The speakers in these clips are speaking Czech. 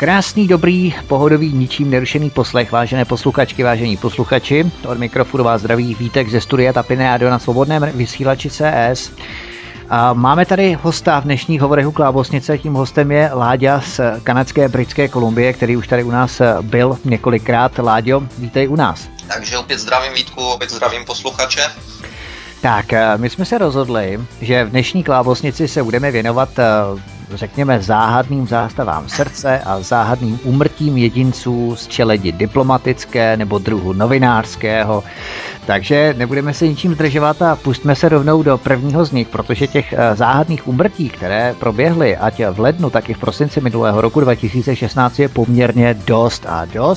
Krásný, dobrý, pohodový, ničím nerušený poslech, vážené posluchačky, vážení posluchači. Od mikrofonu vás zdraví Vítek ze studia Tapin Radio na svobodném vysílači CS. A máme tady hosta v dnešních hovorech u Klábosnice, tím hostem je Láďa z kanadské Britské Kolumbie, který už tady u nás byl několikrát. Láďo, vítej u nás. Takže opět zdravím Vítku, opět zdravím posluchače. Tak, my jsme se rozhodli, že v dnešní Klábosnici se budeme věnovat, řekněme, záhadným zástavám srdce a záhadným úmrtím jedinců z čeledi diplomatické nebo druhu novinářského. Takže nebudeme se ničím zdržovat a pustíme se rovnou do prvního z nich, protože těch záhadných úmrtí, které proběhly ať v lednu, tak i v prosinci minulého roku 2016 je poměrně dost.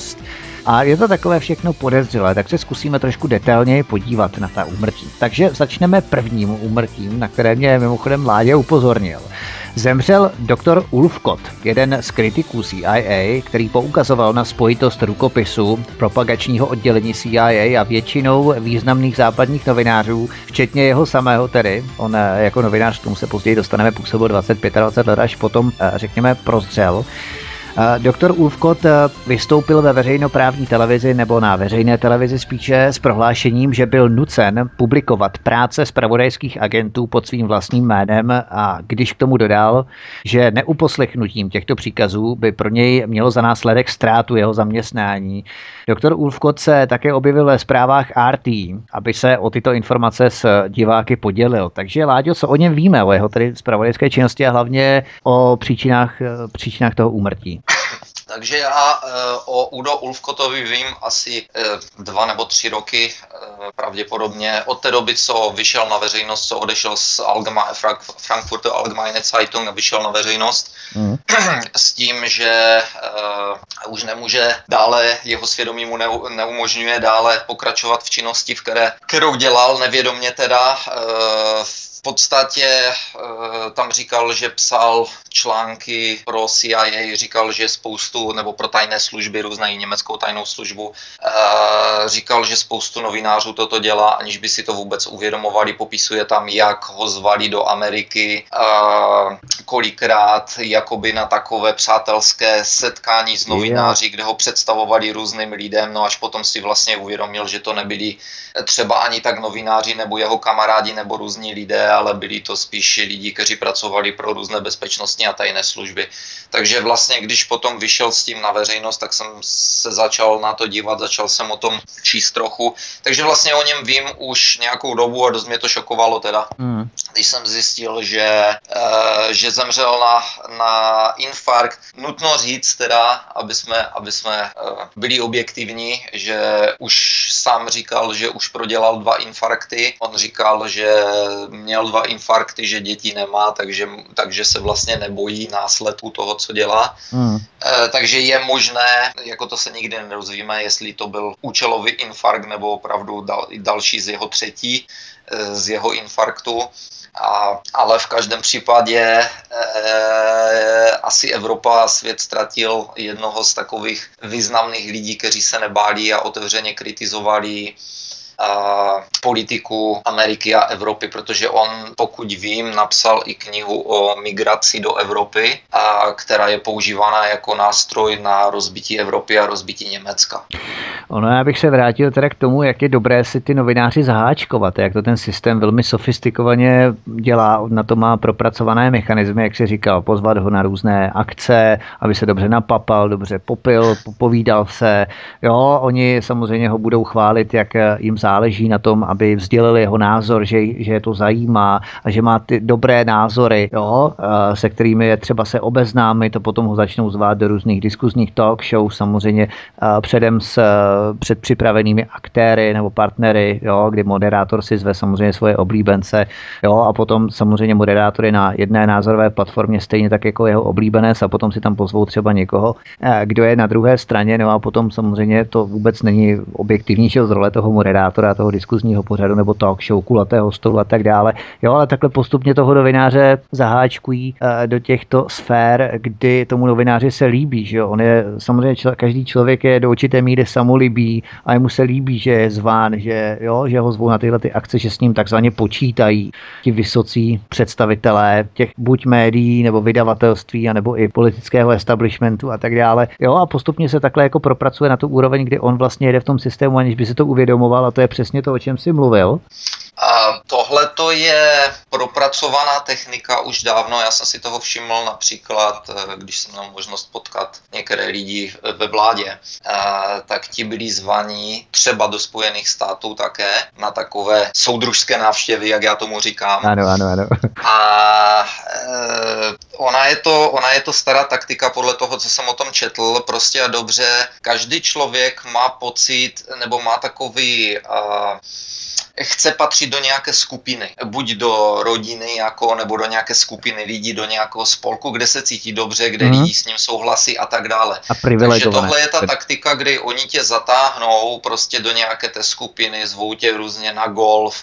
A je to takové všechno podezřelé, tak se zkusíme trošku detailněji podívat na ta úmrtí. Takže začneme prvním úmrtím, na které mě mimochodem Láďa upozornil. Zemřel doktor Ulfkot, jeden z kritiků CIA, který poukazoval na spojitost rukopisu propagačního oddělení CIA a většinou významných západních novinářů, včetně jeho samého tedy. On jako novinář, k tomu se později dostaneme, působil 20-25 let, až potom, řekněme, prozřel. Doktor Ulfkot vystoupil ve veřejnoprávní televizi nebo na veřejné televizi spíše s prohlášením, že byl nucen publikovat práce zpravodajských agentů pod svým vlastním jménem a když k tomu dodal, že neuposlechnutím těchto příkazů by pro něj mělo za následek ztrátu jeho zaměstnání. Doktor Ulfkot se také objevil ve zprávách RT, aby se o tyto informace s diváky podělil. Takže Láďo, co o něm víme, o jeho tedy zpravodajské činnosti a hlavně o příčinách toho úmrtí? Takže já o Udo Ulfkotovi vím asi 2 nebo 3 roky, pravděpodobně od té doby, co vyšel na veřejnost, co odešel z Frankfurter Allgemeine Zeitung a vyšel na veřejnost, s tím, že už nemůže dále, jeho svědomí mu neumožňuje dále pokračovat v činnosti, kterou dělal nevědomě teda. V podstatě tam říkal, že psal články pro CIA, říkal, že spoustu, nebo pro tajné služby, různé německou tajnou službu, říkal, že spoustu novinářů toto dělá, aniž by si to vůbec uvědomovali, popisuje tam, jak ho zvali do Ameriky, kolikrát jakoby na takové přátelské setkání s novináři, kde ho představovali různým lidem, no až potom si vlastně uvědomil, že to nebyli třeba ani tak novináři nebo jeho kamarádi nebo různí lidé, ale byli to spíš lidi, kteří pracovali pro různé bezpečnostní a tajné služby. Takže vlastně, když potom vyšel s tím na veřejnost, tak jsem se začal na to dívat, začal jsem o tom číst trochu. Takže vlastně o něm vím už nějakou dobu a dost mě to šokovalo teda. Když jsem zjistil, že zemřel na infarkt. Nutno říct teda, aby jsme byli objektivní, že už sám říkal, že už prodělal 2 infarkty. On říkal, že měl 2 infarkty, že děti nemá, takže se vlastně nebojí následku toho, co dělá. Takže je možné, jako to se nikdy nedozvíme, jestli to byl účelový infarkt nebo opravdu další z jeho třetí, z jeho infarktu. Ale v každém případě asi Evropa a svět ztratil jednoho z takových významných lidí, kteří se nebáli a otevřeně kritizovali politiku Ameriky a Evropy, protože on, pokud vím, napsal i knihu o migraci do Evropy, která je používána jako nástroj na rozbití Evropy a rozbití Německa. Ono, já bych se vrátil teda k tomu, jak je dobré si ty novináři zaháčkovat, jak to ten systém velmi sofistikovaně dělá, na to má propracované mechanismy, jak si říkal, pozvat ho na různé akce, aby se dobře napapal, dobře popil, povídal se. Jo, oni samozřejmě ho budou chválit, jak jim záleží na tom, aby vzdělili jeho názor, že je to zajímá a že má ty dobré názory, jo, se kterými je třeba se obeznámit, to potom ho začnou zvát do různých diskuzních talk show, samozřejmě předem s předpřipravenými aktéry nebo partnery, jo, kdy moderátor si zve samozřejmě svoje oblíbence, jo, a potom samozřejmě moderátory na jedné názorové platformě stejně tak jako jeho oblíbenec a potom si tam pozvou třeba někoho, kdo je na druhé straně, no a potom samozřejmě to vůbec není objektivní z role toho moderátora, moderátora toho diskuzního pořadu nebo talk show, kulatého stolu a tak dále. Jo, ale takhle postupně toho novináře zaháčkují do těchto sfér, kdy tomu novináři se líbí, že jo. On je samozřejmě každý člověk je do určité míry samolibý a jemu se líbí, že je zván, že ho zvou na tyhle ty akce, že s ním takzvaně počítají ti vysocí představitelé těch buď médií nebo vydavatelství, anebo i politického establishmentu a tak dále. Jo, a postupně se takhle jako propracuje na tu úroveň, kdy on vlastně jede v tom systému, aniž by se to uvědomoval, a to je přesně to, o čem jsi mluvil. Tohle to je propracovaná technika už dávno. Já jsem si toho všiml například, když jsem měl možnost potkat některé lidi ve vládě, tak ti byli zvaní třeba do Spojených států také na takové soudružské návštěvy, jak já tomu říkám. Ano. A ona je to stará taktika podle toho, co jsem o tom četl, prostě a dobře. Každý člověk má pocit, nebo má takový... chce patřit do nějaké skupiny, buď do rodiny, nebo do nějaké skupiny lidí, do nějakého spolku, kde se cítí dobře, kde lidi s ním souhlasí a tak dále. Takže tohle je ta taktika, kdy oni tě zatáhnou prostě do nějaké té skupiny, zvou tě různě na golf,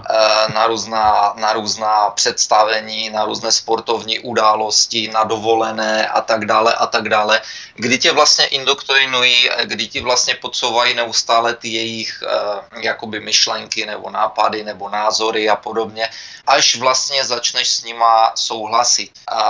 na různá představení, na různé sportovní události, na dovolené a tak dále, kdy tě vlastně indoktrinují, kdy ti vlastně podsouvají neustále ty jejich jakoby myšlenky nebo nápady nebo názory a podobně, až vlastně začneš s nima souhlasit.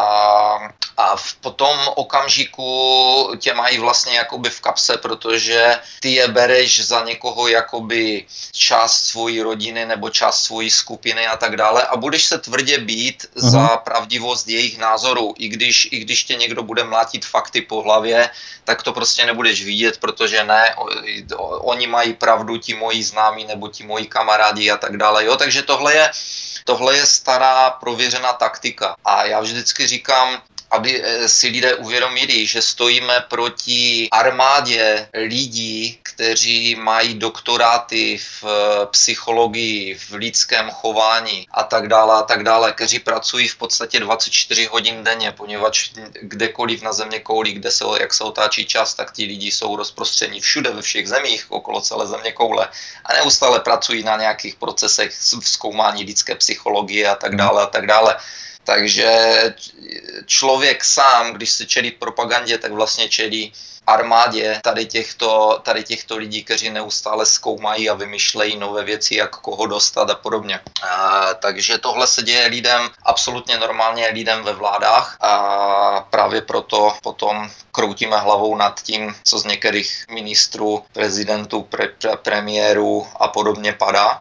A v tom okamžiku tě mají vlastně jakoby v kapse, protože ty je bereš za někoho jakoby část svojí rodiny nebo část svojí skupiny a tak dále a budeš se tvrdě bít za pravdivost jejich názorů. I když tě někdo bude mlátit fakty po hlavě, tak to prostě nebudeš vidět, protože ne, oni mají pravdu, ti moji známí nebo ti moji kamarádi a tak dále. Jo, takže tohle je stará prověřená taktika. A já vždycky říkám, aby si lidé uvědomili, že stojíme proti armádě lidí, kteří mají doktoráty v psychologii, v lidském chování a tak dále, kteří pracují v podstatě 24 hodin denně, poněvadž kdekoliv na zeměkouli, jak se otáčí čas, tak ti lidi jsou rozprostření všude, ve všech zemích okolo celé zeměkoule a neustále pracují na nějakých procesech zkoumání lidské psychologie a tak dále. Takže člověk sám, když se čelí propagandě, tak vlastně čelí armádě tady těchto lidí, kteří neustále zkoumají a vymýšlejí nové věci, jak koho dostat a podobně. Takže tohle se děje lidem absolutně normálně, lidem ve vládách a právě proto potom kroutíme hlavou nad tím, co z některých ministrů, prezidentů, premiérů a podobně padá.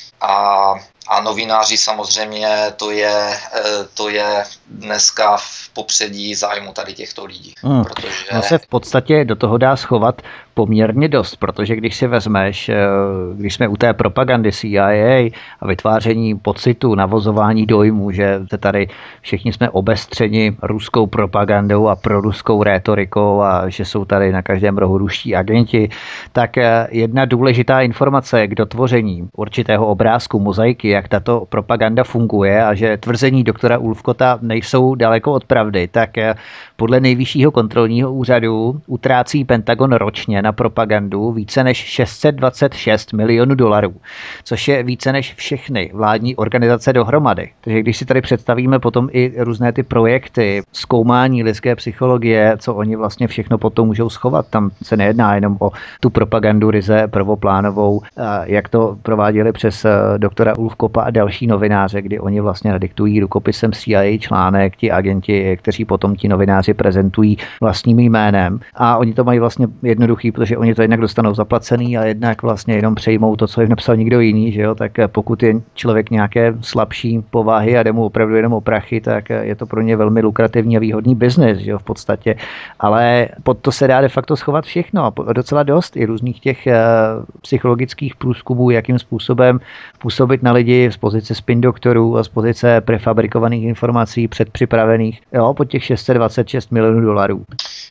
A novináři samozřejmě, to je dneska v popředí zájmu tady těchto lidí. Protože... No se v podstatě do toho dá schovat poměrně dost, protože když si vezmeš, když jsme u té propagandy CIA a vytváření pocitu, navozování dojmu, že tady všichni jsme obestřeni ruskou propagandou a proruskou rétorikou a že jsou tady na každém rohu ruští agenti, tak jedna důležitá informace k dotvoření určitého obrázku, mozaiky, jak tato propaganda funguje a že tvrzení doktora Ulfkota nejsou daleko od pravdy, tak podle Nejvyššího kontrolního úřadu utrácí Pentagon ročně na propagandu více než 626 milionů dolarů, což je více než všechny vládní organizace dohromady. Takže když si tady představíme potom i různé ty projekty, zkoumání lidské psychologie, co oni vlastně všechno potom můžou schovat, tam se nejedná jenom o tu propagandu ryze prvoplánovou, jak to prováděli přes doktora Ulfkota a další novináře, kdy oni vlastně nadiktují rukopisem CIA článek, ti agenti, kteří potom ti novináři prezentují vlastním jménem. A oni to mají vlastně jednoduchý, protože oni to jednak dostanou zaplacený a jednak vlastně jenom přejmou to, co jim napsal někdo jiný, že jo? Tak pokud je člověk nějaké slabší povahy a jde mu opravdu jenom o prachy, tak je to pro ně velmi lukrativní a výhodný biznis, že jo, v podstatě. Ale pod to se dá de facto schovat všechno a docela dost i různých těch psychologických průzkumů, jakým způsobem působit na lidi z pozice spin doktorů a z pozice prefabrikovaných informací předpřipravených, jo, pod těch 626 milionů dolarů.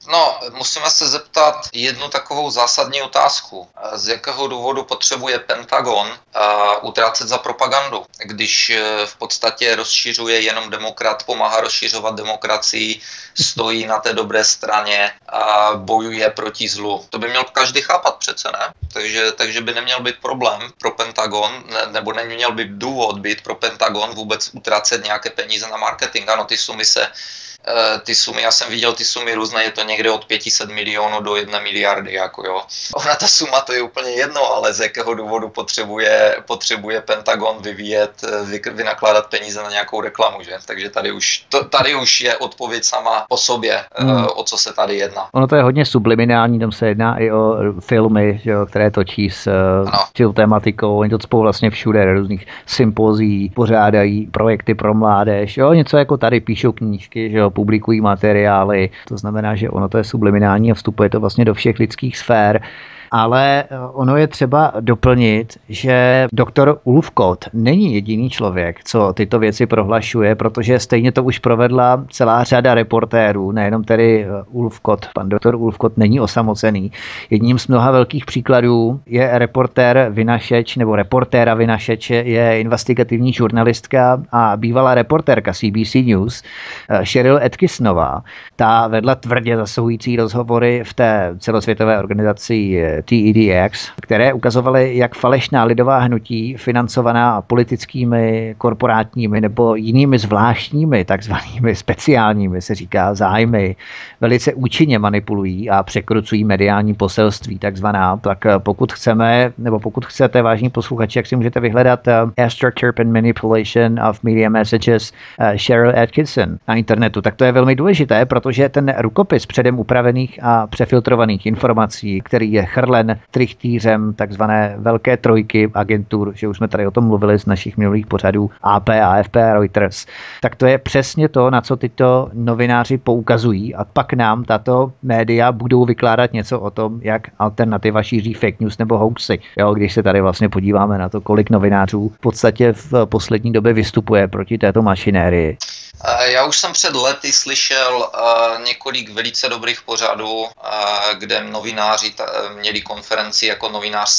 No, musíme se zeptat jednu takovou zásadní otázku. Z jakého důvodu potřebuje Pentagon utrácet za propagandu, když v podstatě rozšiřuje jenom pomáhá rozšiřovat demokracii, stojí na té dobré straně a bojuje proti zlu. To by měl každý chápat přece, ne? Takže by neměl být problém pro Pentagon, nebo neměl by důvod být pro Pentagon vůbec utrácet nějaké peníze na marketing. Ano, ty sumy, já jsem viděl ty sumy různé, je to někde od 500 milionů do 1 miliardy, jako jo. Ona ta suma, to je úplně jedno, ale z jakého důvodu potřebuje Pentagon vynakládat peníze na nějakou reklamu, že? Takže tady už je odpověď sama o sobě, o co se tady jedná. Ono to je hodně subliminální, tam se jedná i o filmy, jo, které točí s těm tématikou, oni to cpou vlastně všude, různých sympozí, pořádají projekty pro mládež, jo, něco jako tady píšou knížky, že jo, publikují materiály, to znamená, že ono to je subliminální a vstupuje to vlastně do všech lidských sfér. Ale ono je třeba doplnit, že doktor Ulfkot není jediný člověk, co tyto věci prohlašuje, protože stejně to už provedla celá řada reportérů, nejenom tedy Ulfkot. Pan doktor Ulfkot není osamocený. Jedním z mnoha velkých příkladů je reportéra Vinašeč, je investigativní žurnalistka a bývalá reportérka CBC News Cheryl Atkinsonová. Ta vedla tvrdě zasahující rozhovory v té celosvětové organizaci TEDx, které ukazovaly, jak falešná lidová hnutí financovaná politickými, korporátními nebo jinými zvláštními, takzvanými speciálními, se říká, zájmy, velice účinně manipulují a překrucují mediální poselství, takzvaná. Tak pokud chcete, vážní posluchači, jak si můžete vyhledat Astroturf Manipulation of Media Messages Cheryl Atkinson na internetu, tak to je velmi důležité, protože ten rukopis předem upravených a přefiltrovaných informací, který je chrlen trichtýřem takzvané velké trojky agentur, že už jsme tady o tom mluvili z našich minulých pořadů AP, AFP a Reuters, tak to je přesně to, na co tyto novináři poukazují a pak nám tato média budou vykládat něco o tom, jak alternativa šíří fake news nebo hoaxy. Jo, když se tady vlastně podíváme na to, kolik novinářů v podstatě v poslední době vystupuje proti této mašinérii. Já už jsem před lety slyšel několik velice dobrých pořadů, kde novináři měli konferenci jako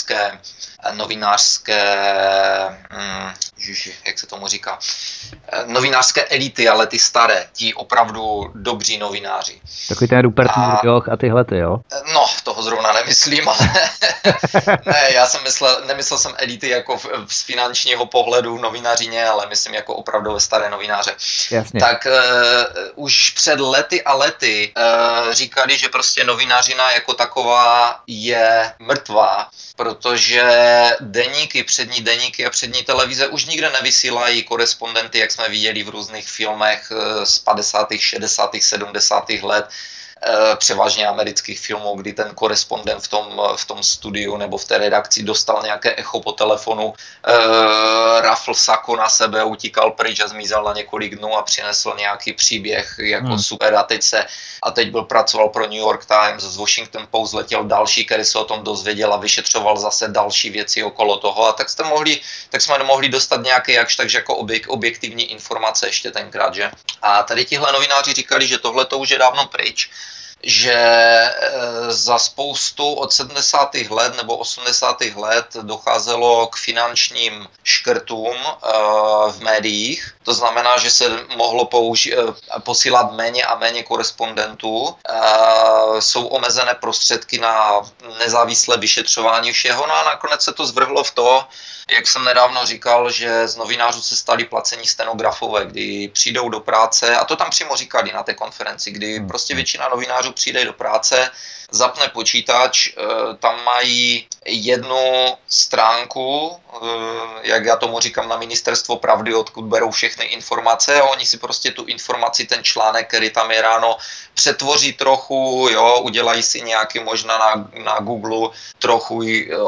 jak se tomu říká, novinářské elity, ale ty staré, ti opravdu dobří novináři. Takový ten Rupert Murdoch a tyhle ty, jo? No, toho zrovna nemyslím, ale ne, nemyslel jsem elity jako z finančního pohledu novinářině, ale myslím jako opravdu staré novináře. Jasně. Tak už před lety a lety říkali, že prostě novinářina jako taková je mrtvá, protože přední deníky a přední televize už nikde nevysílají korespondenty, jak jsme viděli v různých filmech z 50., 60., 70. let, převážně amerických filmů, kdy ten korespondent v tom studiu nebo v té redakci dostal nějaké echo po telefonu, rafl sako na sebe, utíkal pryč a zmizel na několik dnů a přinesl nějaký příběh jako super a teď pracoval pro New York Times, z Washington Post letěl další, který se o tom dozvěděl a vyšetřoval zase další věci okolo toho a tak jsme mohli dostat nějaké takže jako objektivní informace ještě tenkrát, že? A tady tihle novináři říkali, že tohle to už je dávno pryč, že za spoustu od 70. let nebo 80. let docházelo k finančním škrtům v médiích. To znamená, že se mohlo posílat méně a méně korespondentů. Jsou omezené prostředky na nezávislé vyšetřování všeho. No a nakonec se to zvrhlo v to, jak jsem nedávno říkal, že z novinářů se stali placení stenografové, kdy přijdou do práce, a to tam přímo říkali na té konferenci, kdy prostě většina novinářů přijde do práce, zapne počítač, tam mají jednu stránku, jak já tomu říkám, na Ministerstvo pravdy, odkud berou všechny informace a oni si prostě tu informaci, ten článek, který tam je ráno, přetvoří trochu, jo, udělají si nějaký možná na Google trochu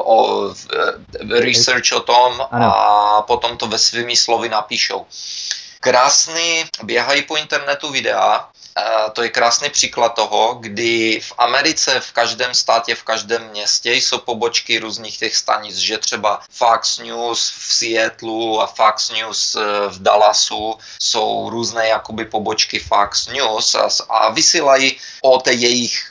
research o tom a potom to ve svými slovy napíšou. Krásný, běhají po internetu videa, To je krásný příklad toho, kdy v Americe, v každém státě, v každém městě jsou pobočky různých těch stanic, že třeba Fox News v Seattlu a Fox News v Dallasu jsou různé jakoby pobočky Fox News a vysílají o té jejich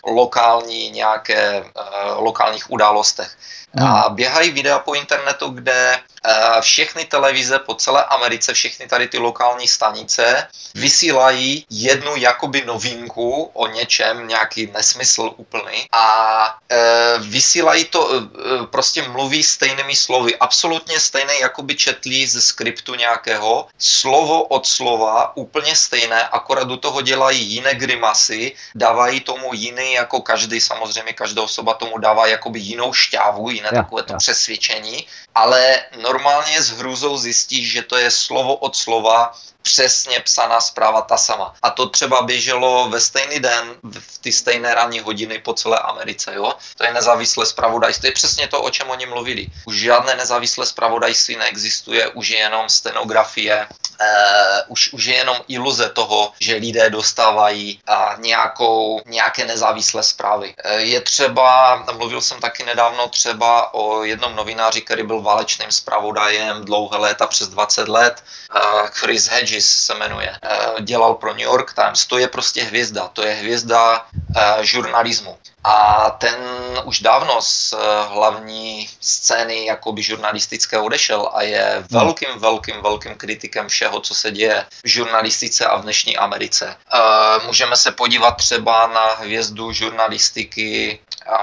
lokálních událostech. A běhají videa po internetu, kde všechny televize po celé Americe, všechny tady ty lokální stanice vysílají jednu jakoby novinku o něčem, nějaký nesmysl úplný a vysílají to, prostě mluví stejnými slovy, absolutně stejné, jakoby četli ze skriptu nějakého, slovo od slova, úplně stejné, akorát do toho dělají jiné grimasy, dávají tomu jiný, jako každý, samozřejmě každá osoba tomu dává jakoby jinou šťávu, jiné takové to přesvědčení, ale normálně s hrůzou zjistíš, že to je slovo od slova přesně psaná zpráva ta sama. A to třeba běželo ve stejný den, v ty stejné ranní hodiny po celé Americe. Jo? To je nezávislé zpravodajství. To je přesně to, o čem oni mluvili. Už žádné nezávislé zpravodajství neexistuje, už je jenom stenografie, už je jenom iluze toho, že lidé dostávají nějaké nezávislé zprávy. Je třeba, mluvil jsem taky nedávno třeba o jednom novináři, který byl válečným zpravodajem dlouhé léta, přes 20 let, Chris Hedges se jmenuje, dělal pro New York Times, to je prostě hvězda, to je hvězda žurnalismu. A ten už dávno z hlavní scény jakoby žurnalistické odešel a je velkým kritikem všeho, co se děje v žurnalistice a v dnešní Americe. Můžeme se podívat třeba na hvězdu žurnalistiky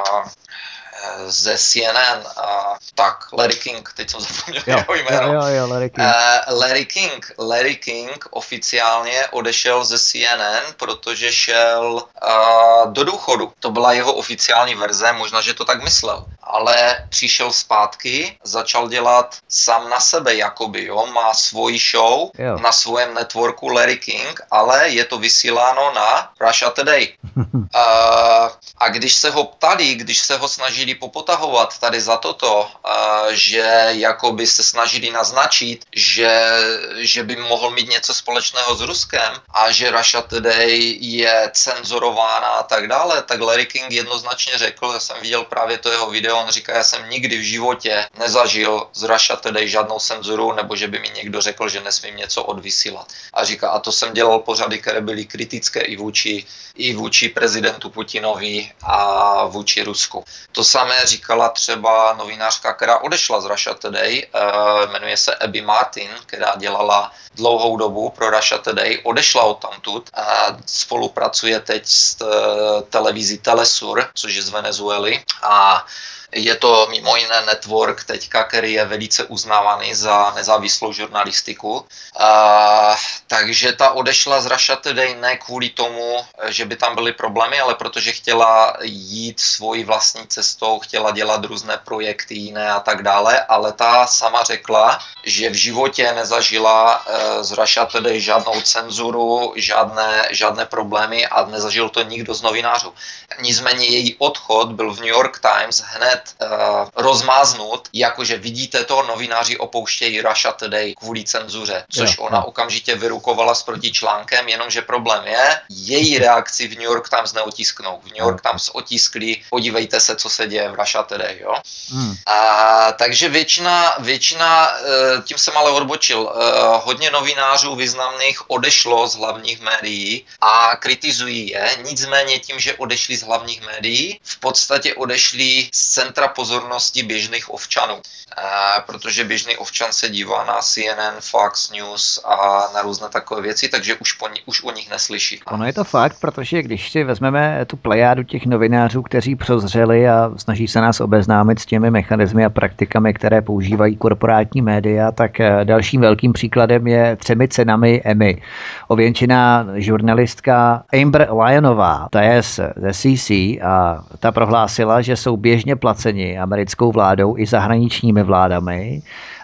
ze CNN, Larry King, teď jsem zapomněl jeho jméno. Larry King oficiálně odešel ze CNN, protože šel do důchodu. To byla jeho oficiální verze, možná, že to tak myslel. Ale přišel zpátky, začal dělat sám na sebe, jakoby, jo, má svoji show na svém networku Larry King, ale je to vysíláno na Russia Today. A když se ho ptali, když se ho snažili popotahovat tady za toto, že jakoby se snažili naznačit, že by mohl mít něco společného s Ruskem a že Russia Today je cenzurována a tak dále, tak Larry King jednoznačně řekl, já jsem viděl právě to jeho video, on říká, já jsem nikdy v životě nezažil z Russia Today žádnou cenzuru, nebo že by mi někdo řekl, že nesmím něco odvysílat. A říká, a to jsem dělal pořady, které byly kritické i vůči prezidentu Putinovi a vůči Rusku. To samé říkala třeba novinářka, která odešla z Russia Today, jmenuje se Abby Martin, která dělala dlouhou dobu pro Russia Today, odešla odtamtud a spolupracuje teď s televizí Telesur, což je z Venezuely, a je to mimo jiné network teďka, který je velice uznávaný za nezávislou žurnalistiku. Takže ta odešla z Russia Today ne kvůli tomu, že by tam byly problémy, ale protože chtěla jít svojí vlastní cestou, chtěla dělat různé projekty jiné a tak dále, ale ta sama řekla, že v životě nezažila z Russia Today žádnou cenzuru, žádné problémy a nezažil to nikdo z novinářů. Nicméně její odchod byl v New York Times hned rozmáznut, jakože vidíte to, novináři opouštějí Russia Today kvůli cenzuře, což ona okamžitě vyrukovala s protičlánkem, jenomže problém je, její reakci v New York Times neotisknou. V New York Times otiskli, podívejte se, co se děje v Russia Today, jo. Takže většina, tím jsem ale odbočil, hodně novinářů významných odešlo z hlavních médií a kritizují je, nicméně tím, že odešli z hlavních médií, v podstatě odešli z centra pozornosti běžných občanů, protože běžný občan se dívá na CNN, Fox News a na různé takové věci, takže už o nich neslyší. Ono je to fakt, protože když si vezmeme tu plejádu těch novinářů, kteří prozřeli a snaží se nás obeznámit s těmi mechanismy a praktikami, které používají korporátní média, tak dalším velkým příkladem je 3 cenami Emmy ověnčená žurnalistka Amber Lyonová, ta je ze CC a ta prohlásila, že jsou běžně placeni americkou vládou i zahraničními vládami,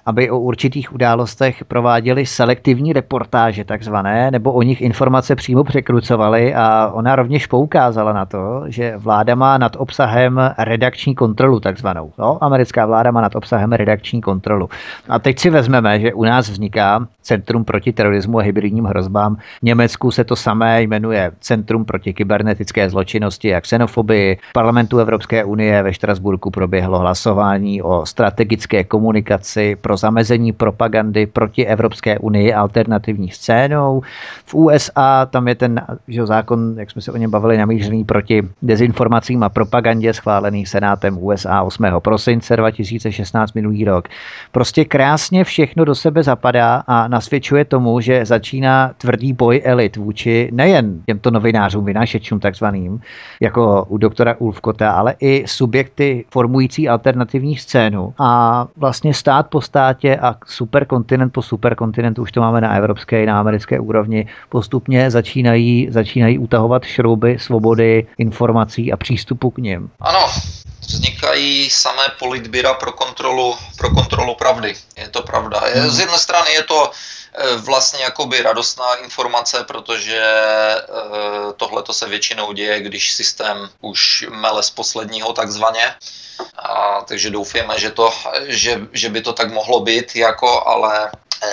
aby o určitých událostech prováděli selektivní reportáže takzvané, nebo o nich informace přímo překrucovali a ona rovněž poukázala na to, že vláda má nad obsahem redakční kontrolu takzvanou. No, americká vláda má nad obsahem redakční kontrolu. A teď si vezmeme, že u nás vzniká Centrum proti terorismu a hybridním hrozbám. V Německu se to samé jmenuje Centrum proti kybernetické zločinnosti a xenofobii. V parlamentu Evropské unie ve Štrasburku proběhlo hlasování o strategické komunikaci pro zamezení propagandy proti Evropské unii alternativní scénou. V USA tam je ten zákon, jak jsme se o něm bavili, namířený proti dezinformacím a propagandě, schválený Senátem USA 8. prosince 2016 minulý rok. Prostě krásně všechno do sebe zapadá a nasvědčuje tomu, že začíná tvrdý boj elit vůči nejen těmto novinářům, vynášečům takzvaným, jako u doktora Ulfkota, ale i subjekty formující alternativní scénu. A vlastně stát po státě a superkontinent po superkontinentu, už to máme na evropské i na americké úrovni, postupně začínají utahovat šrouby svobody informací a přístupu k nim. Ano, vznikají samé politbíra pro kontrolu pravdy. Je to pravda. Z jedné strany je to vlastně jakoby radostná informace, protože tohle se většinou děje, když systém už mele z posledního takzvaně. Takže doufáme, že by to tak mohlo být, ale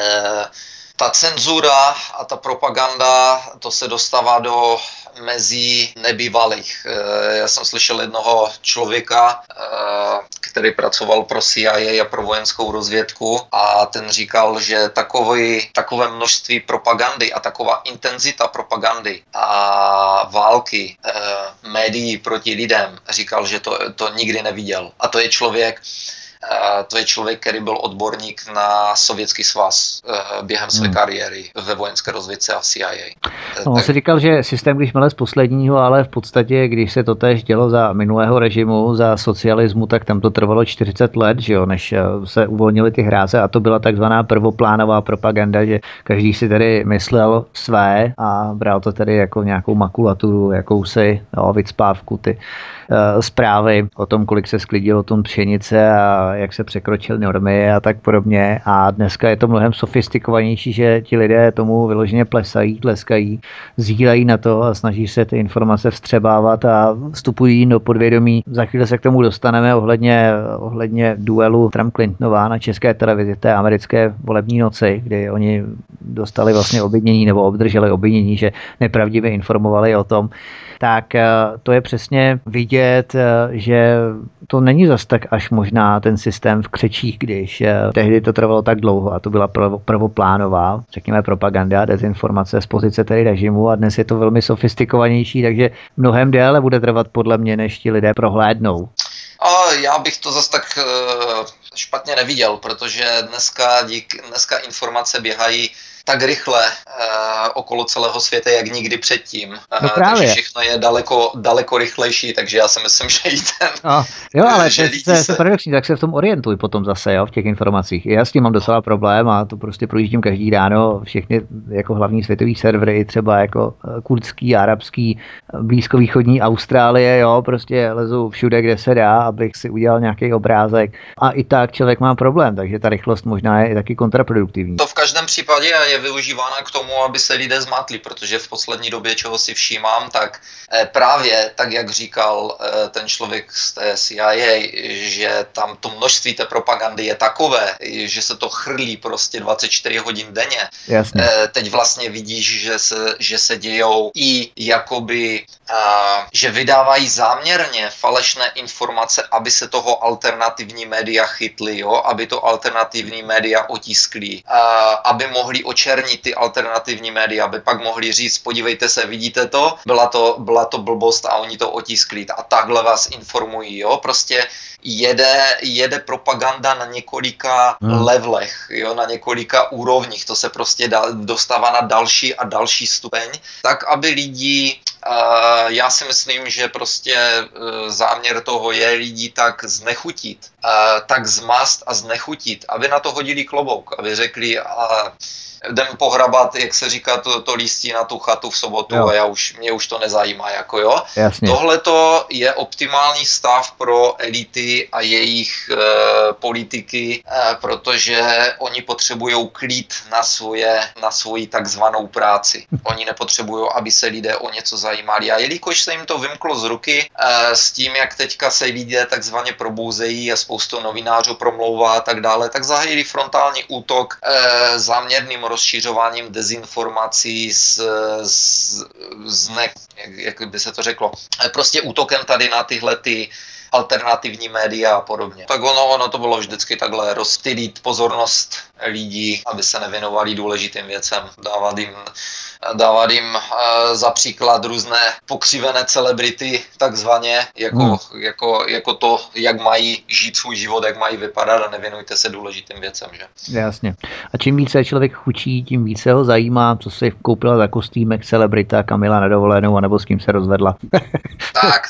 ta cenzura a ta propaganda, to se dostává do mezí nebývalých. Já jsem slyšel jednoho člověka, který pracoval pro CIA a pro vojenskou rozvědku a ten říkal, že takové množství propagandy a taková intenzita propagandy a války médií proti lidem, říkal, že to nikdy neviděl. A to je člověk, který byl odborník na Sovětský svaz během své kariéry ve vojenské rozvědce a CIA. No, on si říkal, že systém, když mele z posledního, ale v podstatě, když se to též dělo za minulého režimu, za socialismu, tak tam to trvalo 40 let, že jo, než se uvolnily ty hráze a to byla takzvaná prvoplánová propaganda, že každý si tedy myslel své a bral to tedy jako nějakou makulaturu, jakousi vycpávku, ty zprávy o tom, kolik se sklidilo tun pšenice a jak se překročily normy a tak podobně. A dneska je to mnohem sofistikovanější, že ti lidé tomu vyloženě plesají, tleskají, zírají na to a snaží se ty informace vstřebávat a vstupují do podvědomí. Za chvíli se k tomu dostaneme ohledně duelu Trump-Clintonová na české televizi, té americké volební noci, kdy oni dostali vlastně obvinění nebo obdrželi obvinění, že nepravdivě informovali o tom. Tak to je přesně vidět, že to není zas tak až možná ten systém v křečích, když tehdy to trvalo tak dlouho a to byla prvoplánová, řekněme, propaganda, dezinformace z pozice tedy režimu a dnes je to velmi sofistikovanější, takže mnohem déle bude trvat podle mě, než ti lidé prohlédnou. A já bych to zas tak špatně neviděl, protože dneska informace běhají tak rychle okolo celého světa, jak nikdy předtím. No právě. Takže všechno je daleko rychlejší, takže já si myslím, že i ten... Jo, ale to je paradoxní, tak se v tom orientuj potom zase, jo, v těch informacích. Já s tím mám docela problém a to prostě projíždím každý ráno všechny jako hlavní světový servery, třeba jako kurdský, arabský, blízkovýchodní Austrálie, jo, prostě lezu všude, kde se dá, abych si udělal nějaký obrázek. A i tak člověk má problém, takže ta rychlost možná je i taky kontraproduktivní. To v každém případě je využívána k tomu, aby se lidé zmátli, protože v poslední době, čeho si všímám, tak právě tak, jak říkal ten člověk z té CIA, že tam to množství té propagandy je takové, že se to chrlí prostě 24 hodin denně. Jasně. Teď vlastně vidíš, že se dějou i jakoby, že vydávají záměrně falešné informace, aby se toho alternativní média chytli, jo? Aby to alternativní média otiskli, aby mohli očernit ty alternativní média, aby pak mohli říct, podívejte se, vidíte to, byla to blbost a oni to otiskli a takhle vás informují, jo, prostě jede propaganda na několika levelech, jo, na několika úrovních, to se prostě dostává na další a další stupeň, tak aby lidi Já si myslím, že prostě záměr toho je lidi tak znechutit, tak zmást a znechutit, aby na to hodili klobouk, aby řekli, jdem pohrabat, jak se říká, to lístí na tu chatu v sobotu, jo. A mě už to nezajímá, jako jo. Tohleto je optimální stav pro elity a jejich politiky, protože oni potřebují klid na svoji takzvanou práci. Oni nepotřebují, aby se lidé o něco zajímali. A jelikož se jim to vymklo z ruky s tím, jak teďka se lidé takzvaně probouzejí a spoustu novinářů promlouvá a tak dále, tak zahájili frontální útok záměrným rozšiřováním dezinformací jak by se to řeklo, prostě útokem tady na tyhle ty alternativní média a podobně. Tak ono to bylo vždycky takhle rozptýlit pozornost lidí, aby se nevěnovali důležitým věcem, dávat jim za příklad různé pokřivené celebrity, takzvaně, jako to, jak mají žít svůj život, jak mají vypadat, a nevěnujte se důležitým věcem, že? Jasně. A čím více člověk chučí, tím více ho zajímá, co si koupila za kostýmek celebrita Kamila na dovolenou, anebo s kým se rozvedla. Tak.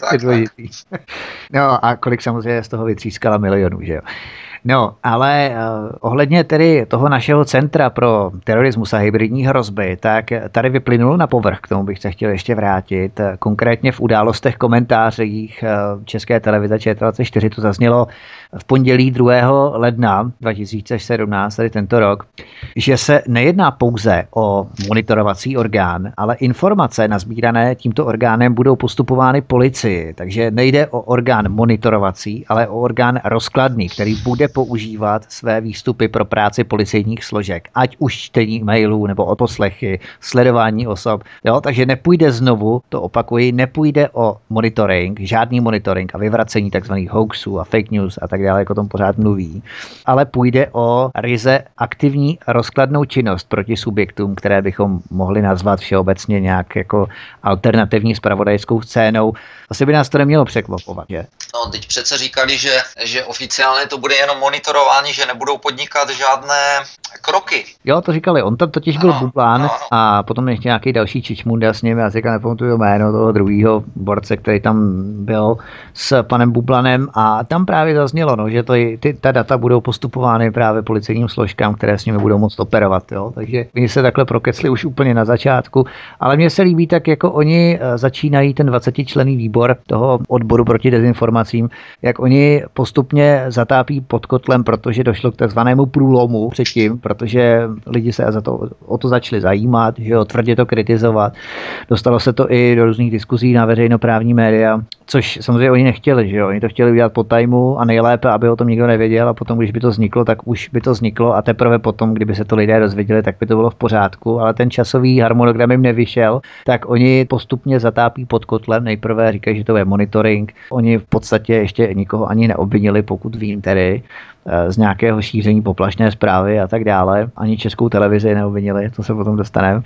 No a kolik samozřejmě z toho vytřískala milionů, že jo. No, ale ohledně tedy toho našeho centra pro terorismus a hybridní hrozby, tak tady vyplynulo na povrch, k tomu bych se chtěl ještě vrátit. Konkrétně v Událostech, komentářích České televize ČT24 to zaznělo v pondělí 2. ledna 2017, tedy tento rok, že se nejedná pouze o monitorovací orgán, ale informace nazbírané tímto orgánem budou postupovány policii. Takže nejde o orgán monitorovací, ale o orgán rozkladný, který bude používat své výstupy pro práci policejních složek, ať už čtení mailů nebo odposlechy, sledování osob. Jo? Takže nepůjde znovu, to opakuji, nepůjde o monitoring, žádný monitoring a vyvracení takzvaných hoaxů a fake news a tak dále, jako o tom pořád mluví, ale půjde o ryze aktivní rozkladnou činnost proti subjektům, které bychom mohli nazvat všeobecně nějak jako alternativní zpravodajskou scénou. Asi by nás to nemělo překvapovat, že? No, teď přece říkali, že oficiálně to bude jenom monitorování, že nebudou podnikat žádné kroky. Jo, to říkali, on tam totiž byl Bublán a potom ještě nějaký další čičmunda s ním, já si nepamatuju jméno toho druhého borce, který tam byl s panem Bublanem, a tam právě zaznělo, no, že ta data budou postupovány právě policejním složkám, které s nimi budou moct operovat. Jo? Takže my se takhle prokecli už úplně na začátku, ale mně se líbí tak, jako oni začínají ten 20členný výbor toho odboru proti dezinformacím, jak oni postupně zatápí pod kotlem, protože došlo k takzvanému průlomu předtím, protože lidi se o to začali zajímat, že jo, tvrdě to kritizovat. Dostalo se to i do různých diskuzí na veřejnoprávní média, což samozřejmě oni nechtěli, že jo, oni to chtěli udělat po tajmu a nejlépe, aby o tom nikdo nevěděl, a potom, když by to vzniklo, tak už by to vzniklo a teprve potom, kdyby se to lidé dozvěděli, tak by to bylo v pořádku, ale ten časový harmonogram jim nevyšel, tak oni postupně zatápí pod kotlem, nejprve říkají, že to je monitoring, oni v podstatě ještě nikoho ani neobvinili, pokud vím tedy, z nějakého šíření poplašné zprávy a tak dále, ani Českou televizi neobvinili, to se potom dostaneme.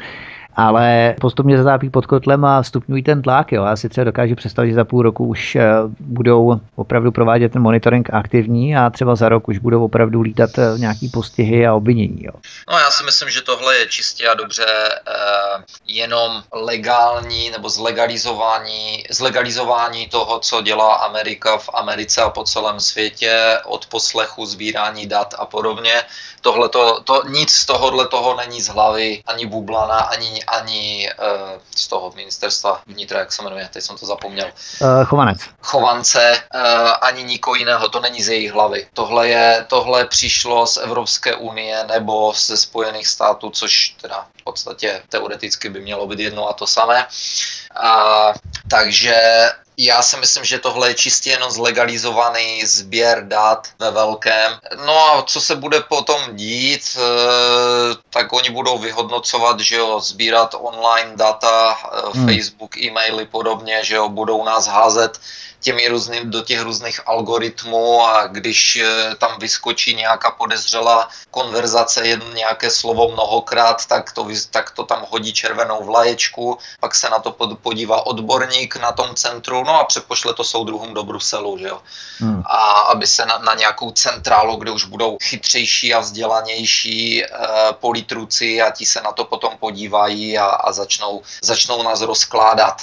Ale postupně zatápí pod kotlem a stupňují ten tlak. Jo. Já si třeba dokážu představit, že za půl roku už budou opravdu provádět ten monitoring aktivní a třeba za rok už budou opravdu lítat nějaký postihy a obvinění. Jo. No, já si myslím, že tohle je čistě a dobře jenom legální nebo zlegalizování toho, co dělá Amerika v Americe a po celém světě, od poslechu, sbírání dat a podobně. Nic z tohohle toho není z hlavy ani Bublana, ani z toho ministerstva vnitra, jak se jmenuje, teď jsem to zapomněl. Chovance, ani nikoho jiného, to není z jejich hlavy. Tohle přišlo z Evropské unie nebo ze Spojených států, což teda v podstatě teoreticky by mělo být jedno a to samé. Takže já si myslím, že tohle je čistě jenom zlegalizovaný sběr dat ve velkém. No a co se bude potom dít, tak oni budou vyhodnocovat, že jo, sbírat online data, Facebook, e-maily podobně, že jo, budou nás házet do těch různých algoritmů, a když tam vyskočí nějaká podezřelá konverzace, nějaké slovo mnohokrát, tak to tam hodí červenou vlaječku, pak se na to podívá odborník na tom centru, no a přepošle to soudruhům do Bruselu, že jo. A aby se na nějakou centrálu, kde už budou chytřejší a vzdělanější politruci, a ti se na to potom podívají a začnou nás rozkládat.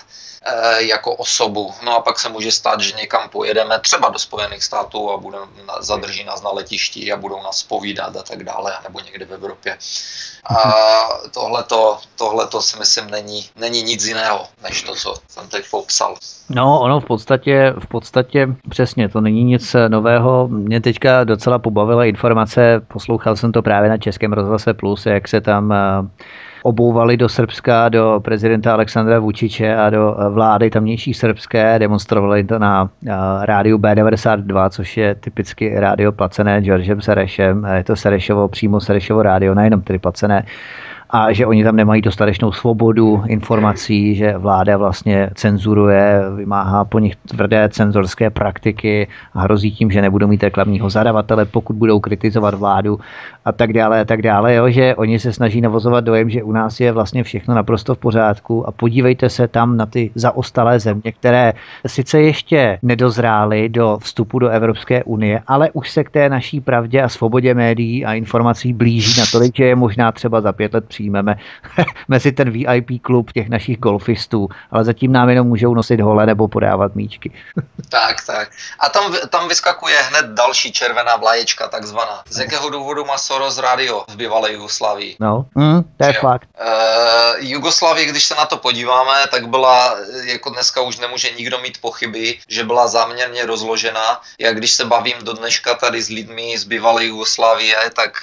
jako osobu. No a pak se může stát, že někam pojedeme, třeba do Spojených států a zadrží nás na letišti a budou nás povídat a tak dále, nebo někde v Evropě. A tohleto si myslím není nic jiného, než to, co jsem teď popsal. No, ono v podstatě přesně, to není nic nového. Mě teďka docela pobavila informace, poslouchal jsem to právě na Českém rozhlase Plus, jak se tam obouvali do Srbska, do prezidenta Aleksandra Vučiče a do vlády tamnější srbské, demonstrovali to na rádiu B92, což je typicky rádio placené Georgem Serešem, je to přímo Serešovo rádio, nejenom tedy placené, a že oni tam nemají dostatečnou svobodu informací, že vláda vlastně cenzuruje, vymáhá po nich tvrdé cenzorské praktiky a hrozí tím, že nebudou mít reklamního zadavatele, pokud budou kritizovat vládu a tak dále, jo, že oni se snaží navozovat dojem, že u nás je vlastně všechno naprosto v pořádku a podívejte se tam na ty zaostalé země, které sice ještě nedozrály do vstupu do Evropské unie, ale už se k té naší pravdě a svobodě médií a informací blíží natolik, že je možná třeba za 5 let přijmeme mezi ten VIP klub těch našich golfistů, ale zatím nám jenom můžou nosit hole nebo podávat míčky. Tak. A tam vyskakuje hned další červená vlaječka takzvaná. Z jakého důvodu má Soros rádio v bývalé Jugoslávii? No, to je fakt. Jugoslávie, když se na to podíváme, tak byla, jako dneska už nemůže nikdo mít pochyby, že byla záměrně rozložena. Já když se bavím do dneška tady s lidmi z bývalé Jugoslávie, tak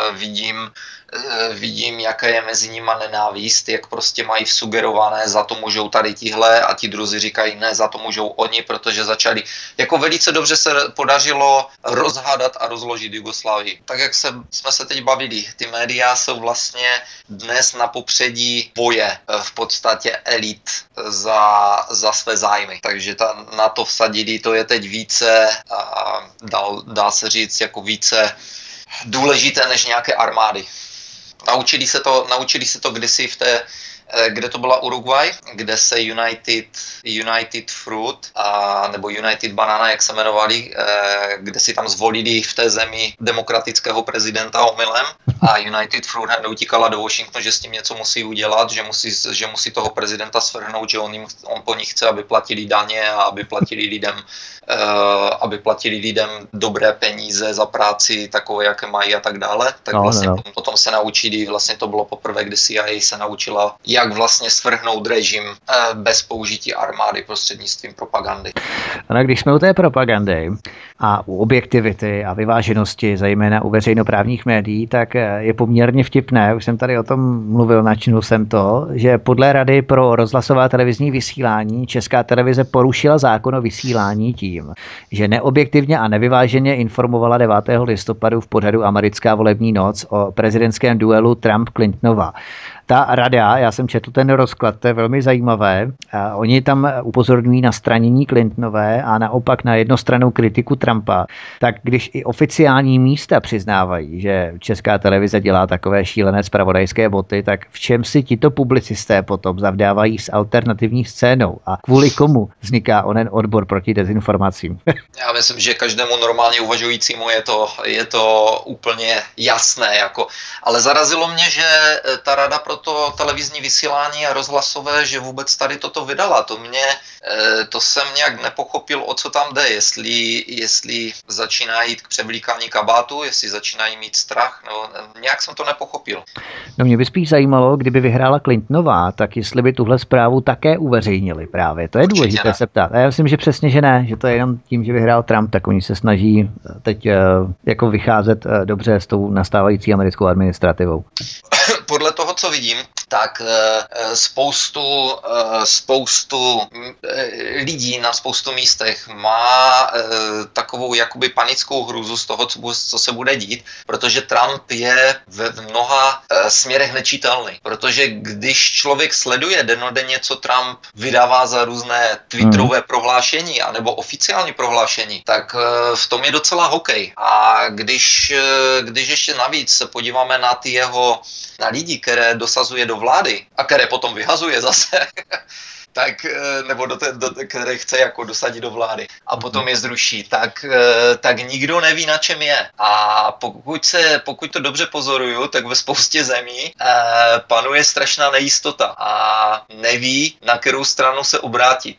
vidím, jaká je mezi nima nenávist, jak prostě mají vsugerované, za to můžou tady tihle a ti druzí říkají ne, za to můžou oni, protože začali, jako velice dobře se podařilo rozhádat a rozložit Jugoslávii. Tak jak jsme se teď bavili, ty média jsou vlastně dnes na popředí boje v podstatě elit za své zájmy, takže na to vsadili, to je teď více, dá se říct, jako více důležité než nějaké armády. Naučili se to kdysi kde to byla Uruguay, kde se United Fruit nebo United Banana, jak se jmenovali, kde si tam zvolili v té zemi demokratického prezidenta omylem a United Fruit utíkala do Washingtonu, že s tím něco musí udělat, že musí toho prezidenta svrhnout, že on po nich chce, aby platili daně a aby platili lidem dobré peníze za práci takové, jaké mají a tak dále. Tak potom se naučili, vlastně to bylo poprvé, kdy CIA se naučila, jak vlastně svrhnout režim bez použití armády prostřednictvím propagandy. No, když jsme u té propagandy a u objektivity a vyváženosti, zejména u veřejnoprávních médií, tak je poměrně vtipné, už jsem tady o tom mluvil, načnul jsem to, že podle Rady pro rozhlasové a televizní vysílání Česká televize porušila zákon o vysílání tím, že neobjektivně a nevyváženě informovala 9. listopadu v pořadu Americká volební noc o prezidentském duelu Trump-Clintonova. Ta rada, já jsem četl ten rozklad, to je velmi zajímavé. Oni tam upozorňují na stranění Clintonové a naopak na jednostrannou kritiku Trumpa. Tak když i oficiální místa přiznávají, že Česká televize dělá takové šílené zpravodajské boty, tak v čem si tito publicisté potom zavdávají s alternativní scénou a kvůli komu vzniká onen odbor proti dezinformacím? Já myslím, že každému normálně uvažujícímu je to úplně jasné. Ale zarazilo mě, že ta rada pro to televizní vysílání a rozhlasové, že vůbec tady toto vydala. To jsem nějak nepochopil, o co tam jde. Jestli začíná jít k převlíkání kabátu, jestli začínají mít strach, nějak jsem to nepochopil. No mě by spíš zajímalo, kdyby vyhrála Clintonová, tak jestli by tuhle zprávu také uveřejnili právě. To je důležité se ptát. A já myslím, že přesně, že ne, že to je jenom tím, že vyhrál Trump, tak oni se snaží teď jako vycházet dobře s tou nastávající americkou administrativou. Podle toho, co vidím, tak spoustu lidí na spoustu místech má takovou jakoby panickou hrůzu z toho, co se bude dít, protože Trump je v mnoha směrech nečitelný. Protože když člověk sleduje dennodenně, co Trump vydává za různé twitterové prohlášení anebo oficiální prohlášení, tak v tom je docela hokej. A když ještě navíc se podíváme na ty na lidi, které dosazuje do vlády a které potom vyhazuje zase, tak, nebo které chce jako dosadit do vlády a potom je zruší, tak nikdo neví, na čem je. A pokud to dobře pozoruju, tak ve spoustě zemí panuje strašná nejistota a neví, na kterou stranu se obrátit.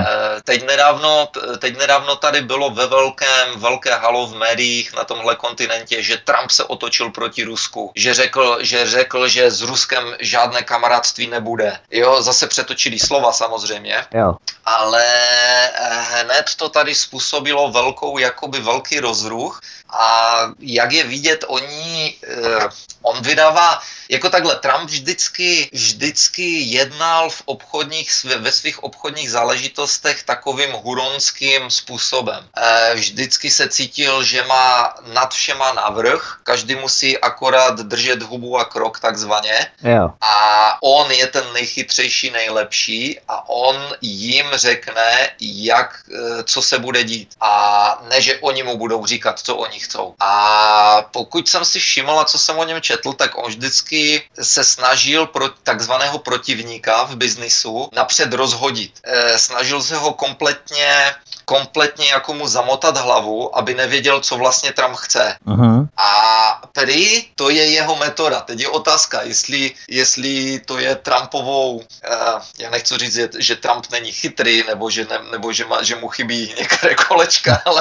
Teď nedávno tady bylo velké halo v médiích na tomhle kontinentě, že Trump se otočil proti Rusku, že řekl, že s Ruskem žádné kamarádství nebude. Jo, zase přetočilý slova samozřejmě, jo. Ale hned to tady způsobilo velký rozruch a jak je vidět, on vydává, jako takhle, Trump vždycky jednal ve svých obchodních záležitostech takovým huronským způsobem. Vždycky se cítil, že má nad všema navrch, každý musí akorát držet hubu a krok takzvaně. Jo. A on je ten nejchytřejší, nejlepší a on jim řekne, co se bude dít. A ne, že oni mu budou říkat, co oni chcou. A pokud jsem si všiml, a co jsem o něm četl, tak on vždycky se snažil pro takzvaného protivníka v biznisu napřed rozhodit. Snažil se ho kompletně jako mu zamotat hlavu, aby nevěděl, co vlastně Trump chce. Uh-huh. A prý to je jeho metoda. Teď je otázka, jestli to je Trumpovou, já nechci říct, že Trump není chytrý, nebo že mu chybí některé kolečka, ale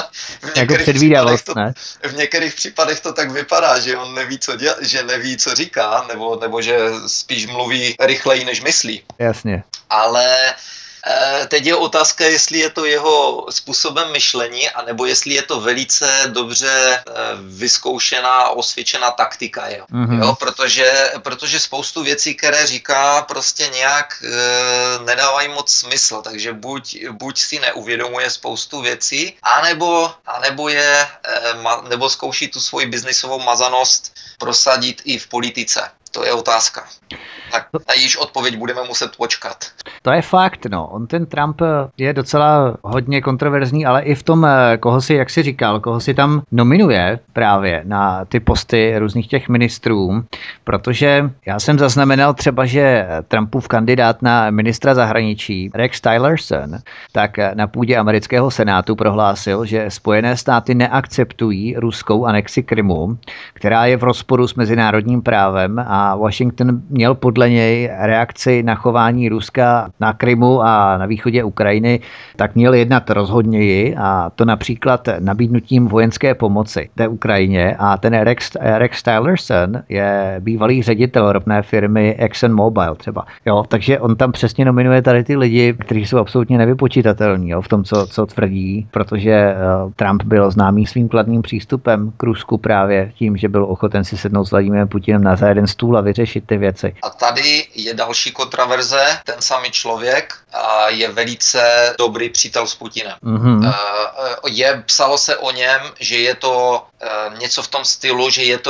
v některých případech to tak vypadá, že on neví, co dělá, že neví, co říká, nebo že spíš mluví rychleji, než myslí. Jasně. Ale teď je otázka, jestli je to jeho způsobem myšlení, anebo jestli je to velice dobře vyzkoušená, osvědčená taktika. Jo? Mm-hmm. Jo, protože spoustu věcí, které říká, prostě nějak nedávají moc smysl. Takže buď si neuvědomuje spoustu věcí, nebo zkouší tu svoji biznisovou mazanost prosadit i v politice. To je otázka. Tak na jejíž odpověď budeme muset počkat. To je fakt, no. On ten Trump je docela hodně kontroverzní, ale i v tom, jak jsi říkal, koho si tam nominuje právě na ty posty různých těch ministrů, protože já jsem zaznamenal třeba, že Trumpův kandidát na ministra zahraničí Rex Tillerson, tak na půdě amerického senátu prohlásil, že Spojené státy neakceptují ruskou anexi Krymu, která je v rozporu s mezinárodním právem a Washington měl podle něj reakci na chování Ruska na Krymu a na východě Ukrajiny, tak měl jednat rozhodněji a to například nabídnutím vojenské pomoci té Ukrajině a ten Rex Tillerson je bývalý ředitel ropné firmy ExxonMobil třeba. Jo, takže on tam přesně nominuje tady ty lidi, kteří jsou absolutně nevypočitatelní, jo, v tom, co tvrdí, protože Trump byl známý svým kladným přístupem k Rusku právě tím, že byl ochoten si sednout s Vladimirem Putinem za jeden stůl a vyřešit ty věci. A tady je další kontroverze. Ten samý člověk je velice dobrý přítel s Putinem. Mm-hmm. Psalo se o něm, že je to něco v tom stylu, že je to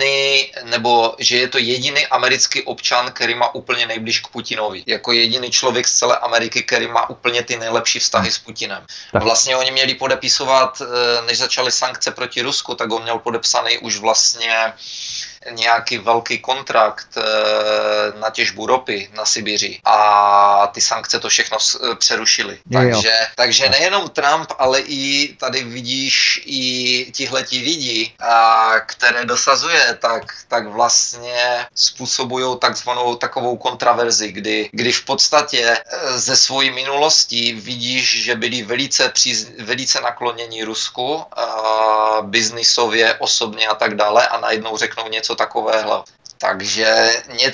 jediný americký občan, který má úplně nejblíž k Putinovi. Jako jediný člověk z celé Ameriky, který má úplně ty nejlepší vztahy s Putinem. Tak. Vlastně oni měli podepisovat, než začaly sankce proti Rusku, tak on měl podepsaný už vlastně nějaký velký kontrakt na těžbu ropy na Sibiři a ty sankce to všechno přerušily. Takže nejenom Trump, ale i tady vidíš i tihleti lidi, které dosazuje, tak vlastně způsobují takovou kontraverzi, kdy v podstatě ze svojí minulosti vidíš, že byli velice naklonění Rusku, biznisově, osobně a tak dále a najednou řeknou něco takového. Takže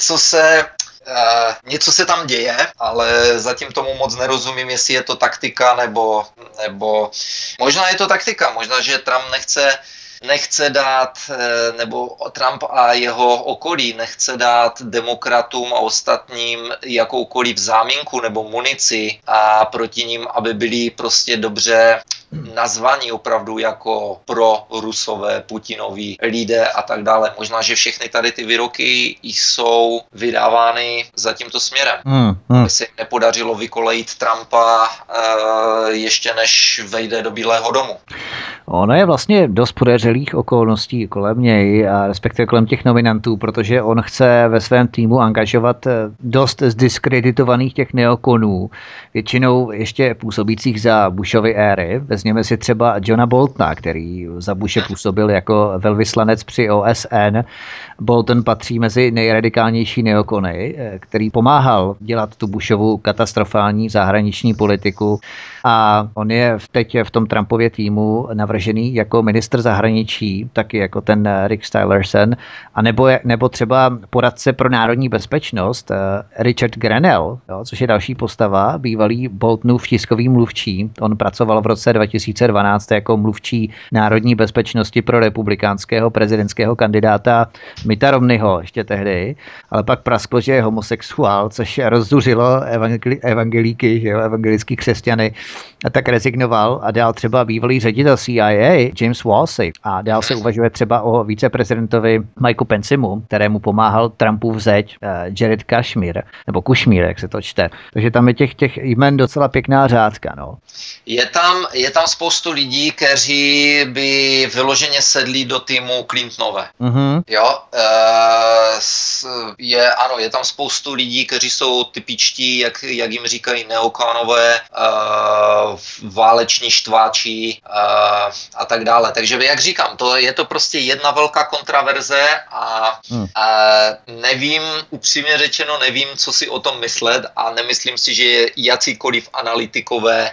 něco se tam děje, ale zatím tomu moc nerozumím, jestli je to taktika, nebo možná je to taktika, možná, že Trump nechce dát, nebo Trump a jeho okolí nechce dát demokratům a ostatním jakoukoliv záminku nebo munici a proti ním, aby byli prostě dobře nazvaní opravdu jako pro Rusové, Putinoví lidé a tak dále. Možná, že všechny tady ty výroky jsou vydávány za tímto směrem. Aby se nepodařilo vykolejit Trumpa ještě než vejde do Bílého domu. Ono je vlastně dost podezřelých okolností kolem něj a respektive kolem těch nominantů, protože on chce ve svém týmu angažovat dost zdiskreditovaných těch neokonů, většinou ještě působících za Bushovy éry. Vezměme si třeba Johna Boltona, který za Bushe působil jako velvyslanec při OSN. Bolton patří mezi nejradikálnější neokony, který pomáhal dělat tu Bushovu katastrofální zahraniční politiku a on je teď v tom Trumpově týmu navržený jako ministr zahraničí, taky jako ten Rick Tillerson, a nebo třeba poradce pro národní bezpečnost Richard Grenell, což je další postava, bývalý Boltonův tiskový mluvčí. On pracoval v roce 2012 jako mluvčí národní bezpečnosti pro republikánského prezidentského kandidáta Mitta Romneyho ještě tehdy, ale pak prasklo, že je homosexuál, což rozzuřilo evangelíky, že jo, evangelický křesťany, a tak rezignoval a dál třeba bývalý ředitel CIA James Walsey a dál se uvažuje třeba o viceprezidentovi Mikeu Pencemu, kterému pomáhal Trumpův zeď Jared Kushner, nebo Kushner, jak se to čte. Takže tam je těch jmen docela pěkná řádka, no. Je tam spoustu lidí, kteří by vyloženě sedli do týmu Clintonové. Mm-hmm. Jo, je tam spoustu lidí, kteří jsou typičtí, jak jim říkají neokonové, váleční štváči a tak dále. Takže jak říkám, je to prostě jedna velká kontraverze a nevím, upřímně řečeno, nevím, co si o tom myslet a nemyslím si, že jakýkoliv analytikové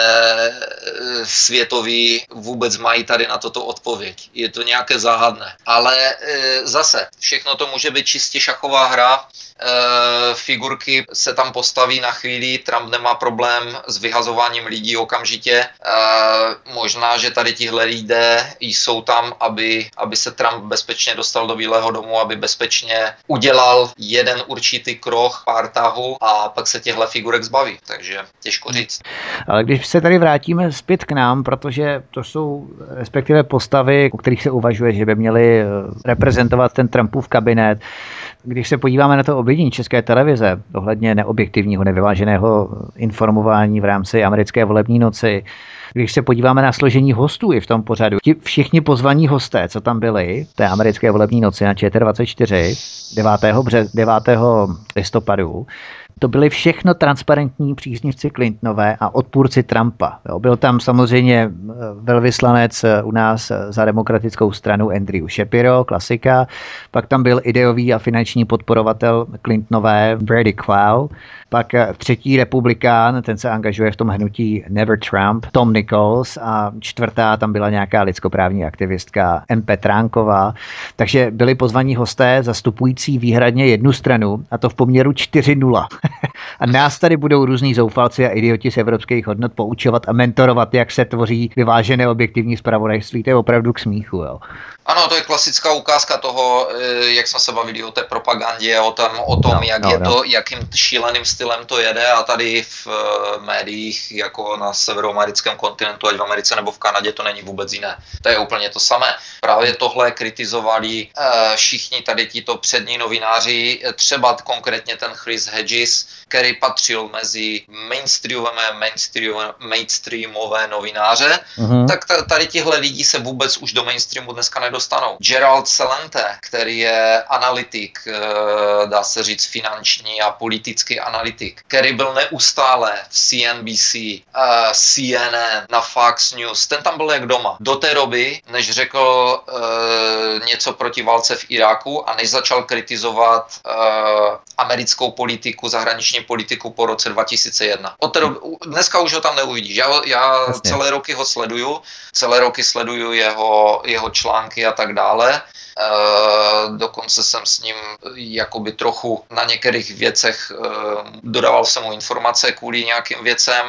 světoví vůbec mají tady na toto odpověď. Je to nějaké záhadné. Ale zase, všechno to může být čistě šachová hra. Figurky se tam postaví na chvíli, Trump nemá problém s vyhazováním lidí okamžitě. Možná, že tady tihle lidé jsou tam, aby se Trump bezpečně dostal do Bílého domu, aby bezpečně udělal jeden určitý krok, pár tahů a pak se těchto figurek zbaví. Takže těžko říct. Ale když se tady vrátíme zpět k nám, protože to jsou respektive postavy, o kterých se uvažuje, že by měly reprezentovat ten Trumpův kabinet. Když se podíváme na to obvinění České televize ohledně neobjektivního, nevyváženého informování v rámci americké volební noci, když se podíváme na složení hostů i v tom pořadu, ti všichni pozvaní hosté, co tam byli té americké volební noci na ČT24 9. listopadu, to byli všechno transparentní příznivci Clintonové a odpůrci Trumpa. Jo, byl tam samozřejmě velvyslanec u nás za demokratickou stranu Andrew Shapiro, klasika, pak tam byl ideový a finanční podporovatel Clintonové Brady Clough, pak třetí republikán, ten se angažuje v tom hnutí Never Trump, Tom Nichols a čtvrtá tam byla nějaká lidskoprávní aktivistka N. Petránková. Takže byli pozvaní hosté zastupující výhradně jednu stranu a to v poměru 4:0. A nás tady budou různí zoufalci a idioti z evropských hodnot poučovat a mentorovat, jak se tvoří vyvážené objektivní zpravodajství. To je opravdu k smíchu, jo. Ano, to je klasická ukázka toho, jak jsme se bavili o té propagandě, o tom, jakým šíleným stylem to jede a tady v médiích, jako na severoamerickém kontinentu, ať v Americe nebo v Kanadě, to není vůbec jiné. To je úplně to samé. Právě tohle kritizovali všichni tady tito přední novináři, třeba konkrétně ten Chris Hedges, který patřil mezi mainstreamové novináře, tak tady tihle lidi se vůbec už do mainstreamu dneska nedostanou. Gerald Celente, který je analytik, dá se říct finanční a politický analytik, který byl neustále v CNBC, CNN, na Fox News, ten tam byl jak doma. Do té doby, než řekl něco proti válce v Iráku a než začal kritizovat americkou politiku, zahraniční politiku po roce 2001. Dneska už ho tam neuvidíš. Já celé roky ho sleduju, celé roky sleduju jeho články a tak dále. Dokonce jsem s ním jakoby trochu na některých věcech dodával jsem mu informace kvůli nějakým věcem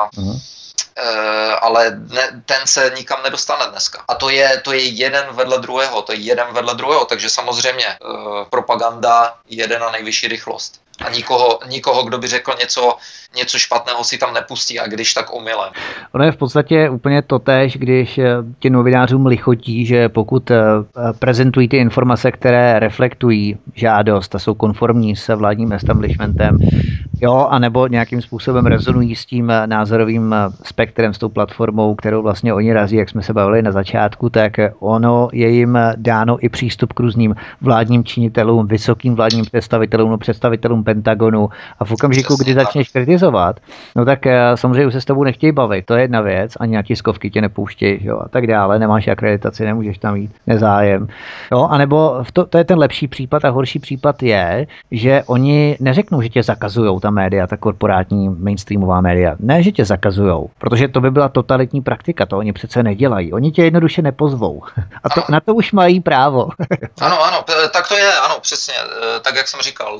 ale ten se nikam nedostane dneska. A to je jeden vedle druhého, takže samozřejmě propaganda jede na nejvyšší rychlost. A nikoho, kdo by řekl něco špatného, si tam nepustí, a když tak omylem. Ono je v podstatě úplně totéž, když ti novinářům lichotí, že pokud prezentují ty informace, které reflektují žádost a jsou konformní s vládním establishmentem, Jo, anebo nějakým způsobem rezonují s tím názorovým spektrem, s tou platformou, kterou vlastně oni razí, jak jsme se bavili na začátku, tak ono je jim dáno i přístup k různým vládním činitelům, vysokým vládním představitelům Pentagonu a v okamžiku, kdy začneš kritizovat, no tak samozřejmě už se s tebou nechtějí bavit, to je jedna věc, ani na tiskovky tě nepouštějí, jo, a tak dále, nemáš akreditaci, nemůžeš tam jít, nezájem. Jo, anebo to je ten lepší případ a horší případ je, že oni neřeknou, že tě zakazujou ta média, ta korporátní mainstreamová média. Ne, že tě zakazujou, protože to by byla totalitní praktika, to oni přece nedělají. Oni tě jednoduše nepozvou. A to, na to už mají právo. Ano, tak to je, ano, přesně. Tak, jak jsem říkal,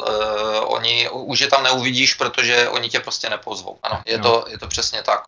oni už je tam neuvidíš, protože oni tě prostě nepozvou. Ano, je to přesně tak.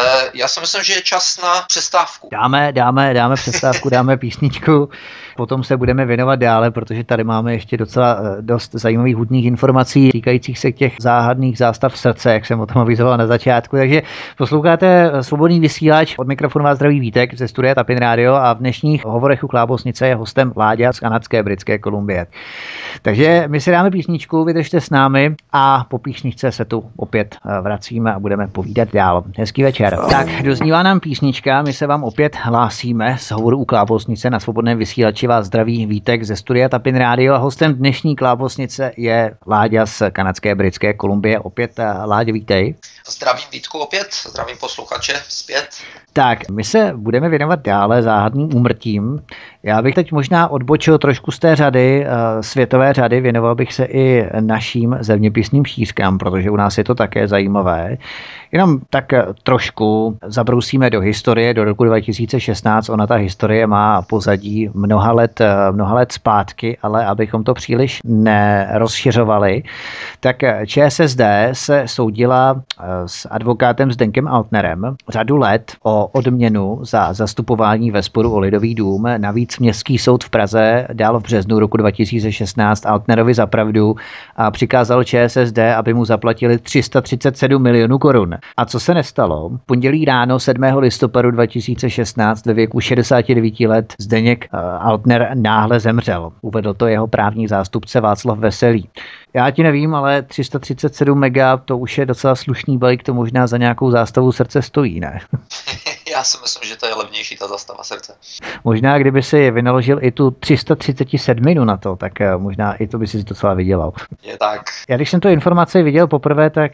Já si myslím, že je čas na přestávku. Dáme přestávku, dáme písničku, potom se budeme věnovat dále, protože tady máme ještě docela dost zajímavých hudních informací týkajících se těch záhadných zástav srdce, jak jsem o tom avizoval na začátku. Takže posloucháte Svobodný vysílač, od mikrofonu vás zdraví Vítek ze studia Tapin Radio a v dnešních hovorech u Klábosnice je hostem Láďa z kanadské Britské Kolumbie. Takže my si dáme písničku, vydržte s námi a po písničce se tu opět vracíme a budeme povídat dál. Hezký večer. Tak, doznívá nám písnička, my se vám opět hlásíme z hovoru u Klábosnice na Svobodném vysílači vás zdraví Vítek ze studia Tapin Radio a hostem dnešní Klábosnice je Láďa z kanadské Britské Kolumbie. Opět Láďo, vítej. Zdravím Vítku opět, zdravím posluchače zpět. Tak, my se budeme věnovat dále záhadným úmrtím. Já bych teď možná odbočil trošku z té řady, světové řady, věnoval bych se i naším zeměpisným šířkám, protože u nás je to také zajímavé. Jenom tak trošku zabrousíme do historie, do roku 2016. Ona ta historie má pozadí mnoha let zpátky, ale abychom to příliš nerozšiřovali, tak ČSSD se soudila s advokátem Zdeňkem Altnerem řadu let o odměnu za zastupování ve sporu o Lidový dům. Navíc Městský soud v Praze dal v březnu roku 2016 Altnerovi za pravdu a přikázal ČSSD, aby mu zaplatili 337 milionů korun. A co se nestalo? V pondělí ráno 7. listopadu 2016 ve věku 69 let Zdeněk Altner náhle zemřel. Uvedl to jeho právní zástupce Václav Veselý. Já ti nevím, ale 337 mega, to už je docela slušný balík, to možná za nějakou zástavu srdce stojí, ne? Já si myslím, že to je levnější ta zástava srdce. Možná, kdyby si vynaložil i tu 337 na to, tak možná i to by si docela vydělal. Je tak. Já když jsem tu informaci viděl poprvé, tak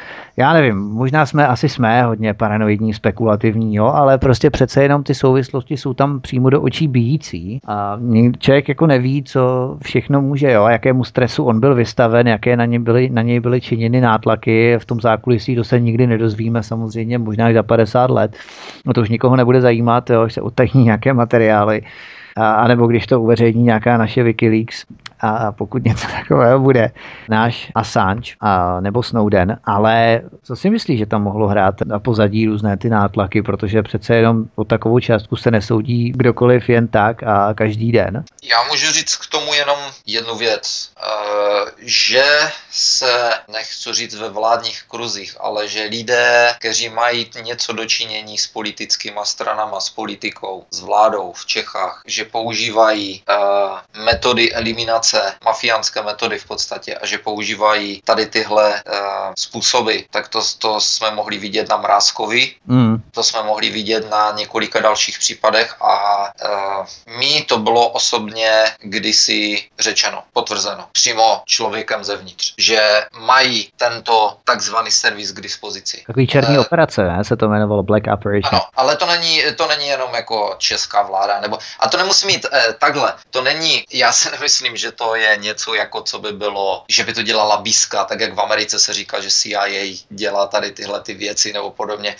já nevím, možná jsme hodně paranoidní, spekulativní, jo, ale prostě přece jenom ty souvislosti jsou tam přímo do očí bijící a člověk jako neví, co všechno může, jo, jakému stresu on byl vystaven, jaké na něj byly činěny nátlaky v tom zákulisí, to se nikdy nedozvíme, samozřejmě možná i za 50 let. No to už nikoho nebude zajímat, jo, že se utají nějaké materiály, anebo když to uveřejní nějaká naše Wikileaks, a pokud něco takového bude, náš Assange nebo Snowden, ale co si myslíš, že tam mohlo hrát na pozadí různé ty nátlaky, protože přece jenom o takovou částku se nesoudí kdokoliv jen tak a každý den? Já můžu říct k tomu jenom jednu věc, že se, nechci říct ve vládních kruzích, ale že lidé, kteří mají něco dočinění s politickýma stranama, s politikou, s vládou v Čechách, že používají metody eliminace, mafiánské metody v podstatě a že používají tady tyhle způsoby, tak to jsme mohli vidět na Mrázkovi, to jsme mohli vidět na několika dalších případech a mí to bylo osobně kdysi řečeno, potvrzeno, přímo člověkem zevnitř, že mají tento takzvaný servis k dispozici. Takový černý operace, ne? Se to jmenovalo Black Operation. Ano, ale to není jenom jako česká vláda, a to nemusí mít takhle, to není, já si nemyslím, že to je něco jako co by bylo, že by to dělala BISka, tak jak v Americe se říká, že CIA dělá tady tyhle ty věci nebo podobně.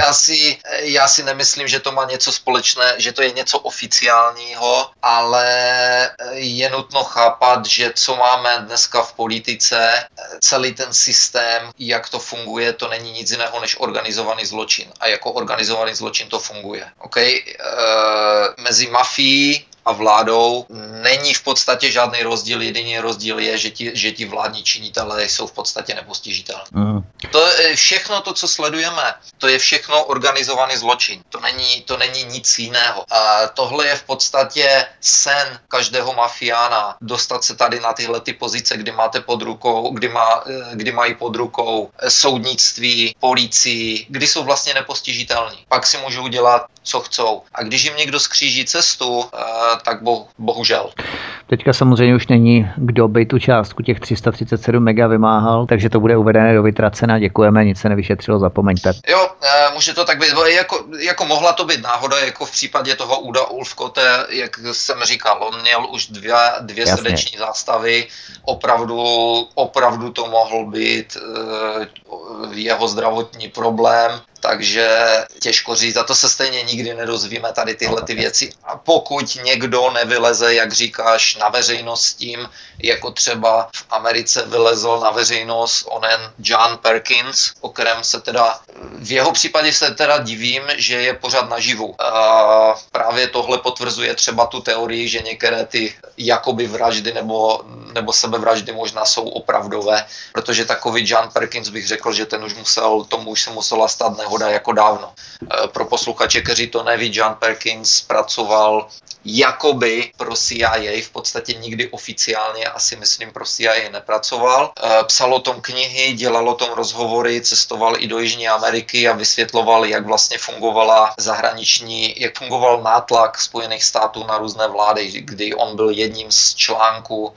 Já si nemyslím, že to má něco společné, že to je něco oficiálního, ale je nutno chápat, že co máme dneska v politice, celý ten systém, jak to funguje, to není nic jiného než organizovaný zločin. A jako organizovaný zločin to funguje. Okay? Mezi mafií a vládou není v podstatě žádný rozdíl. Jediný rozdíl je, že ti vládní činitelé jsou v podstatě nepostižitelní. To všechno to, co sledujeme, to je všechno organizovaný zločin. To není nic jiného. A tohle je v podstatě sen každého mafiána dostat se tady na tyhle ty pozice, kdy mají pod rukou soudnictví, policii, kdy jsou vlastně nepostižitelní. Pak si můžou dělat, co chcou. A když jim někdo skříží cestu, tak bohužel. Teďka samozřejmě už není, kdo by tu částku těch 337 mega vymáhal, takže to bude uvedené do vytracena. Děkujeme, nic se nevyšetřilo, zapomeňte. Jo, může to tak být, jako mohla to být náhoda, jako v případě toho Uda Ulfkote, jak jsem říkal, on měl už dvě srdeční zástavy, opravdu to mohl být jeho zdravotní problém, takže těžko říct, a to se stejně nikdy nedozvíme tady tyhle ty věci. A pokud někdo nevyleze, jak říkáš, na veřejnost s tím, jako třeba v Americe vylezl na veřejnost onen John Perkins, o kterém se teda, v jeho případě se teda divím, že je pořád naživu. Právě tohle potvrzuje třeba tu teorii, že některé ty jakoby vraždy nebo sebevraždy možná jsou opravdové, protože takový John Perkins bych řekl, že tomu už se musela stát nehoda jako dávno. Pro posluchače, kteří to neví, John Perkins pracoval jakoby pro CIA, v podstatě nikdy oficiálně, asi myslím pro CIA nepracoval. Psal o tom knihy, dělal o tom rozhovory, cestoval i do Jižní Ameriky a vysvětloval, jak vlastně jak fungoval nátlak Spojených států na různé vlády, kdy on byl jedním z článků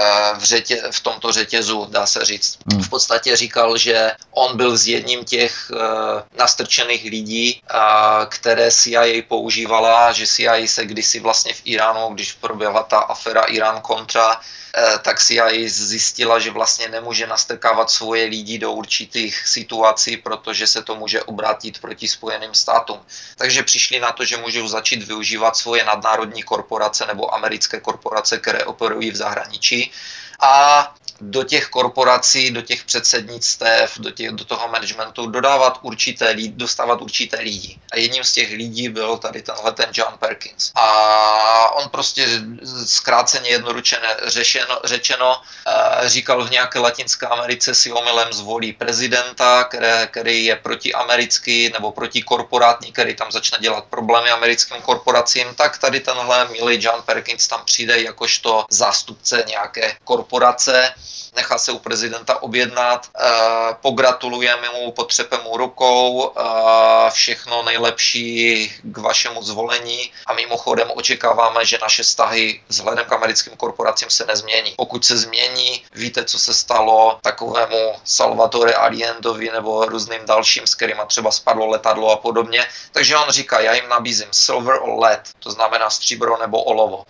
v tomto řetězu, dá se říct. V podstatě říkal, že on byl z jedním těch nastrčených lidí, které CIA používala, že CIA se kdysi vlastně v Iránu, když proběhla ta aféra Irán-Contra, tak CIA zjistila, že vlastně nemůže nastrkávat svoje lidi do určitých situací, protože se to může obrátit proti Spojeným státům. Takže přišli na to, že můžou začít využívat svoje nadnárodní korporace nebo americké korporace, které operují v zahraničí, a do těch korporací, do těch předsednictev, do toho managementu dostávat určité lidi. A jedním z těch lidí byl tady ten John Perkins. A on prostě zkráceně jednoduše řečeno říkal, v nějaké Latinské Americe si omylem zvolí prezidenta, který je protiamerický nebo protikorporátní, který tam začne dělat problémy americkým korporacím, tak tady tenhle milý John Perkins tam přijde jakožto zástupce nějaké korporace, nechá se u prezidenta objednat, pogratulujeme mu, potřepeme mu rukou, všechno nejlepší k vašemu zvolení a mimochodem očekáváme, že naše vztahy vzhledem k americkým korporacím se nezmění. Pokud se změní, víte, co se stalo takovému Salvatore Allendeovi nebo různým dalším, s kterýma třeba spadlo letadlo a podobně. Takže on říká, já jim nabízím silver or lead, to znamená stříbro nebo olovo.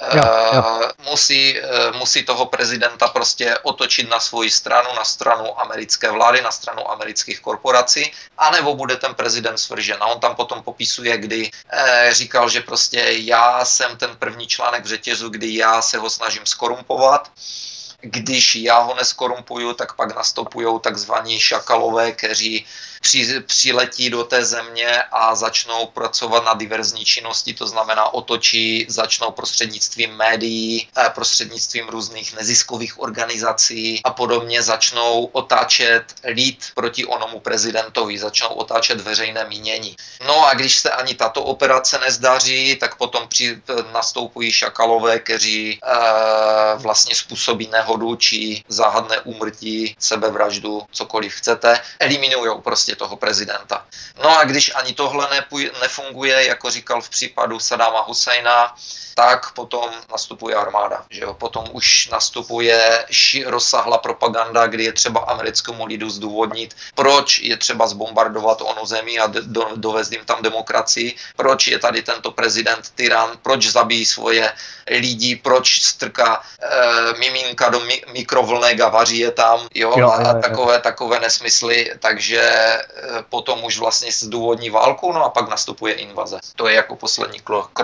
Musí toho prezidenta prostě otočit na svoji stranu, na stranu americké vlády, na stranu amerických korporací, anebo bude ten prezident svržen. A on tam potom popisuje, kdy říkal, že prostě já jsem ten první článek v řetězu, kdy já se ho snažím skorumpovat. Když já ho neskorumpuju, tak pak nastupují takzvaní šakalové, kteří přiletí do té země a začnou pracovat na diverzní činnosti, to znamená začnou prostřednictvím médií, prostřednictvím různých neziskových organizací a podobně začnou otáčet lid proti onomu prezidentovi, začnou otáčet veřejné mínění. No a když se ani tato operace nezdaří, tak potom nastoupují šakalové, kteří vlastně způsobí nehodu či záhadné úmrtí, sebevraždu, cokoliv chcete, eliminujou prostě toho prezidenta. No a když ani tohle nefunguje, jako říkal v případu Saddáma Husajna, tak potom nastupuje armáda. Že jo? Potom už nastupuje rozsáhlá propaganda, kdy je třeba americkému lidu zdůvodnit, proč je třeba zbombardovat onu zemi a dovést jim tam demokracii, proč je tady tento prezident tyran, proč zabíjí svoje lidi, proč strká miminka do mikrovlnek a vaří je tam, a takové nesmysly, takže potom už vlastně zdůvodní válku, no a pak nastupuje invaze. To je jako poslední krok.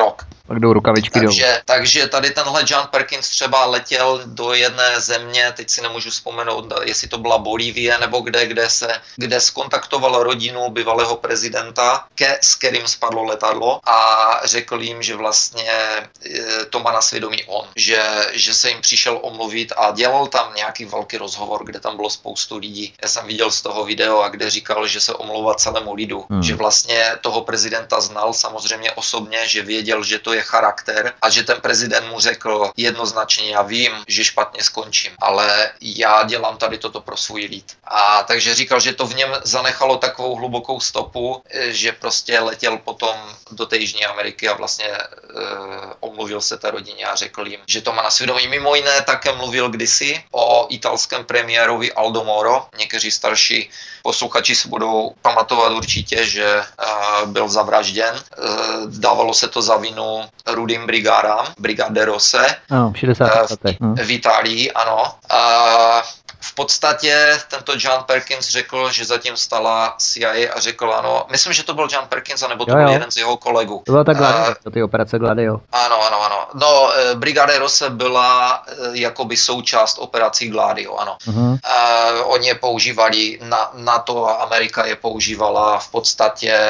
Pak jdou rukavičky dolů. Takže tady tenhle John Perkins třeba letěl do jedné země, teď si nemůžu vzpomenout, jestli to byla Bolívie nebo kde skontaktoval rodinu bývalého prezidenta, s kterým spadlo letadlo a řekl jim, že vlastně to má na svědomí on, že se jim přišel omluvit a dělal tam nějaký velký rozhovor, kde tam bylo spoustu lidí. Já jsem viděl z toho video, a kde říkal, že se omlouvá celému lidu, že vlastně toho prezidenta znal samozřejmě osobně, že věděl, že to je charakter a že ten prezident mu řekl jednoznačně, já vím, že špatně skončím, ale já dělám tady toto pro svůj lid. A takže říkal, že to v něm zanechalo takovou hlubokou stopu, že prostě letěl potom do té Jižní Ameriky a vlastně omluvil se té rodině a řekl jim, že to má na svědomí. Mimo jiné také mluvil kdysi o italském premiérovi Aldo Moro. Někteří starší posluchači si budou pamatovat určitě, že byl zavražděn. Dávalo se to za vinu rudým brigádám, Brigade Rosse, v Itálii, ano. V podstatě tento John Perkins řekl, že zatím stala CIA a řekl ano. Myslím, že to byl John Perkins, anebo to byl jeden z jeho kolegů. To byla ta Gladio, ty operace Gladio. Ano. No, Brigade Rosse byla jakoby součást operací Gladio, ano. Oni je používali, NATO a Amerika je používala v podstatě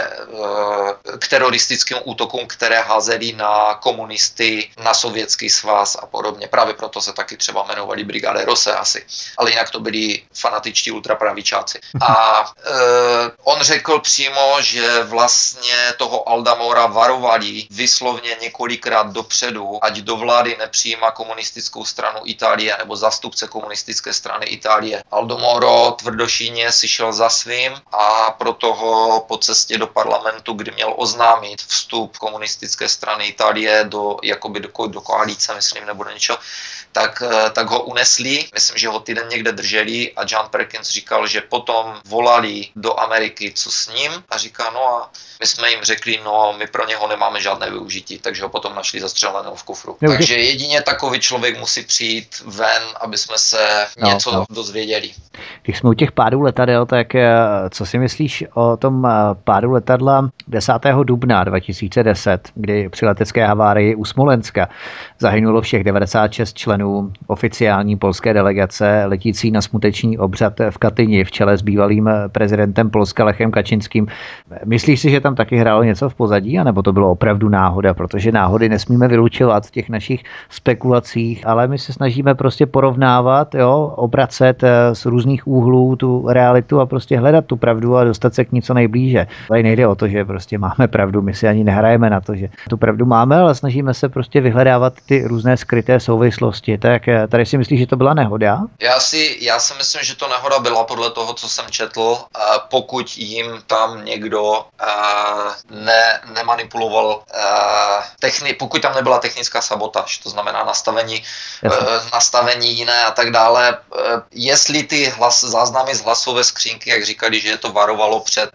k teroristickým útokům, které házeli na komunisty, na Sovětský svaz a podobně. Právě proto se taky třeba jmenovali Brigade Rosse asi. Ale jinak to byli fanatičtí ultrapravičáci. A on řekl přímo, že vlastně toho Alda Mora varovali vyslovně několikrát dopředu, ať do vlády nepřijímá komunistickou stranu Itálie nebo zástupce komunistické strany Itálie. Aldo Moro tvrdošíně si šel za svým a proto ho po cestě do parlamentu, kdy měl oznámit vstup komunistické strany Itálie do koalice, myslím, nebo do něčeho, tak ho unesli. Myslím, že ho týden někde drželi a John Perkins říkal, že potom volali do Ameriky, co s ním, a říká, no a my jsme jim řekli, no my pro něho nemáme žádné využití, takže ho potom našli zastřeleného v kufru. Takže jedině takový člověk musí přijít ven, aby jsme se něco dozvěděli. Když jsme u těch pádů letadel, tak co si myslíš o tom pádu letadla 10. dubna 2010, kdy při letecké havárii u Smolenska zahynulo všech 96 členů oficiální polské delegace letící na smuteční obřad v Katyni v čele s bývalým prezidentem Polska Lechem Kačinským. Myslíš si, že tam taky hrálo něco v pozadí, anebo to bylo opravdu náhoda, protože náhody nesmíme vylučovat v těch našich spekulacích, ale my se snažíme prostě porovnávat, obracet z různých úhlů tu realitu a prostě hledat tu pravdu a dostat se k ní co nejblíže. Tady nejde o to, že prostě máme pravdu, my si ani nehrajeme na to, že tu pravdu máme, ale snažíme se prostě vyhledávat ty různé skryté souvislosti. Tak tady si myslíš, že to byla nehoda? Já si myslím, že to nehoda byla podle toho, co jsem četl, pokud jim tam někdo nemanipuloval pokud tam nebyla technická sabotáž, to znamená nastavení jiné a tak dále. Jestli ty záznamy z hlasové skřínky, jak říkali, že je to varovalo před,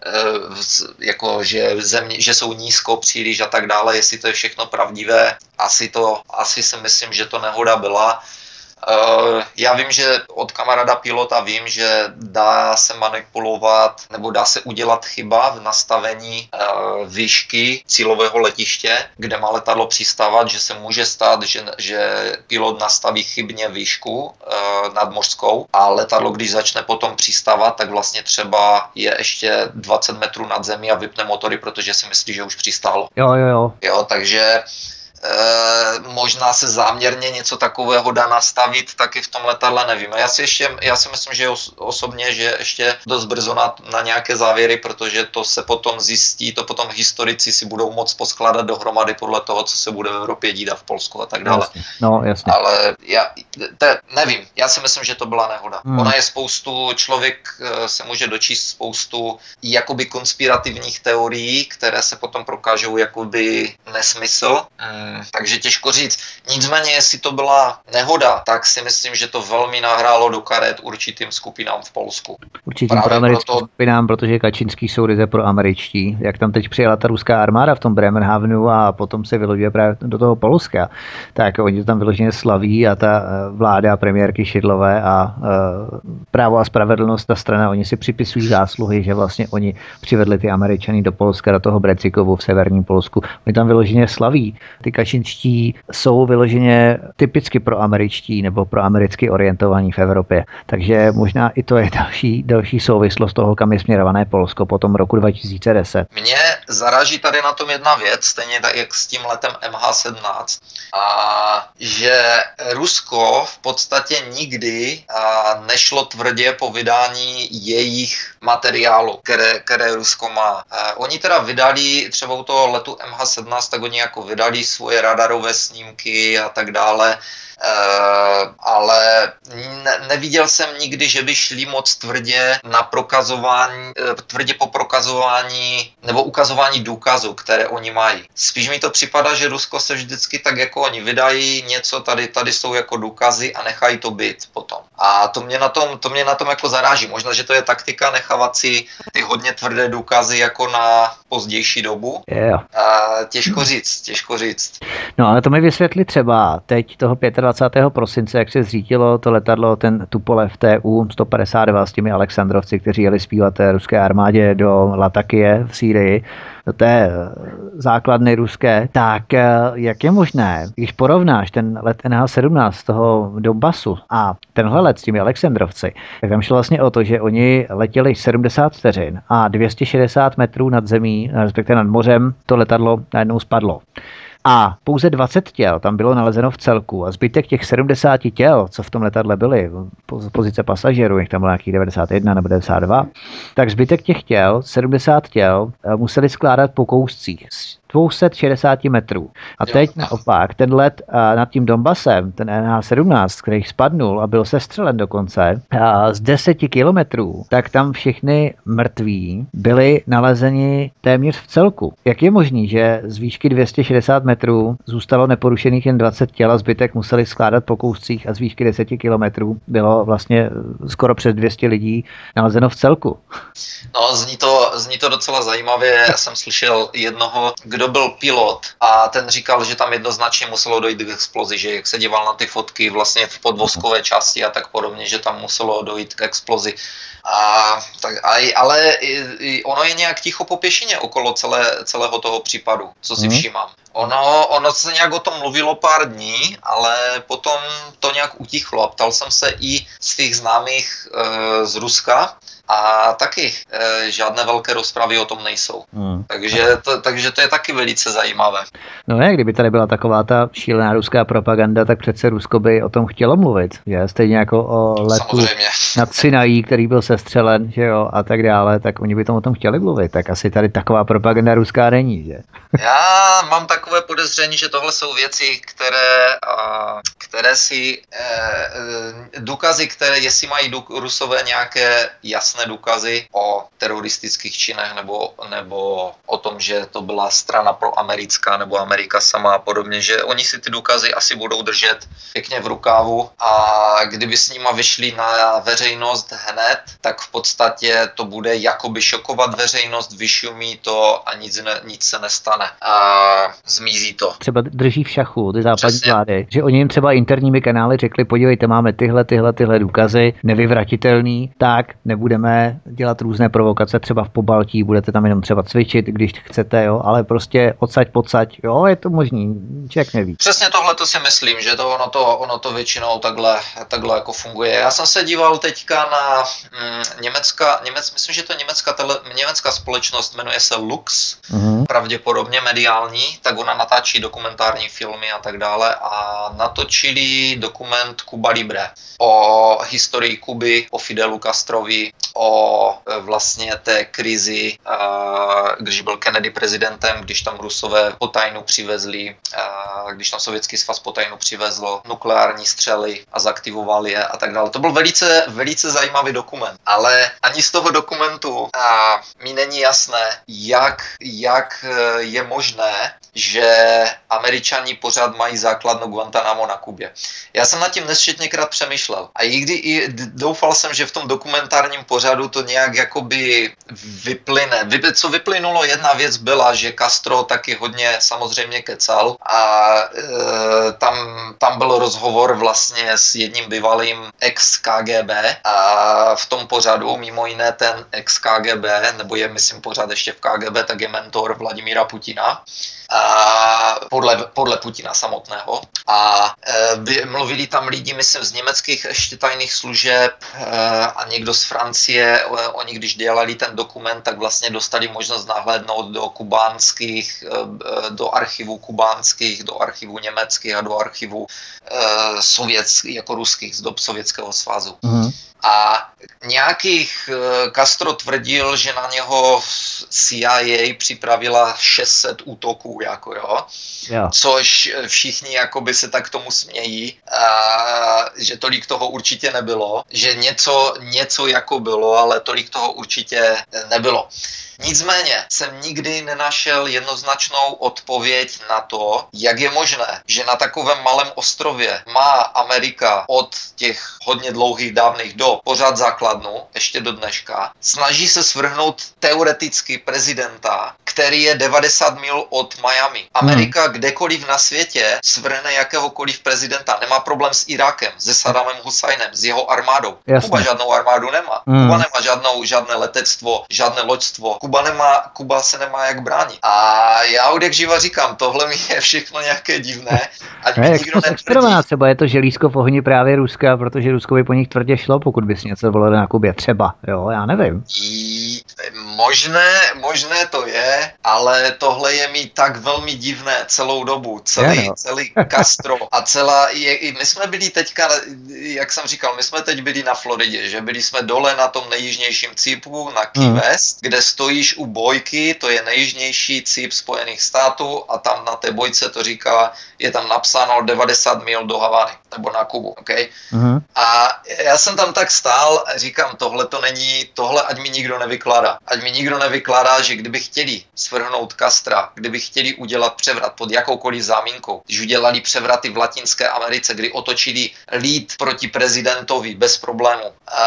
že jsou nízko příliš a tak dále, jestli to je všechno pravdivé, asi si myslím, že to nehoda byla. Já vím, že od kamaráda pilota vím, že dá se manipulovat nebo dá se udělat chyba v nastavení výšky cílového letiště, kde má letadlo přistávat, že se může stát, že pilot nastaví chybně výšku nadmořskou a letadlo, když začne potom přistávat, tak vlastně třeba je ještě 20 metrů nad zemí a vypne motory, protože si myslí, že už přistálo. Jo, takže možná se záměrně něco takového dá nastavit taky v tom letadle, nevím. Já si myslím, že osobně, že ještě dost brzo na nějaké závěry, protože to se potom zjistí, to potom historici si budou moct poskládat dohromady podle toho, co se bude v Evropě dít a v Polsku a tak dále. Jasně. Ale nevím, já si myslím, že to byla nehoda. Ona je člověk se může dočíst spoustu jakoby konspirativních teorií, které se potom prokážou jakoby nesmysl. Takže těžko říct. Nicméně, jestli to byla nehoda, tak si myslím, že to velmi nahrálo do karet určitým skupinám v Polsku. Určitým proamerickým skupinám, protože Kačinský jsou ryze proameričtí. Jak tam teď přijela ta ruská armáda v tom Bremerhavenu a potom se vyloduje právě do toho Polska, tak oni to tam vyloženě slaví a ta vláda premiérky Šidlové a Právo a spravedlnost, ta strana, oni si připisují zásluhy, že vlastně oni přivedli ty Američany do Polska, do toho Brecikovu v severním Polsku. Oni tam vyloženě slaví ty Kačinští jsou vyloženě typicky proameričtí nebo proamericky orientovaní v Evropě. Takže možná i to je další souvislost toho, kam je směrované Polsko po tom roku 2010. Mě zaráží tady na tom jedna věc, stejně tak jak s tím letem MH17, a že Rusko v podstatě nikdy nešlo tvrdě po vydání jejich materiálu, které Rusko má. Oni teda vydali třeba u toho letu MH17, tak oni jako vydali svoje radarové snímky a tak dále, ale neviděl jsem nikdy, že by šli moc tvrdě po prokazování nebo ukazování důkazů, které oni mají. Spíš mi to připadá, že Rusko se vždycky tak jako oni vydají něco, tady jsou jako důkazy a nechají to být potom. A to mě na tom jako zaráží. Možná, že to je taktika nechávat si ty hodně tvrdé důkazy jako na pozdější dobu. Yeah. Těžko říct. No ale to mi vysvětli třeba teď toho 25. prosince, jak se zřítilo to letadlo, ten Tupolev Tu-152 s těmi Alexandrovci, kteří jeli zpívat ruské armádě do Latakie v Sýrii, do té základny ruské, tak jak je možné, když porovnáš ten let NH-17 z toho Donbasu a tenhle let s těmi Alexandrovci, tak tam šlo vlastně o to, že oni letěli 70 vteřin a 260 metrů nad zemí, respektive nad mořem, to letadlo najednou spadlo. A pouze 20 těl tam bylo nalezeno v celku a zbytek těch 70 těl, co v tom letadle byly, pozice pasažerů, jich tam bylo nějakých 91 nebo 92, tak zbytek těch těl, 70 těl, museli skládat po kouscích. 260 metrů. A teď naopak, ten let nad tím Donbasem, ten NH-17, který spadnul a byl sestřelen dokonce, z 10 kilometrů, tak tam všichni mrtví byli nalezeni téměř v celku. Jak je možný, že z výšky 260 metrů zůstalo neporušených jen 20 těl a zbytek museli skládat po kouscích a z výšky 10 kilometrů bylo vlastně skoro přes 200 lidí nalezeno v celku? No, zní to docela zajímavě. Já jsem slyšel jednoho, kdo byl pilot a ten říkal, že tam jednoznačně muselo dojít k explozi, že jak se díval na ty fotky vlastně v podvozkové části a tak podobně, že tam muselo dojít k explozi. Ale ono je nějak ticho po pěšině okolo celého toho případu, co si všímám. Ono se nějak o tom mluvilo pár dní, ale potom to nějak utichlo a ptal jsem se i svých známých z Ruska, a taky žádné velké rozpravy o tom nejsou. Takže to je taky velice zajímavé. No ne, kdyby tady byla taková ta šílená ruská propaganda, tak přece Rusko by o tom chtělo mluvit, že? Stejně jako o letu nad Sinají, který byl sestřelen, že jo, a tak dále, tak oni by o tom chtěli mluvit. Tak asi tady taková propaganda ruská není, že? Já mám takové podezření, že tohle jsou věci, které si důkazy, jestli mají Rusové nějaké jasné důkazy o teroristických činech nebo o tom, že to byla strana proamerická nebo Amerika sama a podobně, že oni si ty důkazy asi budou držet pěkně v rukávu a kdyby s nima vyšli na veřejnost hned, tak v podstatě to bude jakoby šokovat veřejnost, vyšumí to a nic se nestane. A zmizí to. Třeba drží v šachu ty západní vlády, že oni jim třeba interními kanály řekli, podívejte, máme tyhle důkazy, nevyvratitelný, tak nebudeme dělat různé provokace třeba v Pobaltí, budete tam jenom třeba cvičit, když chcete, jo, ale prostě odsaď pocať, jo, je to možný, člověk neví. Přesně tohle to si myslím, že ono to většinou takhle jako funguje. Já jsem se díval teďka na myslím, že to německá společnost, jmenuje se Lux, pravděpodobně mediální, tak ona natáčí dokumentární filmy a tak dále a natočili dokument Cuba Libre o historii Kuby, o Fidelu Castrovi, o vlastně té krizi, když byl Kennedy prezidentem, když tam Rusové potajnu přivezli, když tam Sovětský svaz potajnu přivezl nukleární střely a zaktivovali je a tak dále. To byl velice, velice zajímavý dokument, ale ani z toho dokumentu mi není jasné, jak je možné, že Američani pořád mají základnu Guantanamo na Kubě. Já jsem nad tím nesčetněkrát přemýšlel a doufal jsem, že v tom dokumentárním pořadu pořadu to nějak jakoby vyplyne. Co vyplynulo, jedna věc byla, že Castro taky hodně samozřejmě kecal a tam byl rozhovor vlastně s jedním bývalým ex-KGB a v tom pořadu mimo jiné ten ex-KGB, nebo je myslím pořád ještě v KGB, tak je mentor Vladimíra Putina. Podle Putina samotného. A mluvili tam lidi, myslím, z německých ještě tajných služeb a někdo z Francie. Oni, když dělali ten dokument, tak vlastně dostali možnost nahlédnout do kubánských, do archivů kubánských, do archivů německých a do archivů sovětských, jako ruských, z dob Sovětského svazu. Mm-hmm. A nějakých Castro tvrdil, že na něho CIA připravila 600 útoků, jako jo. Yeah. Což všichni jakoby se tak tomu smějí, že tolik toho určitě nebylo, že něco jako bylo, ale tolik toho určitě nebylo. Nicméně jsem nikdy nenašel jednoznačnou odpověď na to, jak je možné, že na takovém malém ostrově má Amerika od těch hodně dlouhých dávných dob pořád základnu, ještě do dneška, snaží se svrhnout teoreticky prezidenta, který je 90 mil od Miami. Amerika kdekoliv na světě svrhne jakéhokoliv prezidenta. Nemá problém s Irákem, se Saddamem Husajnem, s jeho armádou. Jasně. Kuba žádnou armádu nemá. Kuba nemá žádné letectvo, žádné loďstvo. Kuba se nemá jak bránit. A já od jak živa říkám, tohle mi je všechno nějaké divné. Ať mi nikdo netvrdí. Třeba je to želízko v ohni právě Ruska, protože Rusko by po nich tvrdě šlo, pokud by si něco volilo na Kubě. Třeba, jo, já nevím. Možné to je, ale tohle je mi tak velmi divné celou dobu. Celý Castro a my jsme byli teďka, jak jsem říkal, my jsme teď byli na Floridě, že byli jsme dole na tom nejjižnějším cípu, na Key West, kde stojíš u bojky, to je nejjižnější cíp Spojených států a tam na té bojce to říká, je tam napsáno 90 mil do Havany, nebo na Kubu, okay? A já jsem tam tak stál a říkám, tohle ať mi nikdo nevykládá. Ať mi nikdo nevykládá, že kdyby chtěli svrhnout Castra, kdyby chtěli udělat převrat pod jakoukoliv záminkou, když udělali převraty v Latinské Americe, kdy otočili lid proti prezidentovi bez problému.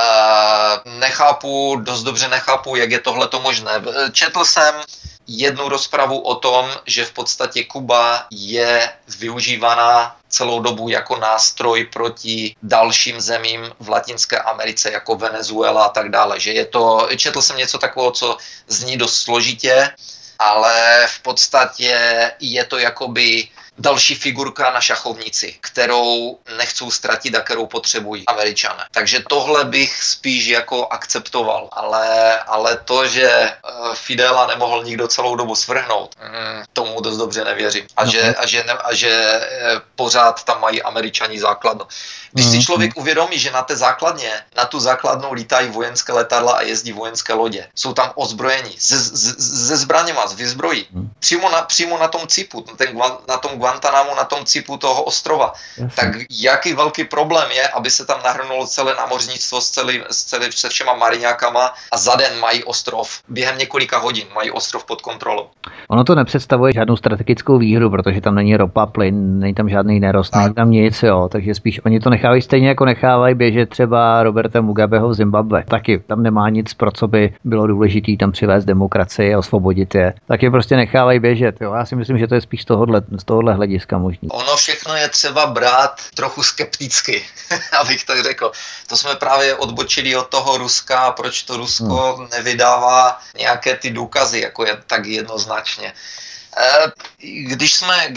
Dost dobře nechápu, jak je tohleto možné. Četl jsem jednu rozpravu o tom, že v podstatě Kuba je využívaná celou dobu jako nástroj proti dalším zemím v Latinské Americe, jako Venezuela a tak dále. Četl jsem něco takového, co zní dost složitě, ale v podstatě je to jakoby další figurka na šachovnici, kterou nechcou ztratit a kterou potřebují Američané. Takže tohle bych spíš jako akceptoval, ale to, že Fidela nemohl nikdo celou dobu svrhnout, tomu dost dobře nevěřím. A že pořád tam mají Američani základnu. Když si člověk uvědomí, že na tu základnu lítají vojenské letadla a jezdí vojenské lodě, jsou tam ozbrojení, se zbraněma, s vyzbrojí, přímo na tom cipu, na tom Guantanamu, na tom cipu toho ostrova. Tak jaký velký problém je, aby se tam nahrnulo celé námořnictvo se všema mariňákama a za den mají ostrov, během několika hodin mají ostrov pod kontrolou. Ono to nepředstavuje žádnou strategickou výhru, protože tam není ropa, plyn, není tam žádný nerost, není tam nic, jo, takže spíš oni to nechávají stejně jako nechávají běžet třeba Roberta Mugabeho v Zimbabwe. Taky tam nemá nic, pro co by bylo důležitý tam přivést demokracii a osvobodit je. Taky prostě nechávají běžet, jo. Já si myslím, že to je spíš z tohohle hlediska možný. Ono všechno je třeba brát trochu skepticky, abych tak řekl. To jsme právě odbočili od toho Ruska, proč to Rusko nevydává nějaké ty důkazy, jako je tak jednoznačně. Když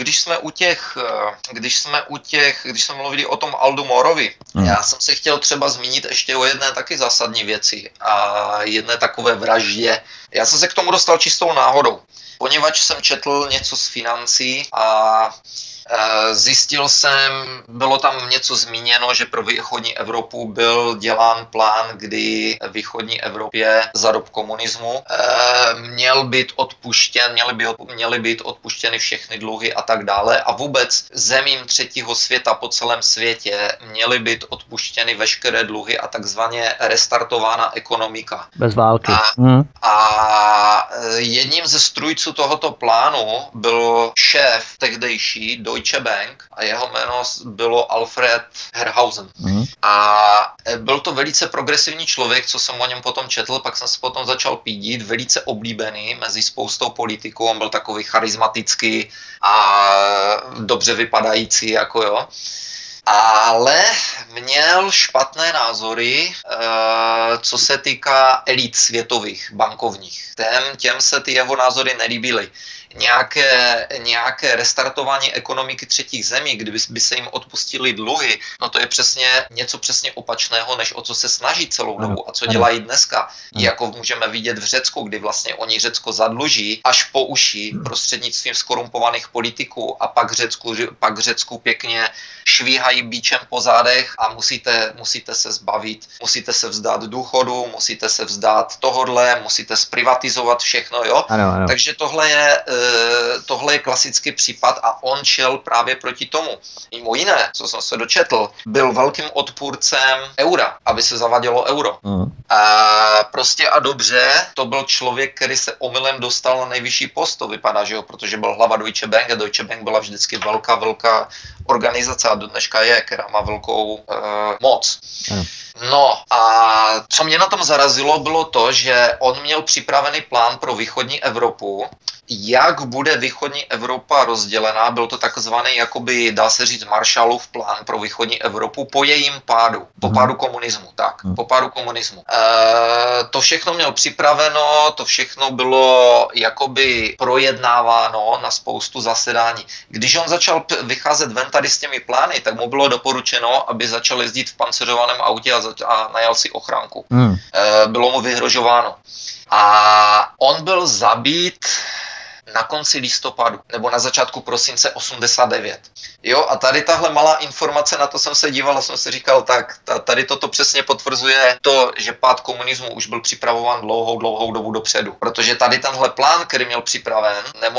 jsme mluvili o tom Aldu Morovi, já jsem se chtěl třeba zmínit ještě o jedné taky zásadní věci a jedné takové vraždě. Já jsem se k tomu dostal čistou náhodou, poněvadž jsem četl něco z financí a zjistil jsem, bylo tam něco zmíněno, že pro východní Evropu byl dělán plán, kdy východní Evropě za dob komunismu měly být odpuštěny všechny dluhy a tak dále a vůbec zemím třetího světa po celém světě měly být odpuštěny veškeré dluhy a takzvaně restartována ekonomika. Bez války. A jedním ze strůjců tohoto plánu byl šéf tehdejší Deutsche Bank a jeho jméno bylo Alfred Herrhausen. A byl to velice progresivní člověk, co jsem o něm potom četl, pak jsem se potom začal pídit, velice oblíbený mezi spoustou politiků, on byl takový charismatický a dobře vypadající, jako jo. Ale měl špatné názory, co se týká elit světových, bankovních. Těm se ty jeho názory nelíbily. Nějaké restartování ekonomiky třetích zemí, kdyby se jim odpustili dluhy, no to je něco přesně opačného, než o co se snaží celou dobu a co dělají dneska. Jako můžeme vidět v Řecku, kdy vlastně oni Řecko zadluží až po uši prostřednictvím skorumpovaných politiků a pak Řecku pěkně švíhají bičem po zádech a musíte se zbavit, musíte se vzdát důchodu, musíte se vzdát tohodle, musíte zprivatizovat všechno, jo? Ano. Takže tohle je klasický případ a on šel právě proti tomu. Mimo jiné, co jsem se dočetl, byl velkým odpůrcem eura, aby se zavádělo euro. Prostě a dobře, to byl člověk, který se omylem dostal na nejvyšší post, to vypadá, že jo, protože byl hlava Deutsche Bank a Deutsche Bank byla vždycky velká organizace a do dneška je, která má velkou moc. No a co mě na tom zarazilo, bylo to, že on měl připravený plán pro východní Evropu, jak bude východní Evropa rozdělená, byl to takzvaný, jakoby, dá se říct, Marshallův plán pro východní Evropu po jejím pádu, po pádu komunismu, po pádu komunismu. To všechno měl připraveno, to všechno bylo jakoby projednáváno na spoustu zasedání. Když on začal vycházet ven tady s těmi plány, tak mu bylo doporučeno, aby začal jezdit v pancéřovaném autě a najal si ochránku. Bylo mu vyhrožováno. A on byl zabít na konci listopadu, nebo na začátku prosince 89. Jo, a tady tahle malá informace, na to jsem se díval a jsem si říkal, tak tady toto přesně potvrzuje to, že pád komunismu už byl připravován dlouhou dobu dopředu. Protože tady tenhle plán, který měl připraven,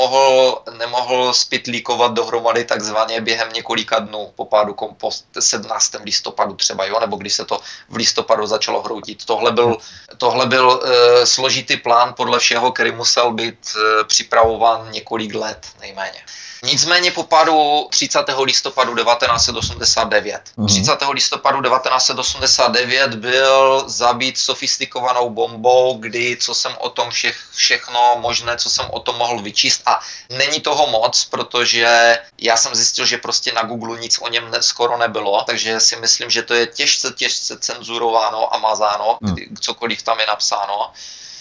nemohl spitlíkovat dohromady takzvaně během několika dnů po pádu po 17. listopadu třeba, jo, nebo když se to v listopadu začalo hroutit. Tohle byl složitý plán podle všeho, který musel být připravován několik let nejméně. Nicméně po pádu 30. listopadu 1989. 30. listopadu 1989 byl zabit sofistikovanou bombou, kdy co jsem o tom všechno možné, co jsem o tom mohl vyčíst a není toho moc, protože já jsem zjistil, že prostě na Google nic o něm skoro nebylo, takže si myslím, že to je těžce cenzurováno a mazáno, cokoliv tam je napsáno.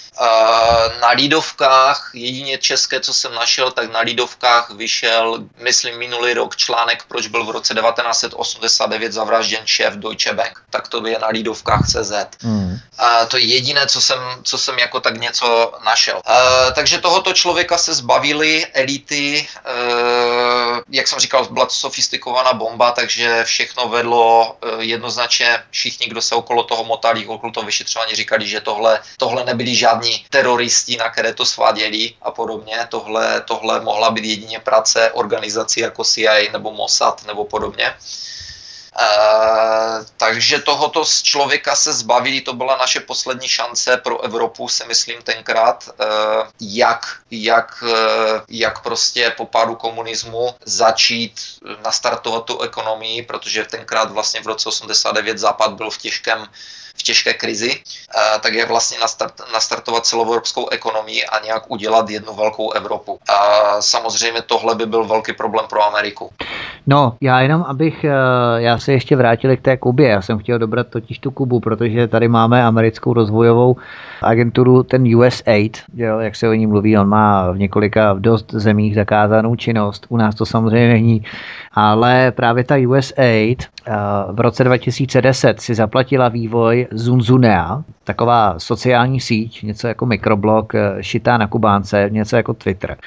Na Lidovkách, jedině české, co jsem našel, tak na Lidovkách vyšel, myslím, minulý rok článek, proč byl v roce 1989 zavražděn šéf Deutsche Bank. Tak to je na Lidovkách CZ. To je jediné, co jsem jako tak něco našel. Takže tohoto člověka se zbavili elity, jak jsem říkal, byla to sofistikovaná bomba, takže všechno vedlo jednoznačně, všichni, kdo se okolo toho motali, okolo toho vyšetřování, říkali, že tohle nebyli žádní teroristi, na které to sváděli a podobně. Tohle mohla být jedině práce organizací jako CIA nebo Mossad nebo podobně. Takže tohoto člověka se zbavili, to byla naše poslední šance pro Evropu, si myslím tenkrát, jak prostě po pádu komunismu začít nastartovat tu ekonomii, protože tenkrát vlastně v roce 89 Západ byl v těžké krizi, tak je vlastně nastartovat celoevropskou ekonomii a nějak udělat jednu velkou Evropu. A samozřejmě tohle by byl velký problém pro Ameriku. No, já se ještě vrátili k té Kubě. Já jsem chtěl dobrat totiž tu Kubu, protože tady máme americkou rozvojovou agenturu, ten USAID, jo, jak se o ní mluví, on má v několika dost zemích zakázanou činnost. U nás to samozřejmě není, ale právě ta USAID v roce 2010 si zaplatila vývoj Zunzunea, taková sociální síť, něco jako mikroblog šitá na Kubánce, něco jako Twitter.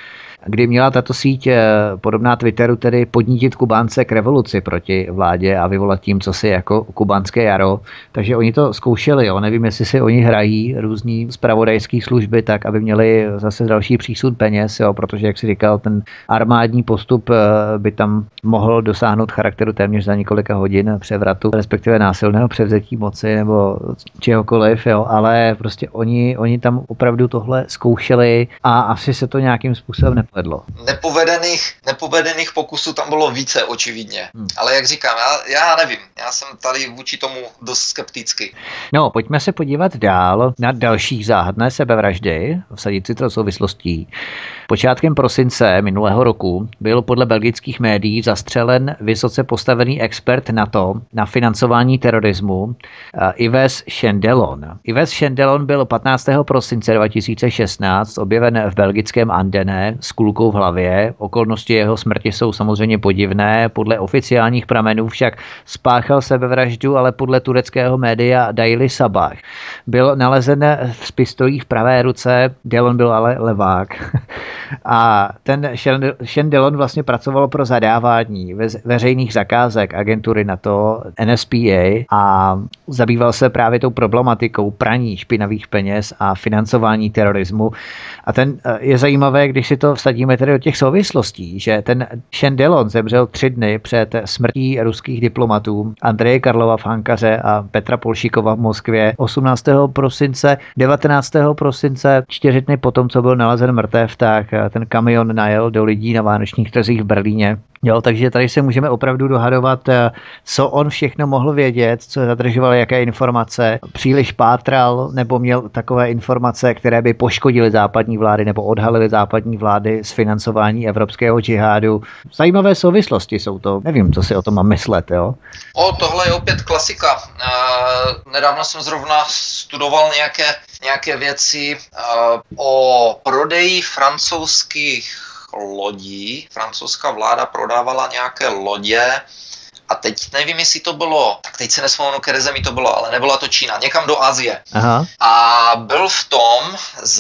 kdy měla tato síť podobná Twitteru tedy podnítit Kubánce k revoluci proti vládě a vyvolat tím, co si jako kubánské jaro. Takže oni to zkoušeli, jo. Nevím, jestli si oni hrají různý zpravodajský služby tak, aby měli zase další přísud peněz, jo, protože, jak si říkal, ten armádní postup by tam mohl dosáhnout charakteru téměř za několika hodin převratu, respektive násilného převzetí moci nebo čehokoliv, jo, ale prostě oni tam opravdu tohle zkoušeli a asi se to nějakým způsobem nepovedlo. Nepovedených pokusů tam bylo více, očividně. Ale jak říkám, já nevím, já jsem tady vůči tomu dost skeptický. No, pojďme se podívat dál na další záhadné sebevraždy, vsadit si to souvislostí. Počátkem prosince minulého roku byl podle belgických médií zastřelen vysoce postavený expert NATO na financování terorismu Yves Chandelon. Yves Chandelon byl 15. prosince 2016 objeven v belgickém Andenne s kulkou v hlavě. Okolnosti jeho smrti jsou samozřejmě podivné. Podle oficiálních pramenů však spáchal sebevraždu, ale podle tureckého média Daily Sabah byl nalezen s pistolí v pravé ruce. Delon byl ale levák. A ten Chandelon vlastně pracoval pro zadávání veřejných zakázek agentury NATO NSPA a zabýval se právě tou problematikou praní špinavých peněz a financování terorismu. A ten je zajímavé, když si to vsadíme tedy do těch souvislostí, že ten Chandelon zemřel 3 dny před smrtí ruských diplomatů Andreje Karlova v Ankaře a Petra Polšíkova v Moskvě 18. prosince, 19. prosince, 4 dny potom, co byl nalezen mrtev, tak ten kamion najel do lidí na vánočních trzích v Berlíně. Jo, takže tady se můžeme opravdu dohadovat, co on všechno mohl vědět, co zadržoval, jaké informace, příliš pátral nebo měl takové informace, které by poškodily západní vlády nebo odhalily západní vlády z financování evropského džihádu. Zajímavé souvislosti jsou to, nevím, co si o tom mám myslet, jo? Tohle je opět klasika. Nedávno jsem zrovna studoval nějaké věci o prodeji francouzských lodí. Francouzská vláda prodávala nějaké lodě a teď nevím, jestli to bylo, tak teď se nespomenu, které zemi to bylo, ale nebyla to Čína, někam do Asie. Aha. A byl v tom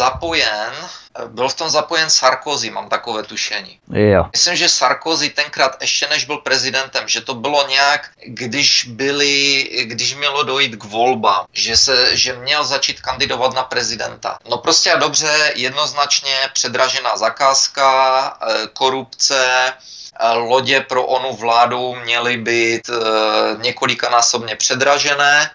zapojen Sarkozy, mám takové tušení. Jo. Myslím, že Sarkozy tenkrát ještě než byl prezidentem, že to bylo nějak, když mělo dojít k volbám, že měl začít kandidovat na prezidenta. No prostě a dobře, jednoznačně předražená zakázka, korupce, lodě pro onu vládu měly být několikanásobně předražené.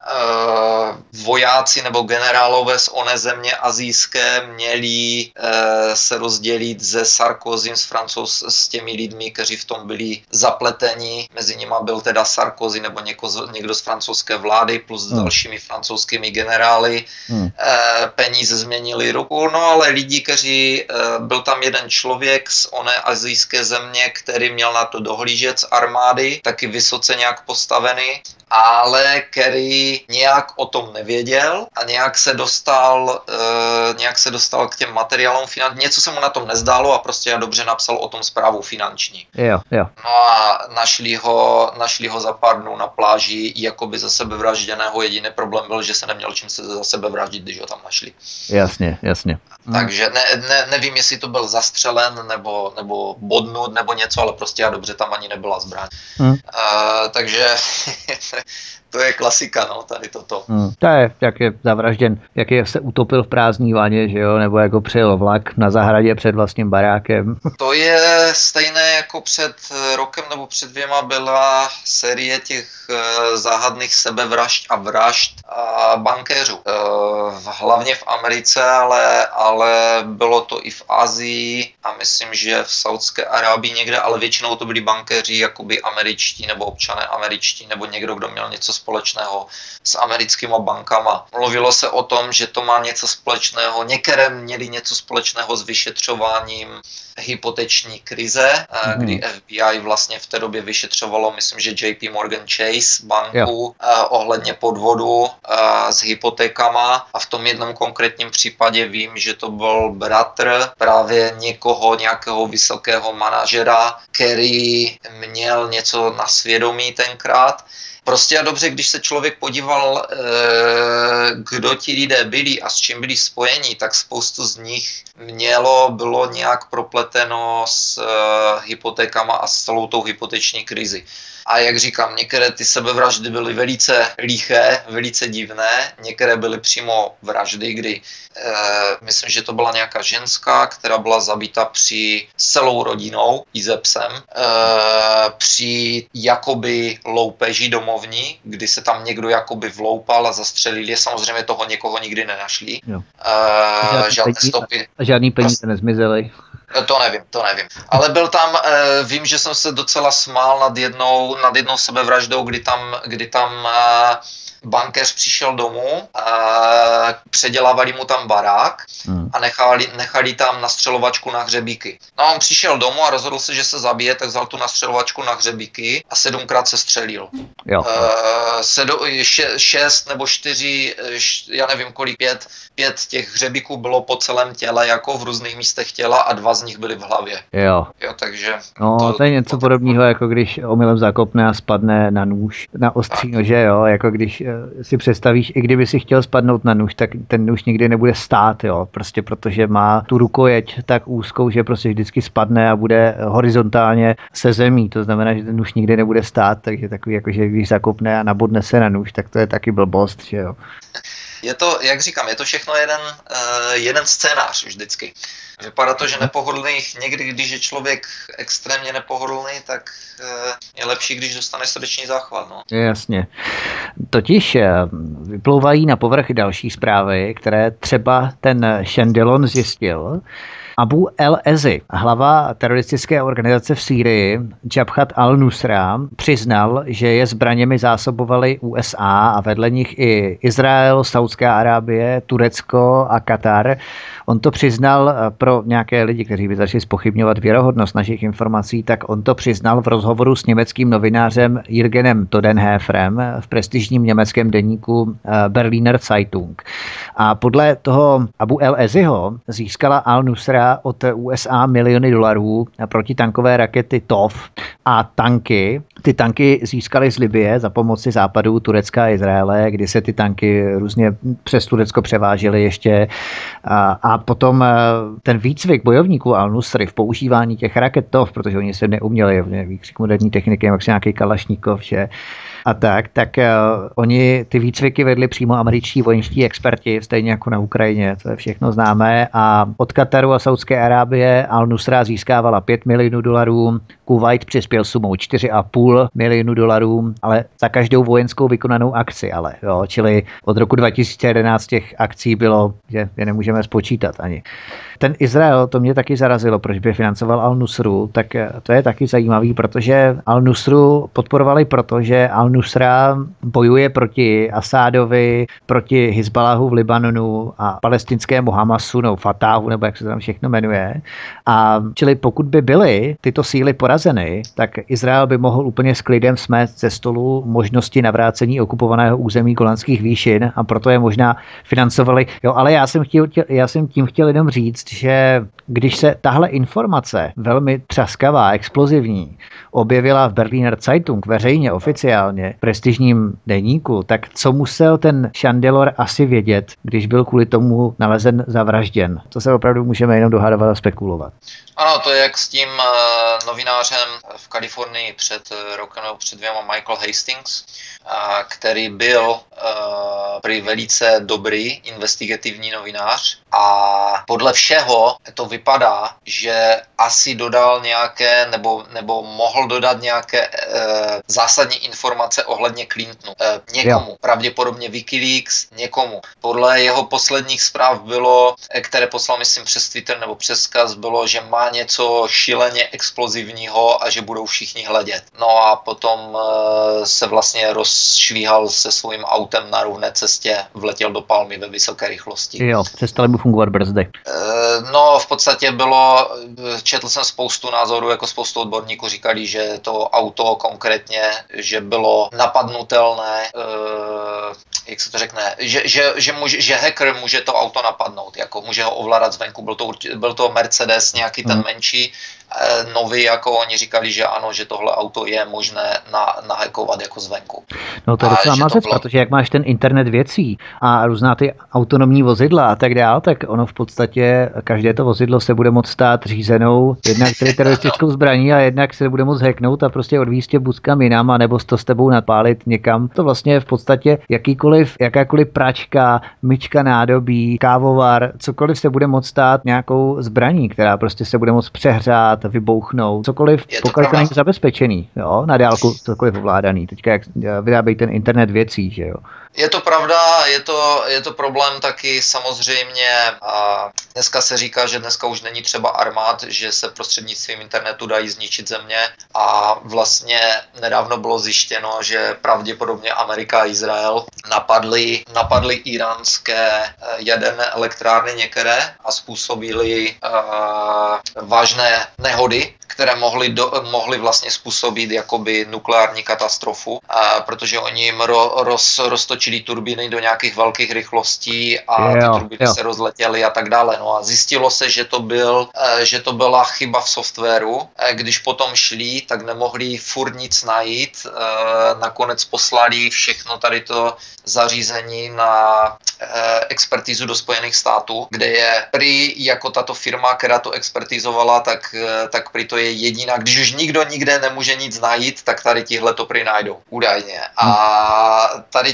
Vojáci nebo generálové z oné země asijské měli se rozdělit se Sarkozym, s těmi lidmi, kteří v tom byli zapleteni. Mezi nimi byl teda Sarkozy nebo někdo z francouzské vlády plus s dalšími francouzskými generály. Peníze změnili ruku, no ale lidi, byl tam jeden člověk z oné asijské země, který měl na to dohlížet z armády, taky vysoce nějak postavený, ale který nějak o tom nevěděl a nějak se dostal k těm materiálům finančním. Něco se mu na tom nezdálo a prostě dobře napsal o tom zprávu finanční. Jo. No a našli ho za pár dnů na pláži jakoby za sebevražděného. Jediný problém byl, že se neměl čím se za sebevraždit, když ho tam našli. Jasně. Takže nevím, jestli to byl zastřelen nebo bodnut nebo něco, ale prostě a dobře tam ani nebyla zbraň. Takže to je klasika, no, tady toto. To je, jak je zavražděn, jak je se utopil v prázdní vaně, že jo, nebo jako přijel vlak na zahradě před vlastním barákem. To je stejné jako před rokem nebo před 2 byla série těch záhadných sebevražd a vražd a bankéřů. Hlavně v Americe, ale bylo to i v Asii a myslím, že v Saudské Arábii někde, ale většinou to byli bankéři jakoby američtí nebo občané američtí nebo někdo, kdo měl něco společného s americkými bankama. Mluvilo se o tom, že to má něco společného, některé měli něco společného s vyšetřováním hypoteční krize, kdy FBI vlastně v té době vyšetřovalo, myslím, že JP Morgan Chase banku ohledně podvodu s hypotékama a v tom jednom konkrétním případě vím, že to byl bratr právě toho nějakého vysokého manažera, který měl něco na svědomí tenkrát. Prostě a dobře, když se člověk podíval, kdo ti lidé byli a s čím byli spojeni, tak spoustu z nich bylo nějak propleteno s hypotékama a s celou tou hypoteční krizi. A jak říkám, některé ty sebevraždy byly velice liché, velice divné, některé byly přímo vraždy, kdy myslím, že to byla nějaká ženská, která byla zabita s celou rodinou i se psem, při jakoby loupeži domovní, kdy se tam někdo jakoby vloupal a zastřelili. Samozřejmě toho někoho nikdy nenašli. Žádné stopy. A žádný peníze nezmizely. To nevím. Ale byl tam, vím, že jsem se docela smál nad jednou sebevraždou, kdy tam bankéř přišel domů, předělávali mu tam barák a nechali tam nastřelovačku na hřebíky. No a on přišel domů a rozhodl se, že se zabije, tak vzal tu nastřelovačku na hřebíky a 7krát se střelil. 6 nebo 4, já nevím kolik, 5 těch hřebíků bylo po celém těle, jako v různých místech těla a 2 z nich byly v hlavě. Jo, takže... No, to je něco podobného, jako když omylem zakopne a spadne na nůž, na ostří nože, jo, jako když si představíš, i kdyby si chtěl spadnout na nůž, tak ten nůž nikdy nebude stát, jo, prostě protože má tu rukojeť tak úzkou, že prostě vždycky spadne a bude horizontálně se zemí, to znamená, že ten nůž nikdy nebude stát, takže takový, jakože když zakopne a nabodne se na nůž, tak to je taky blbost, že jo. Je to, jak říkám, je to všechno jeden scénář vždycky. Vypadá to, že nepohodlných, někdy, když je člověk extrémně nepohodlný, tak je lepší, když dostane srdeční záchvat. No. Jasně. Totiž vyplouvají na povrch další zprávy, které třeba ten Shendelon zjistil. Abu el-Ezi, hlava teroristické organizace v Sýrii, Jabhat al-Nusra, přiznal, že je zbraněmi zásobovali USA a vedle nich i Izrael, Saudská Arábie, Turecko a Katar. On to přiznal pro nějaké lidi, kteří by začali zpochybňovat věrohodnost našich informací, tak on to přiznal v rozhovoru s německým novinářem Jürgenem Todenhöferem v prestižním německém deníku Berliner Zeitung. A podle toho Abu el-Eziho získala al-Nusra od USA miliony dolarů protitankové rakety TOV a tanky. Ty tanky získaly z Libye za pomoci Západu, Turecka a Izraele, kdy se ty tanky různě přes Turecko převážely ještě. A potom ten výcvik bojovníků al-Nusry v používání těch raket TOV, protože oni se neuměli výkřik moderní techniky, jak se nějaký Kalašníkov, že a tak oni ty výcviky vedli přímo američtí vojenští experti, stejně jako na Ukrajině, to je všechno známé. A od Kataru a Saudské Arábie al-Nusra získávala 5 milionů dolarů, Kuwait přispěl sumou 4,5 milionů dolarů, ale za každou vojenskou vykonanou akci, ale jo, čili od roku 2011 těch akcí bylo, že je nemůžeme spočítat ani. Ten Izrael, to mě taky zarazilo, proč by financoval al-Nusru, tak to je taky zajímavý, protože al-Nusru podporovali proto, že al-Nusra bojuje proti Asádovi, proti Hizbalahu v Libanonu a palestinskému Hamasu, nebo Fatahu, nebo jak se tam všechno jmenuje. A čili pokud by byly tyto síly porazeny, tak Izrael by mohl úplně s klidem smést ze stolu možnosti navrácení okupovaného území Golanských výšin a proto je možná financovali. Jo, ale já jsem tím chtěl jenom říct, že když se tahle informace, velmi třaskavá, explozivní, objevila v Berliner Zeitung veřejně, oficiálně, v prestižním deníku, tak co musel ten Chandelor asi vědět, když byl kvůli tomu nalezen zavražděn? To se opravdu můžeme jenom dohadovat a spekulovat. Ano, to je jak s tím novinářem v Kalifornii před rokem nebo před 2 Michael Hastings, který byl prý velice dobrý investigativní novinář a podle všeho to vypadá, že asi dodal nějaké nebo mohl dodat nějaké zásadní informace ohledně Clintonu. Někomu, pravděpodobně Wikileaks, někomu. Podle jeho posledních zpráv bylo, které poslal myslím přes Twitter nebo přes vzkaz, bylo, že má něco šíleně explozivního a že budou všichni hledět. No a potom se vlastně rozšvíhal se svým autem na rovné cestě, vletěl do Palmy ve vysoké rychlosti. Jo, přestaly mu fungovat brzdy. No, v podstatě četl jsem spoustu názorů, jako spoustu odborníků říkali, že to auto konkrétně, že bylo napadnutelné, jak se to řekne, že hacker může to auto napadnout, jako může ho ovládat zvenku. Byl to Mercedes, nějaký ten menší, nový, jako oni říkali, že ano, že tohle auto je možné nahackovat jako zvenku. No to je docela mazec, protože jak máš ten internet věcí a různá ty autonomní vozidla a tak dál, tak ono v podstatě každé to vozidlo se bude moct stát řízenou jednak teroristickou zbraní a jednak se bude moct hacknout a prostě odvízt tě buď kam jinam, a nebo to s tebou napálit někam. To vlastně je v podstatě jakákoliv pračka, myčka nádobí, kávovar, cokoliv se bude moct stát nějakou zbraní, která prostě se bude moct přehřát, vybouchnout, cokoliv, pokud to není zabezpečený, jo, na dálku cokoliv ovládaný. Teďka jak vyrábějí ten internet věcí, že jo. Je to pravda, je to problém taky samozřejmě. A dneska se říká, že dneska už není třeba armád, že se prostřednictvím internetu dají zničit země, a vlastně nedávno bylo zjištěno, že pravděpodobně Amerika a Izrael napadly iránské jaderné elektrárny některé a způsobili vážné nehody, které mohly vlastně způsobit jakoby nukleární katastrofu, protože oni jim roztočili turbíny do nějakých velkých rychlostí a ty turbíny se rozletěly a tak dále. No a zjistilo se, že to byla chyba v softwaru. Když potom šli, tak nemohli furt nic najít. Nakonec poslali všechno tady to zařízení na expertizu do Spojených států, kde je prý jako tato firma, která to expertizovala, tak prý to je jediná. Když už nikdo nikde nemůže nic najít, tak tady tihle to prý najdou. Údajně. A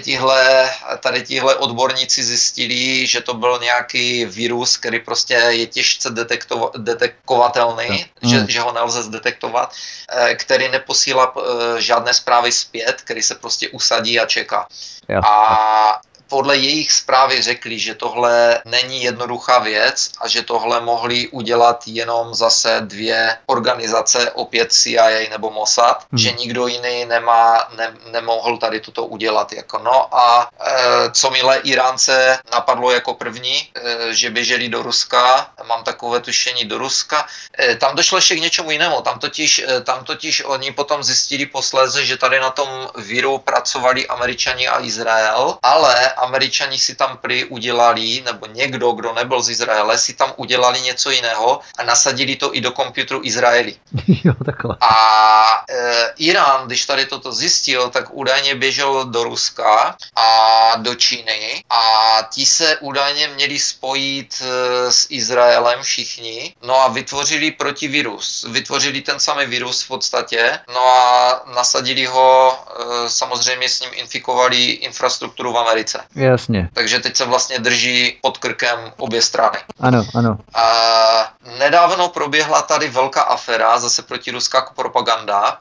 tady tihle odborníci zjistili, že to byl nějaký virus, který prostě je těžce detekovatelný, že ho nelze zdetektovat, který neposílá žádné zprávy zpět, který se prostě usadí a čeká. A podle jejich zprávy řekli, že tohle není jednoduchá věc a že tohle mohli udělat jenom zase dvě organizace, opět CIA nebo Mossad, že nikdo jiný nemohl tady toto udělat. Jako. No a co milé Iránce napadlo jako první, že běželi do Ruska, mám takové tušení do Ruska, tam došlo ještě k něčemu jinému, tam totiž oni potom zjistili posléze, že tady na tom viru pracovali Američani a Izrael, ale Američani si tam prý udělali, nebo někdo, kdo nebyl z Izraele, si tam udělali něco jiného a nasadili to i do počítačů Izraeli. Jo, takhle. A Irán, když tady toto zjistil, tak údajně běžel do Ruska a do Číny a ti se údajně měli spojit s Izraelem všichni, no a vytvořili protivirus. Vytvořili ten samý virus v podstatě, no a nasadili ho, samozřejmě s ním infikovali infrastrukturu v Americe. Jasně. Takže teď se vlastně drží pod krkem obě strany. Ano, ano. Nedávno proběhla tady velká aféra, zase protiruská propaganda,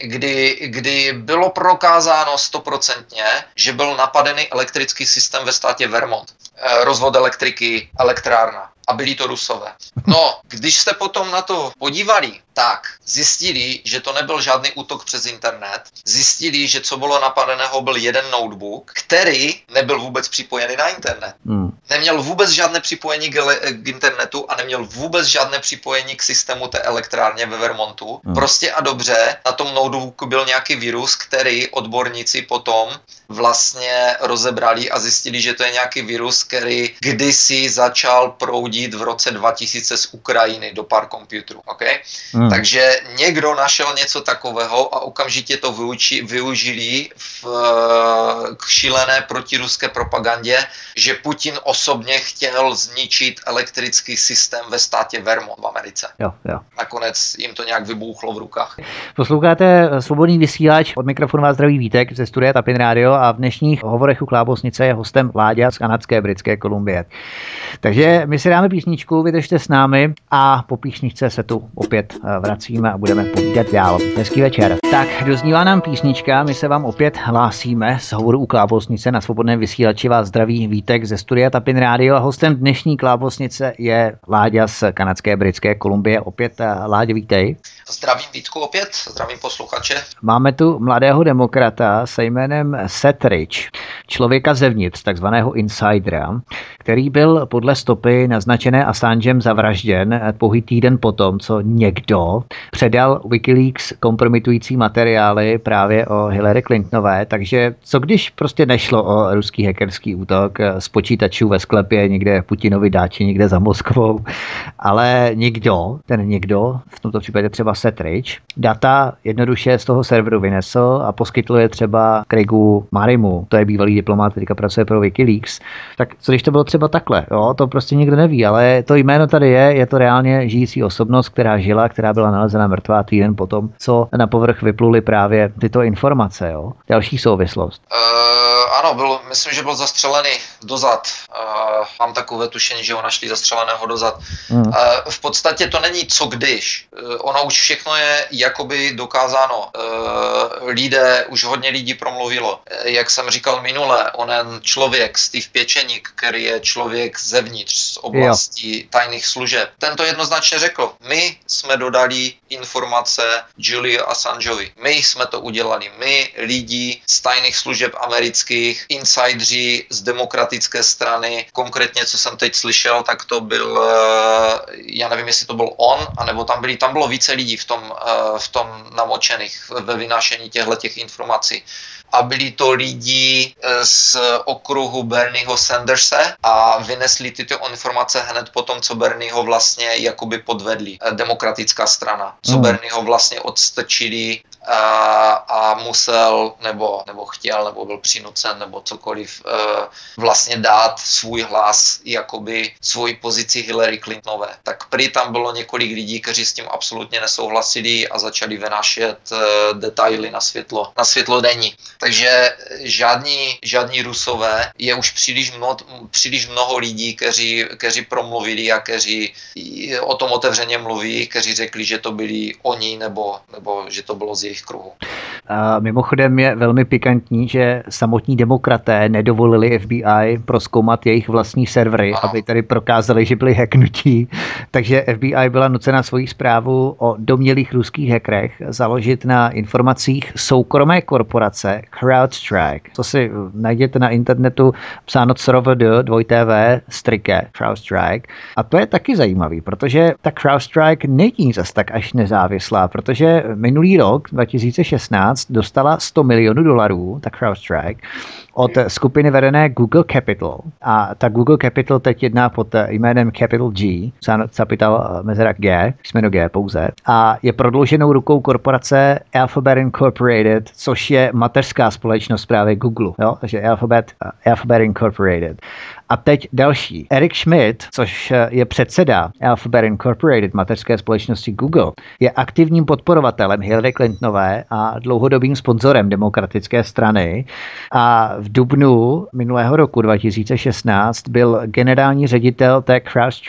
kdy bylo prokázáno 100%, že byl napadený elektrický systém ve státě Vermont. Rozvod elektriky, elektrárna. A byli to Rusové. No, když jste potom na to podívali, tak zjistili, že to nebyl žádný útok přes internet. Zjistili, že co bylo napadeného, byl jeden notebook, který nebyl vůbec připojený na internet. Neměl vůbec žádné připojení k internetu a neměl vůbec žádné připojení k systému té elektrárně ve Vermontu. Prostě a dobře, na tom notebooku byl nějaký virus, který odborníci potom vlastně rozebrali a zjistili, že to je nějaký virus, který kdysi začal proudit v roce 2000 z Ukrajiny do pár počítačů. Okay? Takže někdo našel něco takového a okamžitě to využili k šílené protiruské propagandě, že Putin osobně chtěl zničit elektrický systém ve státě Vermont v Americe. Jo. Nakonec jim to nějak vybouchlo v rukách. Posloucháte Svobodný vysílač, od mikrofonu vás zdraví Vítek ze studia Tapin Radio a v dnešních hovorech u Klábosnice je hostem Láďa z kanadské Britské Kolumbie. Takže my si dáme písničku, vydržte s námi a po písničce se tu opět vracíme a budeme povídat dál. Hezký večer. Tak, doznívá nám písnička, my se vám opět hlásíme z hovoru u Klábosnice na Svobodném vysílači. Vás zdraví Vítek ze studia Tapin Radio a hostem dnešní Klábosnice je Láďa z kanadské Britské Kolumbie. Opět Láďo, vítej. Zdravím Vítku opět, zdravím posluchače. Máme tu mladého demokrata se jménem Seth Rich. člověka zevnitř, takzvaného insidera, který byl podle stopy naznačené Assangem zavražděn pouhý týden potom, co někdo předal Wikileaks kompromitující materiály právě o Hillary Clintonové, takže co když prostě nešlo o ruský hackerský útok z počítačů ve sklepě někde v Putinovi dáči, někde za Moskvou, ale někdo, v tomto případě třeba Seth Rich, data jednoduše z toho serveru vynesl a poskytl je třeba Craigu Marimu, to je bývalý diplomat, teďka pracuje pro Wikileaks. Tak co když to bylo třeba takhle, jo, to prostě nikdo neví, ale to jméno tady je to reálně žijící osobnost, která žila, která byla nalezena mrtvá týden potom, co na povrch vypluly právě tyto informace, jo. Další souvislost. Ano, myslím, že byl zastřelený dozad. Mám takové tušení, že ho našli zastřeleného dozad. V podstatě to není co když. Ono už všechno je jakoby dokázáno. Už hodně lidí promluvilo. Jak jsem říkal minule, onen člověk, Steve Pěčeník, který je člověk zevnitř z oblasti tajných služeb, ten to jednoznačně řekl. My jsme dodali informace Juliu Assangeovi. My jsme to udělali. My, lidi z tajných služeb amerických, insidři z demokratické strany, konkrétně, co jsem teď slyšel, tak to byl, já nevím, jestli to byl on, anebo tam bylo více lidí v tom namočených ve vynášení těchto informací. A byli to lidi z okruhu Bernieho Sanderse a vynesli tyto informace hned po tom, co Bernieho vlastně jakoby podvedli. Demokratická strana. Co Bernieho vlastně odstrčili a musel, nebo chtěl, nebo byl přinucen, nebo cokoliv, vlastně dát svůj hlas, jakoby svoji pozici Hillary Clintonové. Tak prý tam bylo několik lidí, kteří s tím absolutně nesouhlasili a začali vynášet detaily na světlo denní. Takže žádní Rusové, je už příliš mnoho lidí, kteří promluvili a kteří o tom otevřeně mluví, kteří řekli, že to byli oni, nebo že to bylo z jejich kruhu. A mimochodem je velmi pikantní, že samotní demokraté nedovolili FBI prozkoumat jejich vlastní servery, aby tady prokázali, že byli hacknutí. Takže FBI byla nucena svoji zprávu o domnělých ruských hackerech založit na informacích soukromé korporace CrowdStrike. To si najděte na internetu psáno CROVD2TV CrowdStrike. A to je taky zajímavý, protože ta CrowdStrike není zas tak až nezávislá, protože minulý rok 2016 dostala $100 milionů, ta CrowdStrike, od skupiny vedené Google Capital. A ta Google Capital teď jedná pod jménem Capital G, capital mezera G, jméno G pouze, a je prodlouženou rukou korporace Alphabet Incorporated, což je mateřská společnost právě Google, jo? Takže Alphabet Incorporated. A teď další. Eric Schmidt, což je předseda Alphabet Incorporated, mateřské společnosti Google, je aktivním podporovatelem Hillary Clintonové a dlouhodobým sponzorem demokratické strany. A v dubnu minulého roku 2016 byl generální ředitel té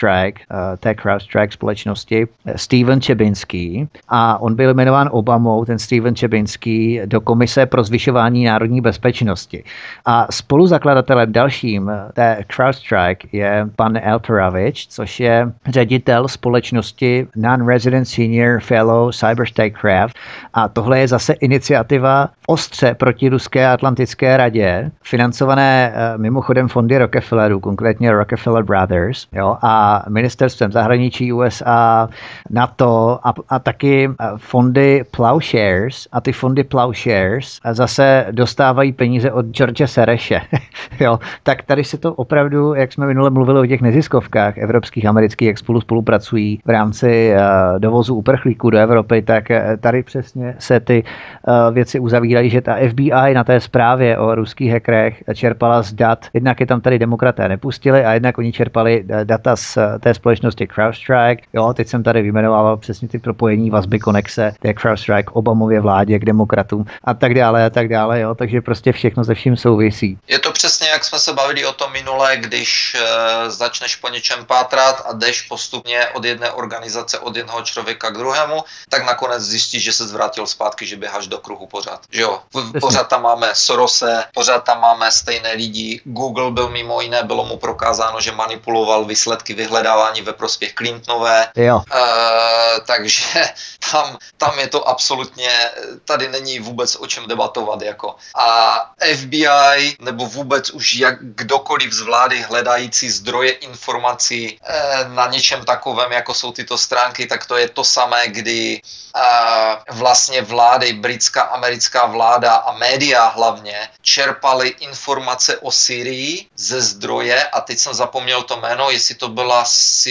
CrowdStrike společnosti Steven Chebinský a on byl jmenován Obamou, ten Steven Chebinský, do komise pro zvyšování národní bezpečnosti. A spoluzakladatelem dalším té CrowdStrike je pan Alperovich, což je ředitel společnosti Non-Resident Senior Fellow Cyberstatecraft. A tohle je zase iniciativa ostře proti ruské Atlantické radě, financované mimochodem fondy Rockefellerů, konkrétně Rockefeller Brothers, jo, a ministerstvem zahraničí USA, NATO a taky fondy Plowshares. A ty fondy Plowshares zase dostávají peníze od George Soreše. Jo, tak tady se to opravdu, jak jsme minule mluvili o těch neziskovkách evropských, amerických, jak spolupracují v rámci dovozu uprchlíků do Evropy, tak tady přesně se ty věci uzavírají, že ta FBI na té zprávě o ruských hackerech čerpala z dat. Jednak je tam tady demokraté nepustili a jednak oni čerpali data z té společnosti CrowdStrike. Jo, teď jsem tady vyjmenoval přesně ty propojení, vazby, konexe té CrowdStrike Obamově vládě k demokratům a tak dále, jo, takže prostě všechno se vším souvisí. Je to přesně, jak jsme se bavili o tom minule, ale když začneš po něčem pátrat a jdeš postupně od jedné organizace, od jednoho člověka k druhému, tak nakonec zjistíš, že se zvrátil zpátky, že běháš do kruhu pořád. Že jo? Pořád tam máme Sorose, pořád tam máme stejné lidi. Google byl mimo jiné, bylo mu prokázáno, že manipuloval výsledky vyhledávání ve prospěch Clintonové. Takže tam je to absolutně, tady není vůbec o čem debatovat. Jako. A FBI nebo vůbec už kdokoliv z vlády hledající zdroje informací na něčem takovém, jako jsou tyto stránky, tak to je to samé, kdy vlastně vlády, britská, americká vláda a média hlavně čerpaly informace o Syrii ze zdroje, a teď jsem zapomněl to jméno, jestli to byla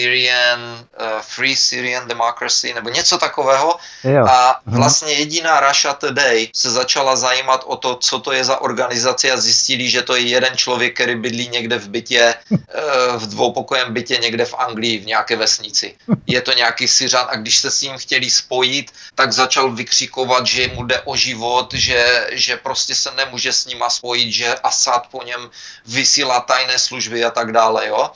Free Syrian Democracy nebo něco takového. A vlastně jediná Russia Today se začala zajímat o to, co to je za organizaci, a zjistili, že to je jeden člověk, který bydlí někde v bytě, v dvoupokojém bytě někde v Anglii, v nějaké vesnici. Je to nějaký Syřan, a když se s ním chtěli spojit, tak začal vykřikovat, že mu jde o život, že prostě se nemůže s nima spojit, že Asad po něm vysílá tajné služby a tak dále. Jo?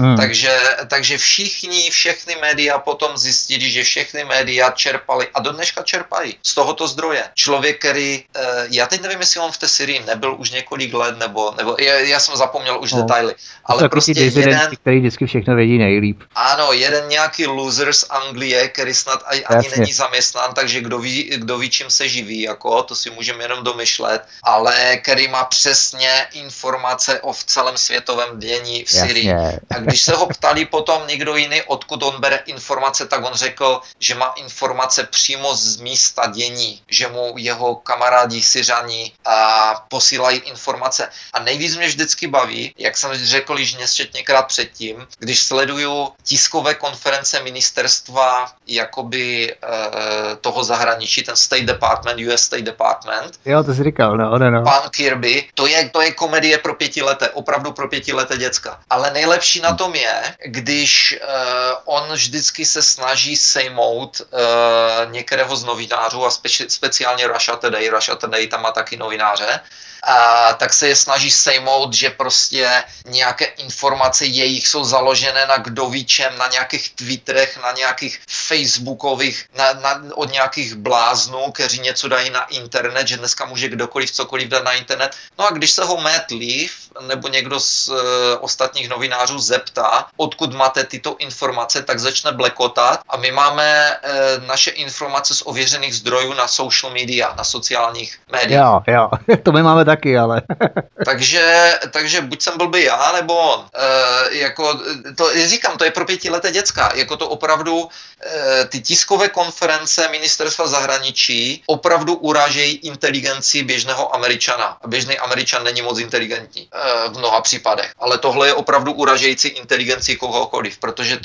Takže všechny média potom zjistili, že všechny média čerpali a do dneška čerpají z tohoto zdroje. Člověk, který, já teď nevím, jestli on v té Syrii nebyl už několik let, nebo já jsem zapomněl už detaily. Ale to prostě jeden, který vždycky všechno vědí nejlíp. Ano, jeden nějaký loser z Anglie, který snad ani není zaměstnán, takže kdo ví, čím se živí, jako, to si můžeme jenom domyšlet, ale který má přesně informace o celém světovém dění v Syrii. A když se ho ptali potom někdo jiný, odkud on bere informace, tak on řekl, že má informace přímo z místa dění, že mu jeho kamarádi Syřani posílají informace. A nejvíc mě vždycky baví, jak jsem řekl již nesčetněkrát předtím, když sleduju tiskové konference ministerstva jakoby toho zahraničí, ten State Department, US State Department. Jo, to jsi říkal, no. Pan Kirby, to je komedie pro pětileté, opravdu pro pětileté děcka. Ale nejlepší na tom je, když on vždycky se snaží sejmout některého z novinářů, a speciálně Russia Today tam má taky novináře, tak se je snaží sejmout, že prostě nějaké informace jejich jsou založené na kdo ví čem, na nějakých Twitterech, na nějakých Facebookových, od nějakých bláznů, kteří něco dají na internet, že dneska může kdokoliv cokoliv dát na internet. No a když se ho Matt Leaf nebo někdo z ostatních novinářů zeptá, odkud máte tyto informace, tak začne blekotat, a my máme naše informace z ověřených zdrojů na social media, na sociálních médiích. Jo, to my máme taky, ale... takže buď jsem blbý já, nebo on. Říkám, to je pro pětileté děcka. Jako to opravdu, ty tiskové konference ministerstva zahraničí opravdu urážejí inteligenci běžného Američana. A běžný Američan není moc inteligentní v mnoha případech. Ale tohle je opravdu uražející inteligenci kohokoliv, protože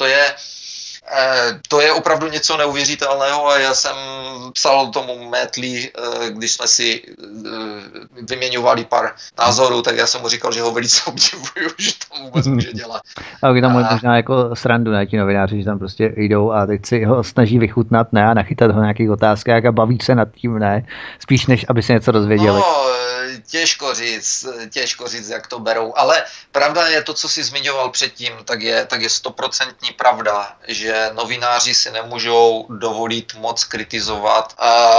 to je opravdu něco neuvěřitelného, a já jsem psal tomu Metli, když jsme si vyměňovali pár názorů, tak já jsem mu říkal, že ho velice obdivuju, že to vůbec může dělat. A vy tam možná jako srandu, ne, ti novináři, že tam prostě jdou a teď si ho snaží vychutnat, ne, a nachytat ho na nějakých otázkách a baví se nad tím, ne, spíš než aby se něco dozvěděli. No, těžko říct, jak to berou, ale pravda je to, co jsi zmiňoval předtím, tak je 100% pravda, že novináři si nemůžou dovolit moc kritizovat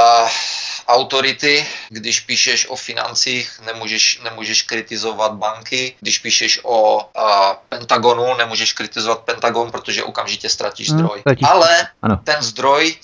autority. Když píšeš o financích, nemůžeš kritizovat banky. Když píšeš o Pentagonu, nemůžeš kritizovat Pentagon, protože okamžitě ztratíš zdroj. Ale ten zdroj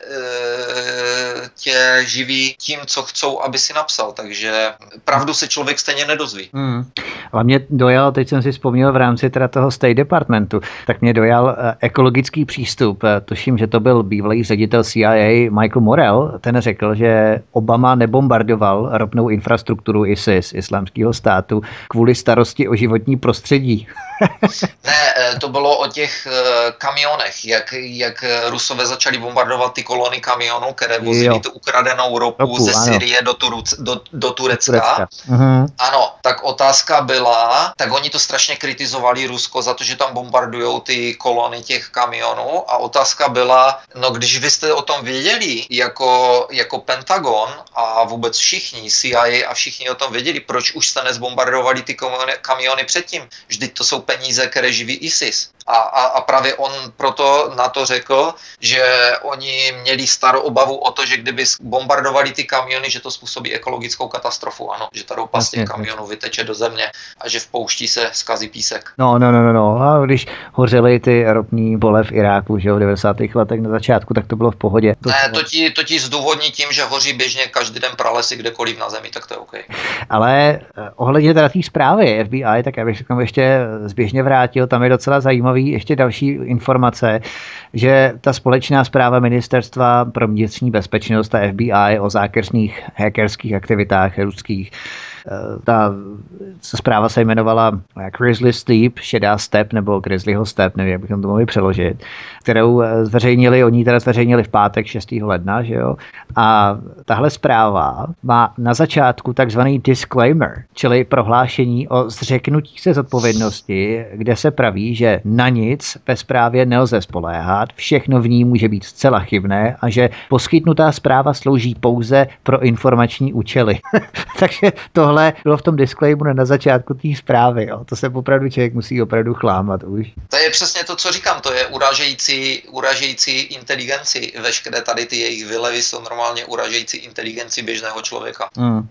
tě živí tím, co chcou, aby si napsal. Takže pravdu se člověk stejně nedozví. A mě dojal, teď jsem si vzpomněl v rámci teda toho State Departmentu, tak mě dojal ekologický přístup. Tuším, že to byl bývalý ředitel CIA Michael Morell. Ten řekl, že Obama nebombardoval ropnou infrastrukturu ISIS, Islámského státu, kvůli starosti o životní prostředí. Ne, to bylo o těch kamionech, jak Rusové začali bombardovat ty kolony kamionů, které vozily tu ukradenou ropu ze Syrie do Turecka. byla, ano, tak otázka byla, tak oni to strašně kritizovali Rusko za to, že tam bombardujou ty kolony těch kamionů a otázka byla, no když vy jste o tom věděli jako Pentagon a vůbec všichni, CIA a všichni o tom věděli, proč už jste nezbombardovali ty kamiony předtím? Vždyť to jsou peníze, které živí ISIS. A právě on proto na to řekl, že oni měli starou obavu o to, že kdyby bombardovali ty kamiony, že to způsobí ekologickou katastrofu, ano, že ta ropa z těch kamionů vyteče do země a že v poušti se zkazí písek. No. A když hořely ty ropní pole v Iráku, že v 90. letech na začátku, tak to bylo v pohodě. To ti zdůvodní tím, že hoří běžně každý den pralesy kdekoliv na zemi, tak to je OK. Ale ohledně teda té zprávy FBI, tak abych se k tomu ještě zběžně vrátil, tam je docela zajímavý ještě další informace, že ta společná zpráva Ministerstva pro vnitřní bezpečnost a FBI o zákeřných hackerských aktivitách ruských. Ta zpráva se jmenovala Grizzly Steep, šedá step, nebo Grizzlyho step, nevím, jak bychom to mohli přeložit, kterou oni teda zveřejnili v pátek 6. ledna, že jo? A tahle zpráva má na začátku takzvaný disclaimer, čili prohlášení o zřeknutí se zodpovědnosti, kde se praví, že na nic ve zprávě nelze spoléhat, všechno v ní může být zcela chybné a že poskytnutá zpráva slouží pouze pro informační účely. Takže tohle bylo v tom disclaimeru na začátku té zprávy. Jo. To se opravdu člověk musí opravdu chlámat už. To je přesně to, co říkám. To je uražející inteligenci. Veškeré tady ty jejich vylevy jsou normálně uražející inteligenci běžného člověka.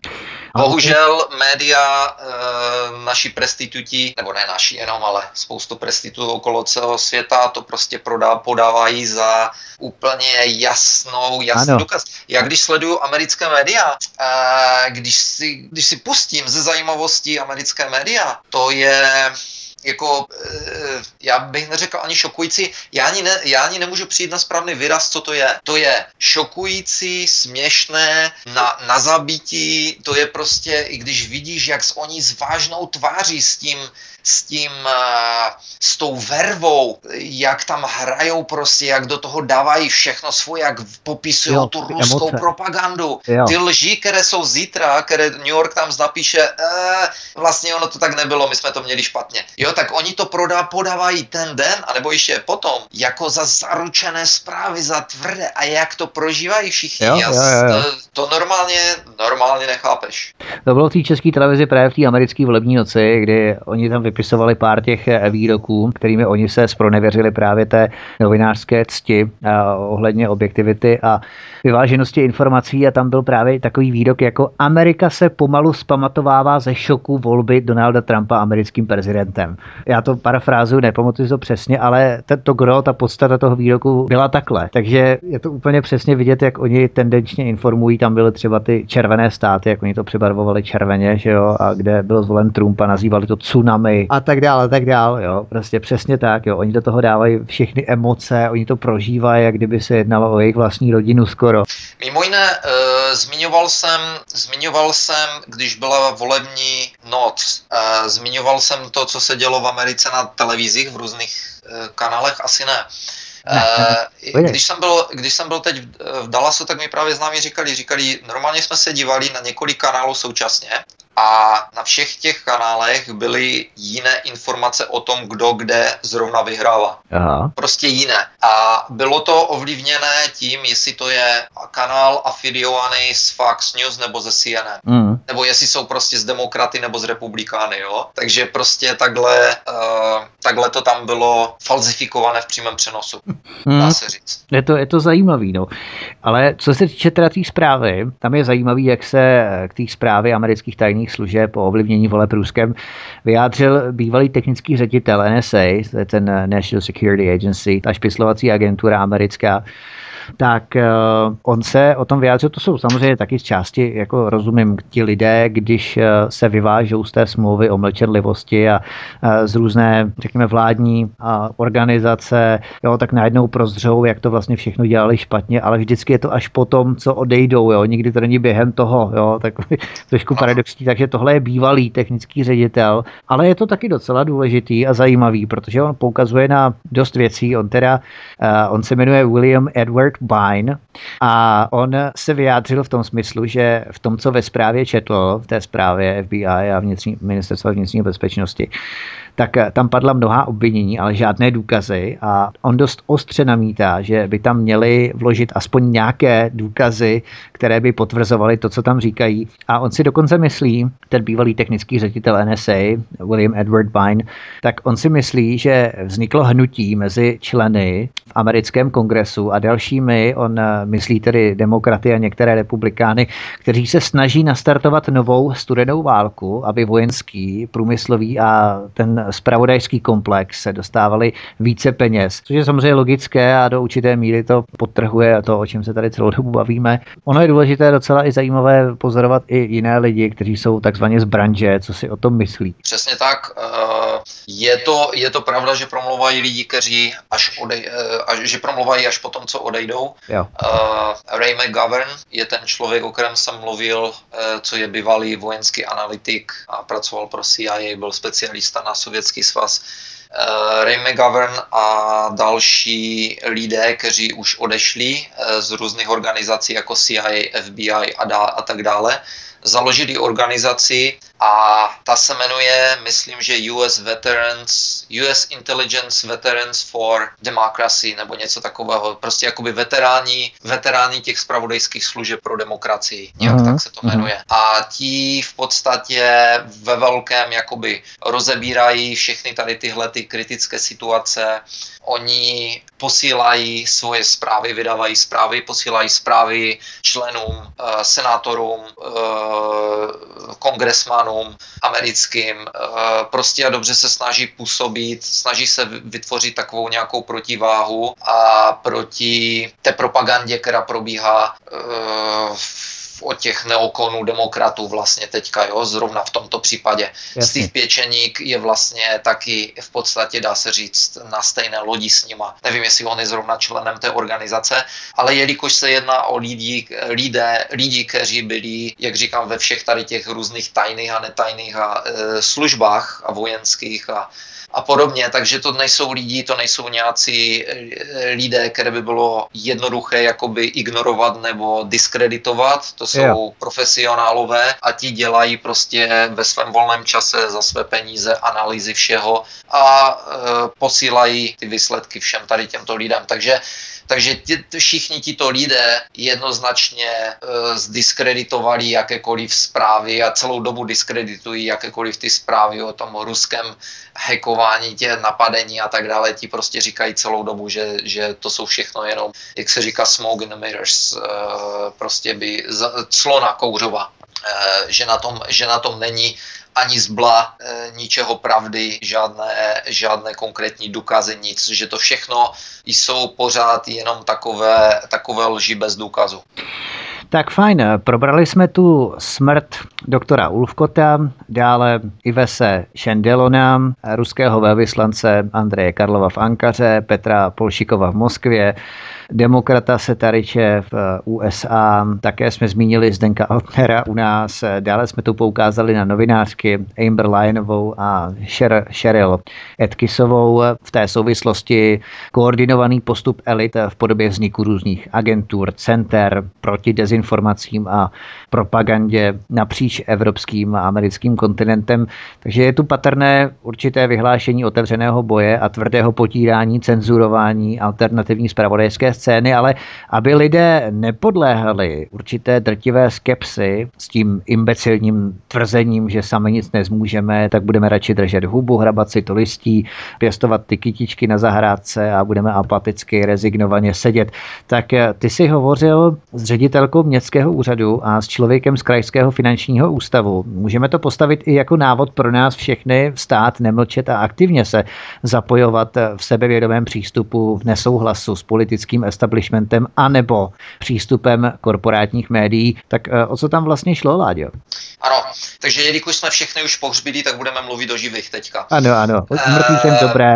Bohužel média, naši prostituti, nebo ne naši jenom, ale spoustu prostitutů okolo celého světa to prostě podávají za úplně jasný důkaz. Já když sleduju americké média, když si pustím ze zajímavostí americké média, to je jako, já bych neřekl ani šokující, já ani nemůžu přijít na správný výraz, co to je. To je šokující, směšné, na zabití, to je prostě, i když vidíš, jak oni s vážnou tváří s tou vervou, jak tam hrajou prostě, jak do toho dávají všechno svoje, jak popisují tu ruskou propagandu. Ty lži, které jsou zítra, které New York Times napíše, vlastně ono to tak nebylo, my jsme to měli špatně. Jo, tak oni to podávají ten den, anebo ještě potom, jako za zaručené zprávy, za tvrdé, a jak to prožívají všichni. To normálně nechápeš. To bylo v té české televizi právě v té americké volební noci, kdy oni tam vypisovali pár těch výroků, kterými oni se zpronevěřili právě té novinářské cti ohledně objektivity a vyváženosti informací, a tam byl právě takový výrok jako Amerika se pomalu zpamatovává ze šoku volby Donalda Trumpa americkým prezidentem. Já to parafrázuju, nepamatuji to přesně, ale ta podstata toho výroku byla takhle. Takže je to úplně přesně vidět, jak oni tendenčně informují. Tam byly třeba ty červené státy, jak oni to přebarvovali červeně, že jo, a kde byl zvolen Trump a nazývali to tsunami a tak dále, jo. Prostě přesně tak, jo. Oni do toho dávají všechny emoce, oni to prožívají, jak kdyby se jednalo o jejich vlastní rodinu skoro. Mimo jiné, zmiňoval jsem, když byla volební noc, zmiňoval jsem to, co se dělo v Americe na televizích, v různých kanálech, asi ne. Když jsem byl teď v Dallasu, tak mi právě známí říkali, normálně jsme se dívali na několik kanálů současně a na všech těch kanálech byly jiné informace o tom, kdo kde zrovna vyhrává. Aha. Prostě jiné. A bylo to ovlivněné tím, jestli to je kanál afiliovaný z Fox News nebo ze CNN. Nebo jestli jsou prostě z demokraty nebo z republikány, jo. Takže prostě takhle to tam bylo falzifikované v přímém přenosu. Dá se říct. Je to zajímavý, no. Ale co se týče teda té zprávy, tam je zajímavý, jak se k té zprávě amerických tajných služeb o ovlivnění voleb Ruskem vyjádřil bývalý technický ředitel NSA, ten National Security Agency, ta špiclovací agentura americká. Tak on se o tom vyjádřil, to jsou samozřejmě taky z části, jako rozumím, ti lidé, když se vyvážou z té smlouvy o mlčenlivosti a z různé, řekněme, vládní organizace, jo, tak najednou prozřou, jak to vlastně všechno dělali špatně, ale vždycky je to až potom, co odejdou, jo, nikdy to není během toho, jo, tak trošku paradoxní, takže tohle je bývalý technický ředitel, ale je to taky docela důležitý a zajímavý, protože on poukazuje na dost věcí, on se jmenuje William Edward Bine, a on se vyjádřil v tom smyslu, že v tom, co ve zprávě četl, v té zprávě FBI a ministerstva vnitřní bezpečnosti, tak tam padla mnohá obvinění, ale žádné důkazy, a on dost ostře namítá, že by tam měli vložit aspoň nějaké důkazy, které by potvrzovaly to, co tam říkají. A on si dokonce myslí, ten bývalý technický ředitel NSA, William Edward Bine, tak on si myslí, že vzniklo hnutí mezi členy v americkém kongresu a dalšími, on myslí tedy demokraty a některé republikány, kteří se snaží nastartovat novou studenou válku, aby vojenský, průmyslový a ten zpravodajský komplex se dostávali více peněz, což je samozřejmě logické a do určité míry to podtrhuje to, o čem se tady celou dobu bavíme. Ono je důležité docela i zajímavé pozorovat i jiné lidi, kteří jsou takzvaně z branže, co si o tom myslí. Přesně tak. Je to pravda, že promluvají lidi, kteří že promluvají až po tom, co odejdou. Ray McGovern je ten člověk, o kterém jsem mluvil, co je bývalý vojenský analytik a pracoval pro CIA, byl specialista na Sovětský svaz. Ray McGovern a další lidé, kteří už odešli z různých organizací jako CIA, FBI a tak dále, založili organizaci a ta se jmenuje, myslím, že US Intelligence Veterans for Democracy nebo něco takového. Prostě jakoby veteráni těch zpravodajských služeb pro demokracii. Nějak tak se to jmenuje. A ti v podstatě ve velkém jakoby rozebírají všechny tady tyhle ty kritické situace. Oni posílají svoje zprávy, vydávají zprávy, posílají zprávy členům, senátorům, kongresmanům americkým. Prostě a dobře se snaží působit, snaží se vytvořit takovou nějakou protiváhu a proti té propagandě, která probíhá od těch neokonů demokratů vlastně teďka, zrovna v tomto případě. Steve Pěčeník je vlastně taky v podstatě, dá se říct, na stejné lodi s nima. Nevím, jestli on je zrovna členem té organizace, ale jelikož se jedná o lidi, kteří byli, jak říkám, ve všech tady těch různých tajných a netajných službách a vojenských a podobně, takže to nejsou lidi, to nejsou nějací lidé, které by bylo jednoduché jakoby ignorovat nebo diskreditovat, to jsou profesionálové a ti dělají prostě ve svém volném čase za své peníze analýzy všeho a posílají ty výsledky všem tady těmto lidem, takže všichni tito lidé jednoznačně zdiskreditovali jakékoliv zprávy a celou dobu diskreditují jakékoliv ty zprávy o tom ruském hackování, těch napadení a tak dále. Ti prostě říkají celou dobu, že to jsou všechno jenom, jak se říká, smoke in the mirrors, prostě by clona kouřova, že na tom není ani zbla ničeho pravdy, žádné konkrétní důkazy, nic, že to všechno jsou pořád jenom takové lži bez důkazu. Tak fajn, probrali jsme tu smrt doktora Ulfkota, dále Ivese Šendelona, ruského velvyslance Andreje Karlova v Ankaře, Petra Polšikova v Moskvě, demokrata Setariče v USA, také jsme zmínili Zdenka Altnera u nás, dále jsme tu poukázali na novinářky Amber Lyonovou a Cheryl Atkisovou, v té souvislosti koordinovaný postup elit v podobě vzniku různých agentur, center proti dezinformacím a propagandě napříč evropským a americkým kontinentem. Takže je tu patrné určité vyhlášení otevřeného boje a tvrdého potírání, cenzurování alternativní zpravodajské scény, ale aby lidé nepodléhali určité drtivé skepsy s tím imbecilním tvrzením, že sami nic nezmůžeme, tak budeme radši držet hubu, hrabat si to listí, pěstovat ty kytičky na zahrádce a budeme apaticky, rezignovaně sedět. Tak ty jsi hovořil s ředitelkou městského úřadu a s člověkem z krajského finančního ústavu. Můžeme to postavit i jako návod pro nás všechny vstát, nemlčet a aktivně se zapojovat v sebevědomém přístupu v nesouhlasu s politickým establishmentem anebo přístupem korporátních médií. Tak o co tam vlastně šlo, Láďo? Ano, takže jelikož jsme všechny už pohřbili, tak budeme mluvit o živých teďka. Ano, mrtvý jsem dobré.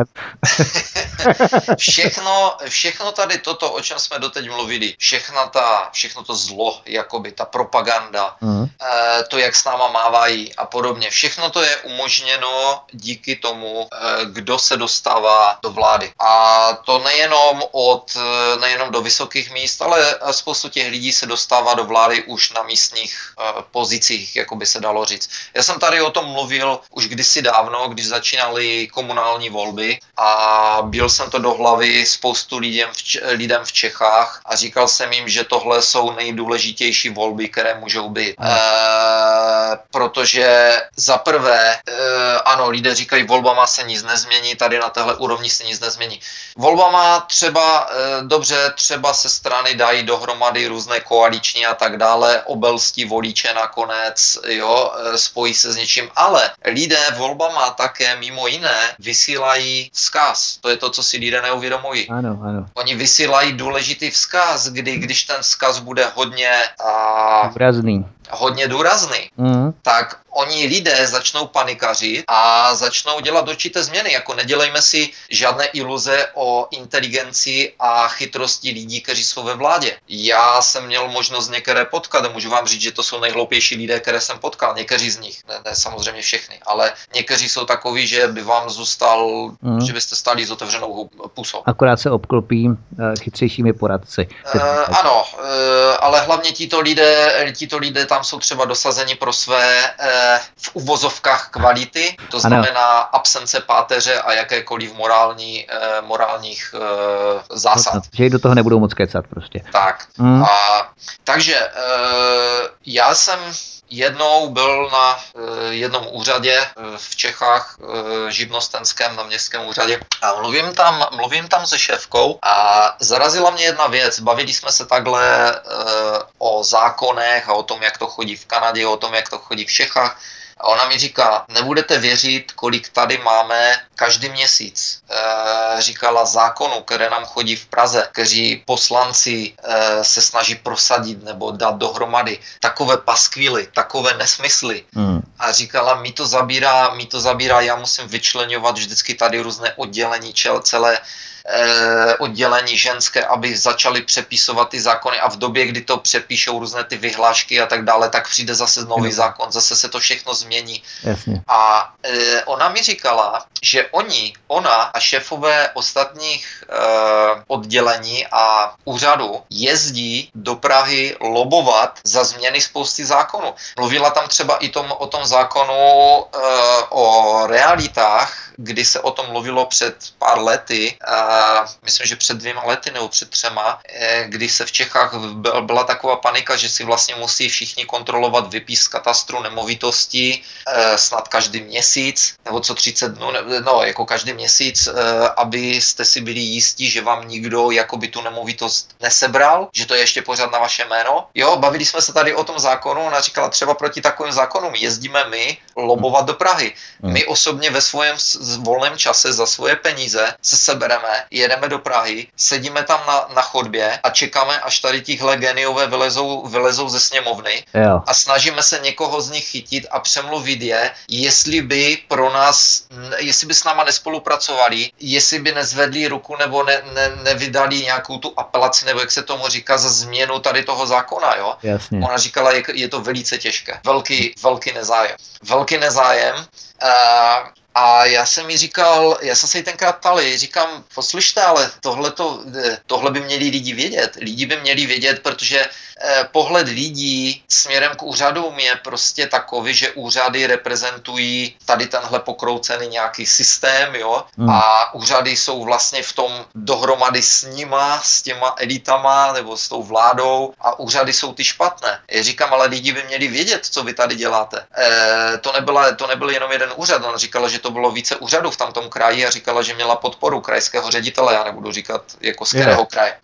Všechno tady toto, o čem jsme doteď mluvili, všechno to zlo, jakoby ta propaganda, to, jak s náma mávají a podobně, všechno to je umožněno díky tomu, kdo se dostává do vlády. A to nejenom do vysokých míst, ale spoustu těch lidí se dostává do vlády už na místních pozicích, jako by se dalo říct. Já jsem tady o tom mluvil už kdysi dávno, když začínaly komunální volby a byl jsem to do hlavy spoustu lidem v Čechách a říkal jsem jim, že tohle jsou nejdůležitější volby, které můžou být. Protože za prvé, ano, lidé říkají, volbama se nic nezmění, tady na téhle úrovni se nic nezmění. Volbama třeba se strany dají dohromady různé koaliční a tak dále, obelstí voliče nakonec, jo, spojí se s něčím, ale lidé volbama také mimo jiné vysílají vzkaz. To je to, co si lidé neuvědomují. Ano. Oni vysílají důležitý vzkaz, když ten vzkaz bude hodně důrazný, tak oni lidé začnou panikařit a začnou dělat určité změny. Jako nedělejme si žádné iluze o inteligenci a chytrosti lidí, kteří jsou ve vládě. Já jsem měl možnost některé potkat a můžu vám říct, že to jsou nejhloupější lidé, které jsem potkal. Někteří z nich, ne samozřejmě všechny, ale někteří jsou takoví, že by vám že byste stáli s otevřenou pusou. Akorát se obklopí chytřejšími poradci. Ano, ale hlavně tito lidé tam jsou třeba dosazeni pro své v uvozovkách kvality, to znamená absence páteře a jakékoliv morálních zásad. Že do toho nebudou moc kecat prostě. Tak. Takže já jsem jednou byl na jednom úřadě v Čechách, živnostenském, na městském úřadě a mluvím tam se šéfkou a zarazila mě jedna věc. Bavili jsme se takhle o zákonech a o tom, jak to chodí v Kanadě, o tom, jak to chodí v Čechách. A ona mi říká, nebudete věřit, kolik tady máme každý měsíc. Říkala zákonů, které nám chodí v Praze, kteří poslanci se snaží prosadit nebo dát dohromady. Takové paskvily, takové nesmysly. A říkala, mi to zabírá, já musím vyčleňovat vždycky tady různé oddělení, celé oddělení ženské, aby začali přepisovat ty zákony a v době, kdy to přepíšou různé ty vyhlášky a tak dále, tak přijde zase nový zákon, zase se to všechno změní. Jasně. A ona mi říkala, že ona a šéfové ostatních oddělení a úřadu jezdí do Prahy lobovat za změny spousty zákonů. Mluvila tam třeba i o tom zákonu o realitách, kdy se o tom mluvilo před pár lety, myslím, že před 2 lety nebo před 3, kdy se v Čechách byla taková panika, že si vlastně musí všichni kontrolovat výpis z katastru nemovitostí snad každý měsíc, nebo co 30 dnů, jako každý měsíc, abyste si byli jistí, že vám nikdo jakoby tu nemovitost nesebral, že to je ještě pořád na vaše jméno. Jo, bavili jsme se tady o tom zákonu, ona říkala, třeba proti takovým zákonům jezdíme my lobovat do Prahy. My osobně ve svém volném čase za svoje peníze se sebereme, jedeme do Prahy, sedíme tam na chodbě a čekáme, až tady tihle geniové vylezou ze sněmovny a snažíme se někoho z nich chytit a přemluvit je, jestli by s náma nespolupracovali, jestli by nezvedli ruku nebo nevydali nějakou tu apelaci, nebo jak se tomu říká, za změnu tady toho zákona, jo. Jasně. Ona říkala, je to velice těžké. Velký nezájem. A já jsem se jí tenkrát ptal, říkám, poslyšte, ale tohle by měli lidi vědět. Lidi by měli vědět, protože pohled lidí směrem k úřadům je prostě takový, že úřady reprezentují tady tenhle pokroucený nějaký systém, jo, a úřady jsou vlastně v tom dohromady s těma elitama nebo s tou vládou a úřady jsou ty špatné. Já říkám, ale lidi by měli vědět, co vy tady děláte. To nebyl jenom jeden úřad, on říkala, že to bylo více úřadů v tamtom kraji a říkala, že měla podporu krajského ředitele, já nebudu říkat jako z kterého kraje.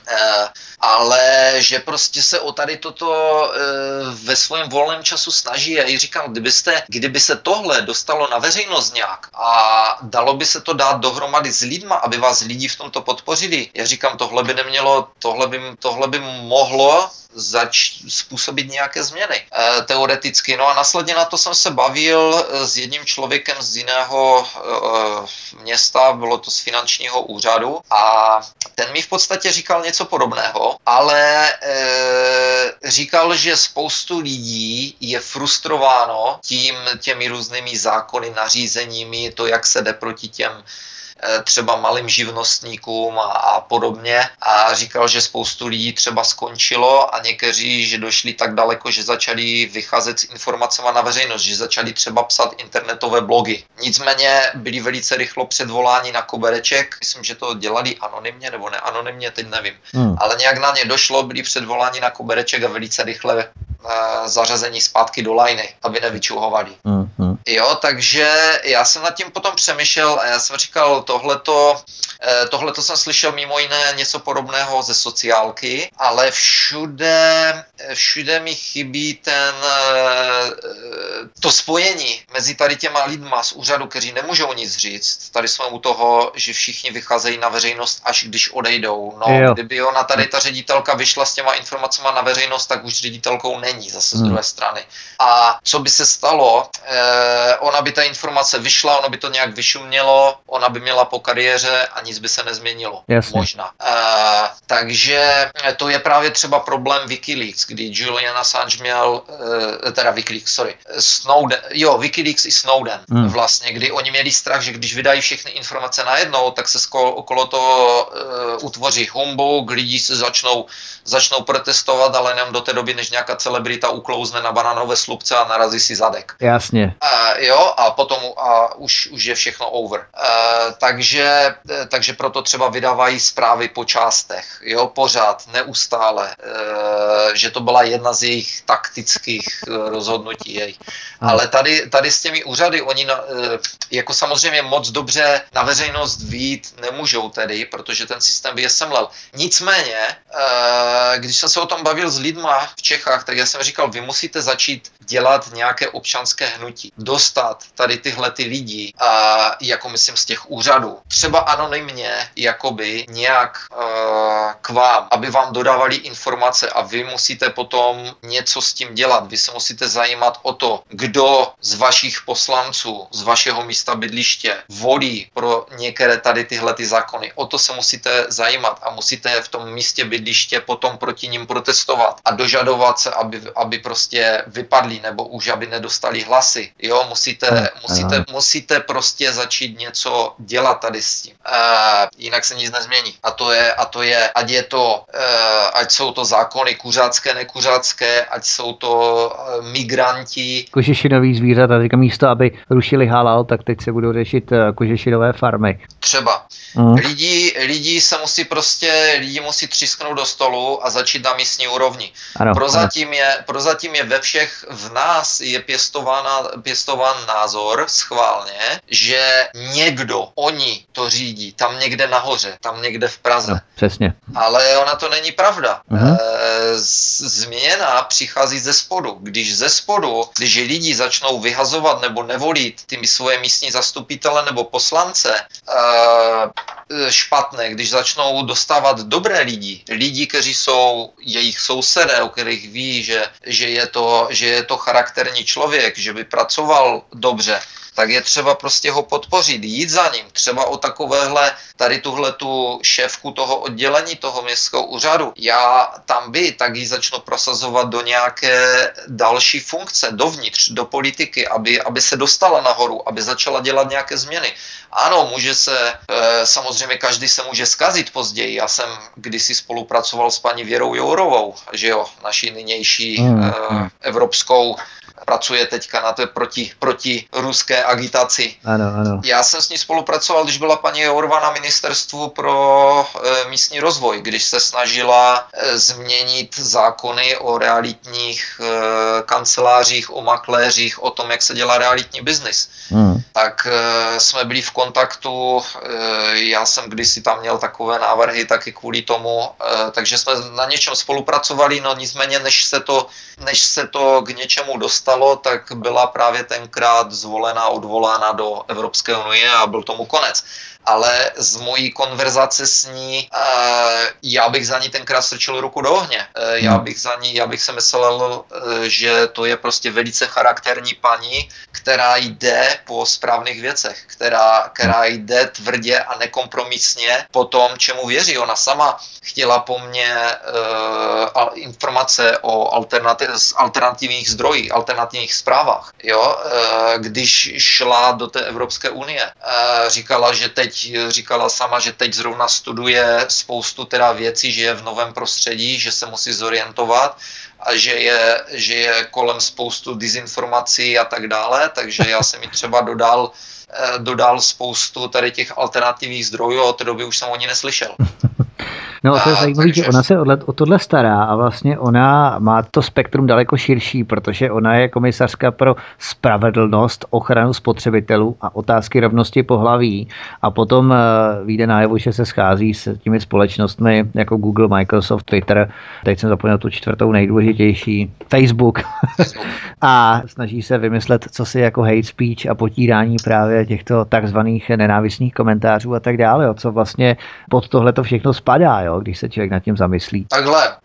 Ale že prostě se o tady toto ve svém volném času snaží a jí říkám, kdyby se tohle dostalo na veřejnost nějak a dalo by se to dát dohromady s lidma, aby vás lidi v tomto podpořili, já říkám, tohle by mohlo způsobit nějaké změny teoreticky. No a následně na to jsem se bavil s jedním člověkem z jiného města, bylo to z finančního úřadu a ten mi v podstatě říkal něco podobného, ale říkal, že spoustu lidí je frustrováno těmi různými zákony, nařízeními, to, jak se jde proti těm třeba malým živnostníkům a podobně a říkal, že spoustu lidí třeba skončilo a někteří, že došli tak daleko, že začali vycházet s informacemi na veřejnost, že začali třeba psat internetové blogy. Nicméně byli velice rychlo předvoláni na kobereček, myslím, že to dělali anonymně nebo neanonymně, teď nevím, ale nějak na ně došlo, byli předvoláni na kobereček a velice rychle zařazení zpátky do lajny, aby nevyčuhovali. Jo, takže já jsem nad tím potom přemýšlel a já jsem říkal, tohleto jsem slyšel mimo jiné něco podobného ze sociálky, ale všude mi chybí to spojení mezi tady těma lidma z úřadu, kteří nemůžou nic říct. Tady jsme u toho, že všichni vycházejí na veřejnost, až když odejdou. No, kdyby ona tady ta ředitelka vyšla s těma informacemi na veřejnost, tak už ředitelkou není zase z druhé strany. A co by se stalo? Ona by ta informace vyšla, ono by to nějak vyšumělo, ona by měla po kariéře a nic by se nezměnilo. Jasně. Možná. Takže to je právě třeba problém Wikileaks, kdy Julian Assange měl, Wikileaks i Snowden vlastně, kdy oni měli strach, že když vydají všechny informace najednou, tak se okolo toho utvoří humbug, lidi se začnou protestovat, ale jenom do té doby, než nějaká celebrita uklouzne na banánové slupce a narazí si zadek. Jasně. A potom už je všechno over. Takže proto třeba vydávají zprávy po částech, jo, pořád, neustále, že to byla jedna z jejich taktických rozhodnutí. Ale tady s těmi úřady, oni jako samozřejmě moc dobře na veřejnost vyjít nemůžou tedy, protože ten systém by je semlel. Nicméně, když jsem se o tom bavil s lidma v Čechách, tak já jsem říkal, vy musíte začít dělat nějaké občanské hnutí. Dostat tady tyhle ty lidi, jako myslím z těch úřadů, třeba anonymně, jakoby nějak k vám, aby vám dodávali informace a vy musíte potom něco s tím dělat. Vy se musíte zajímat o to, kdo z vašich poslanců, z vašeho místa bydliště volí pro některé tady tyhle ty zákony. O to se musíte zajímat a musíte v tom místě bydliště potom proti nim protestovat a dožadovat se, aby prostě vypadli nebo už aby nedostali hlasy. Jo, musíte prostě začít něco dělat tady s tím. Jinak se nic nezmění. A to je, ať jsou to zákony kuřácké, nekuřácké, ať jsou to migranti. Kožešinový zvířata, teďka místo, aby rušili halal, tak teď se budou řešit kožešinové farmy. Třeba. Lidi musí třísknout do stolu a začít na místní úrovni. Prozatím je ve všech v nás je pěstován názor schválně, že oni to řídí tam někde nahoře, tam někde v Praze. No, přesně. Ale ona to není pravda. Změna přichází ze spodu. Když lidi začnou vyhazovat nebo nevolit ty svoje místní zastupitele nebo poslance špatné, když začnou dostávat dobré lidi, kteří jsou jejich sousedé, o kterých ví, že je to charakterní člověk, že by pracoval dobře, tak je třeba prostě ho podpořit, jít za ním. Třeba o tady tuhletu šéfku toho oddělení, toho městského úřadu, já tam tak ji začnu prosazovat do nějaké další funkce, dovnitř, do politiky, aby se dostala nahoru, aby začala dělat nějaké změny. Ano, samozřejmě každý se může zkazit později. Já jsem kdysi spolupracoval s paní Věrou Jourovou, že jo, naší nynější evropskou, pracuje teďka na to proti ruské agitaci. Ano. Já jsem s ní spolupracoval, když byla paní Jourová na ministerstvu pro místní rozvoj, když se snažila změnit zákony o realitních kancelářích, o makléřích, o tom, jak se dělá realitní biznis. Tak jsme byli v kontaktu, já jsem kdysi tam měl takové návrhy taky kvůli tomu, takže jsme na něčem spolupracovali, no nicméně než se to k něčemu dostalo, stalo, tak byla právě tenkrát zvolena, odvolána do Evropské unie a byl tomu konec. Ale z mojí konverzace s ní, já bych za ní tenkrát strčil ruku do ohně. Já bych se myslel, že to je prostě velice charakterní paní, která jde po správných věcech, která jde tvrdě a nekompromisně po tom, čemu věří. Ona sama chtěla po mně informace o alternativních zdrojích, alternativních zprávách. Jo? Když šla do té Evropské unie, říkala sama, že teď zrovna studuje spoustu teda věcí, že je v novém prostředí, že se musí zorientovat a že je kolem spoustu dezinformací a tak dále, takže já jsem mi třeba dodal spoustu tady těch alternativních zdrojů a od té doby už jsem o ní neslyšel. No to je zajímavé, že ona se o tohle stará a vlastně ona má to spektrum daleko širší, protože ona je komisařka pro spravedlnost, ochranu spotřebitelů a otázky rovnosti pohlaví a potom vyjde najevo, že se schází s těmi společnostmi jako Google, Microsoft, Twitter, teď jsem zapomněl tu čtvrtou nejdůležitější, Facebook a snaží se vymyslet, co si jako hate speech a potírání právě těchto takzvaných nenávistných komentářů a tak dále, co vlastně pod tohle to všechno spadá, jo, když se člověk nad tím zamyslí. Takhle,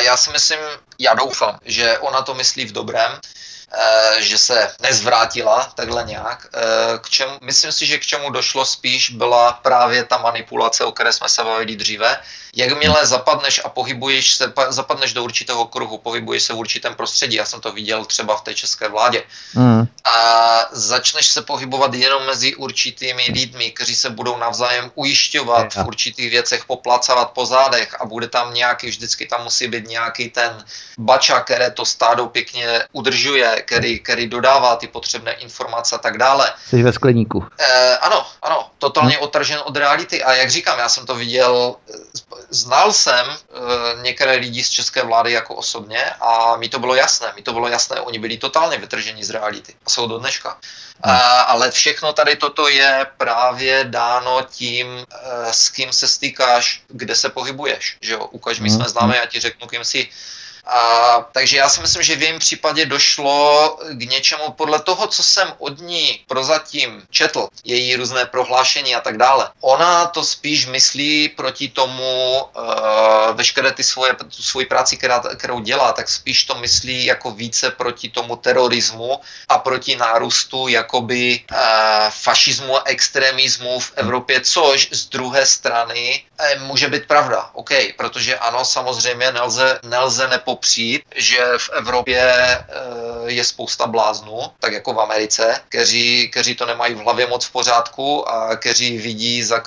já doufám, že ona to myslí v dobrém, že se nezvrátila takhle nějak. Myslím si, že k čemu došlo spíš byla právě ta manipulace, o které jsme se bavili dříve. Jakmile zapadneš do určitého kruhu, pohybuješ se v určitém prostředí, já jsem to viděl třeba v té české vládě, a začneš se pohybovat jenom mezi určitými lidmi, kteří se budou navzájem ujišťovat v určitých věcech, poplacavat po zádech a bude tam vždycky tam musí být nějaký ten bača, které to stádo pěkně udržuje, který dodává ty potřebné informace a tak dále. Jsi ve skleníku. Ano, totálně odtržen od reality a jak říkám, já jsem to viděl, znal jsem některé lidi z české vlády jako osobně a mi to bylo jasné, oni byli totálně vytrženi z reality a jsou do dneška. Ale všechno tady toto je právě dáno tím, s kým se stýkáš, kde se pohybuješ, že jo, ukaž mi své známé, já ti řeknu, kým jsi. Takže já si myslím, že v jejím případě došlo k něčemu podle toho, co jsem od ní prozatím četl, její různé prohlášení a tak dále. Ona to spíš myslí proti tomu, veškeré ty svoji práci, kterou dělá, tak spíš to myslí jako více proti tomu terorismu a proti nárůstu jakoby fašismu a extremismu v Evropě, což z druhé strany může být pravda, OK, protože ano, samozřejmě nelze nepopřít, že v Evropě je spousta bláznů, tak jako v Americe, kteří to nemají v hlavě moc v pořádku a kteří vidí za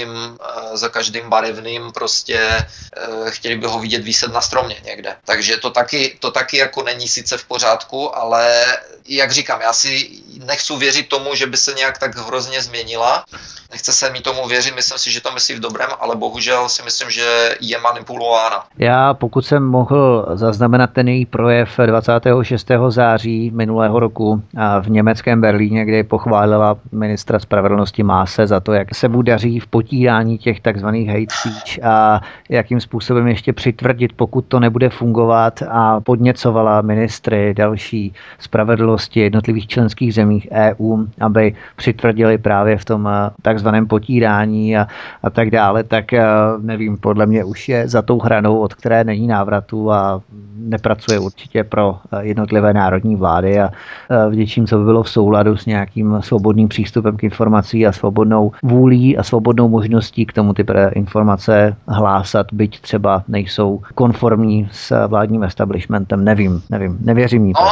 každým barevným prostě chtěli by ho vidět viset na stromě někde. Takže to taky jako není sice v pořádku, ale jak říkám, já si nechci věřit tomu, že by se nějak tak hrozně změnila. Nechce se mi tomu věřit, myslím si, že to myslí v dobrém, ale bohužel si myslím, že je manipulována. Já pokud jsem mohl zaznamenat ten její projev 26. září minulého roku v německém Berlíně, kde pochválila ministra spravedlnosti Maase za to, jak se mu daří v potírání těch takzvaných hate speech a jakým způsobem ještě přitvrdit, pokud to nebude fungovat, a podněcovala ministry další spravedlnosti jednotlivých členských zemích EU, aby přitvrdili právě v tom takzvaném potírání a tak dále, tak nevím, podle mě už je za tou hranou, od které není návratu a nepracuje určitě pro jednotlivé národní vlády a vděčím, co by bylo v souladu s nějakým svobodným přístupem k informací a svobodnou vůlí a svobodnou možností k tomu ty informace hlásat, byť třeba nejsou konformní s vládním establishmentem, nevěřím ní.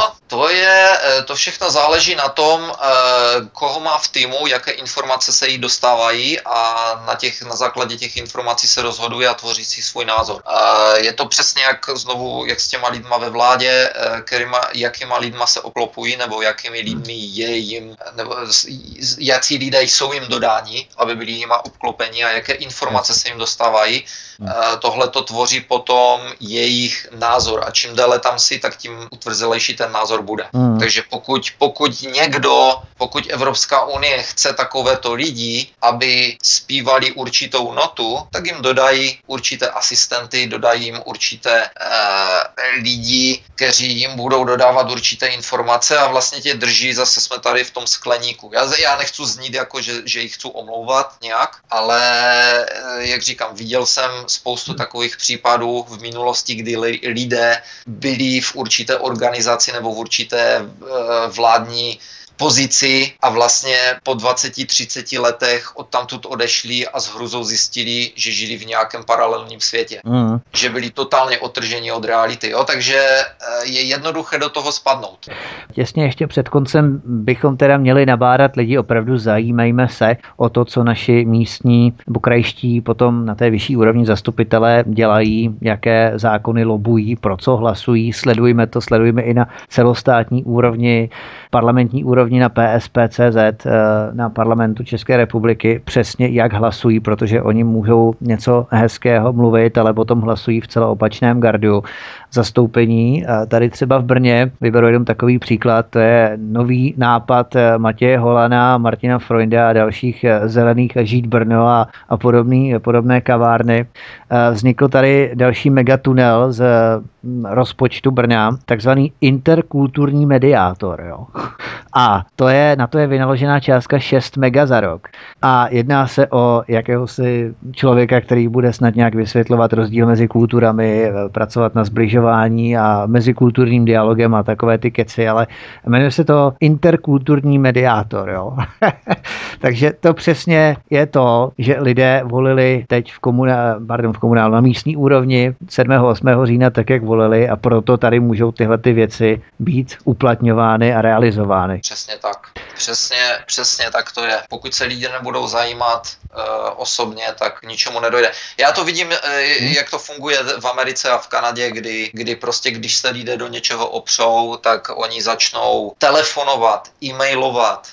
To všechno záleží na tom, koho má v týmu, jaké informace se jí dostávají a na základě těch informací se rozhoduje a tvoří si svůj názor. Je to přesně jak s těma lidma ve vládě, jakýma lidma se oklopují, nebo jakými lidmi nebo jací lidé jsou jim dodáni, aby byli jima obklopeni a jaké informace se jim dostávají. Tohle to tvoří potom jejich názor a čím déle tam si, tak tím utvrzelejší ten názor bude. Takže pokud pokud Evropská unie chce takovéto lidi, aby zpívali určitou notu, tak jim dodají určité asistenty, dodají jim určité lidi, kteří jim budou dodávat určité informace a vlastně tě drží, zase jsme tady v tom skleníku. Já nechci znít jako, že jich chci omlouvat nějak, ale jak říkám, viděl jsem spoustu takových případů v minulosti, kdy lidé byli v určité organizaci nebo v určité vládní pozici a vlastně po 20-30 letech odtamtud odešli a s hrůzou zjistili, že žili v nějakém paralelním světě. Že byli totálně odtrženi od reality. Jo? Takže je jednoduché do toho spadnout. Těsně ještě před koncem bychom teda měli nabádat lidi, opravdu zajímejme se o to, co naši místní nebo krajští potom na té vyšší úrovni zastupitelé dělají, jaké zákony lobují, pro co hlasují, sledujme i na celostátní úrovni, parlamentní úrovni na PSP.cz, na parlamentu České republiky, přesně jak hlasují, protože oni můžou něco hezkého mluvit, ale potom hlasují v celoopačném gardu. Zastoupení tady třeba v Brně, vyberu jenom takový příklad, to je nový nápad Matěje Holana, Martina Freunda a dalších zelených Žít Brno a podobné kavárny. Vznikl tady další megatunel z rozpočtu Brna, takzvaný interkulturní mediátor. Jo. A na to je vynaložená částka 6 mega za rok. A jedná se o jakéhosi člověka, který bude snad nějak vysvětlovat rozdíl mezi kulturami, pracovat na zbližování a mezikulturním dialogem a takové ty keci, ale jmenuje se to interkulturní mediátor. Jo. Takže to přesně je to, že lidé volili teď v komunálu na místní úrovni 7. 8. října tak, jak volili, a proto tady můžou tyhle ty věci být uplatňovány a realizovány. Přesně tak. Přesně tak to je. Pokud se lidé nebudou zajímat osobně, tak k ničemu nedojde. Já to vidím, jak to funguje v Americe a v Kanadě, kdy prostě, když se lidé do něčeho opřou, tak oni začnou telefonovat, e-mailovat,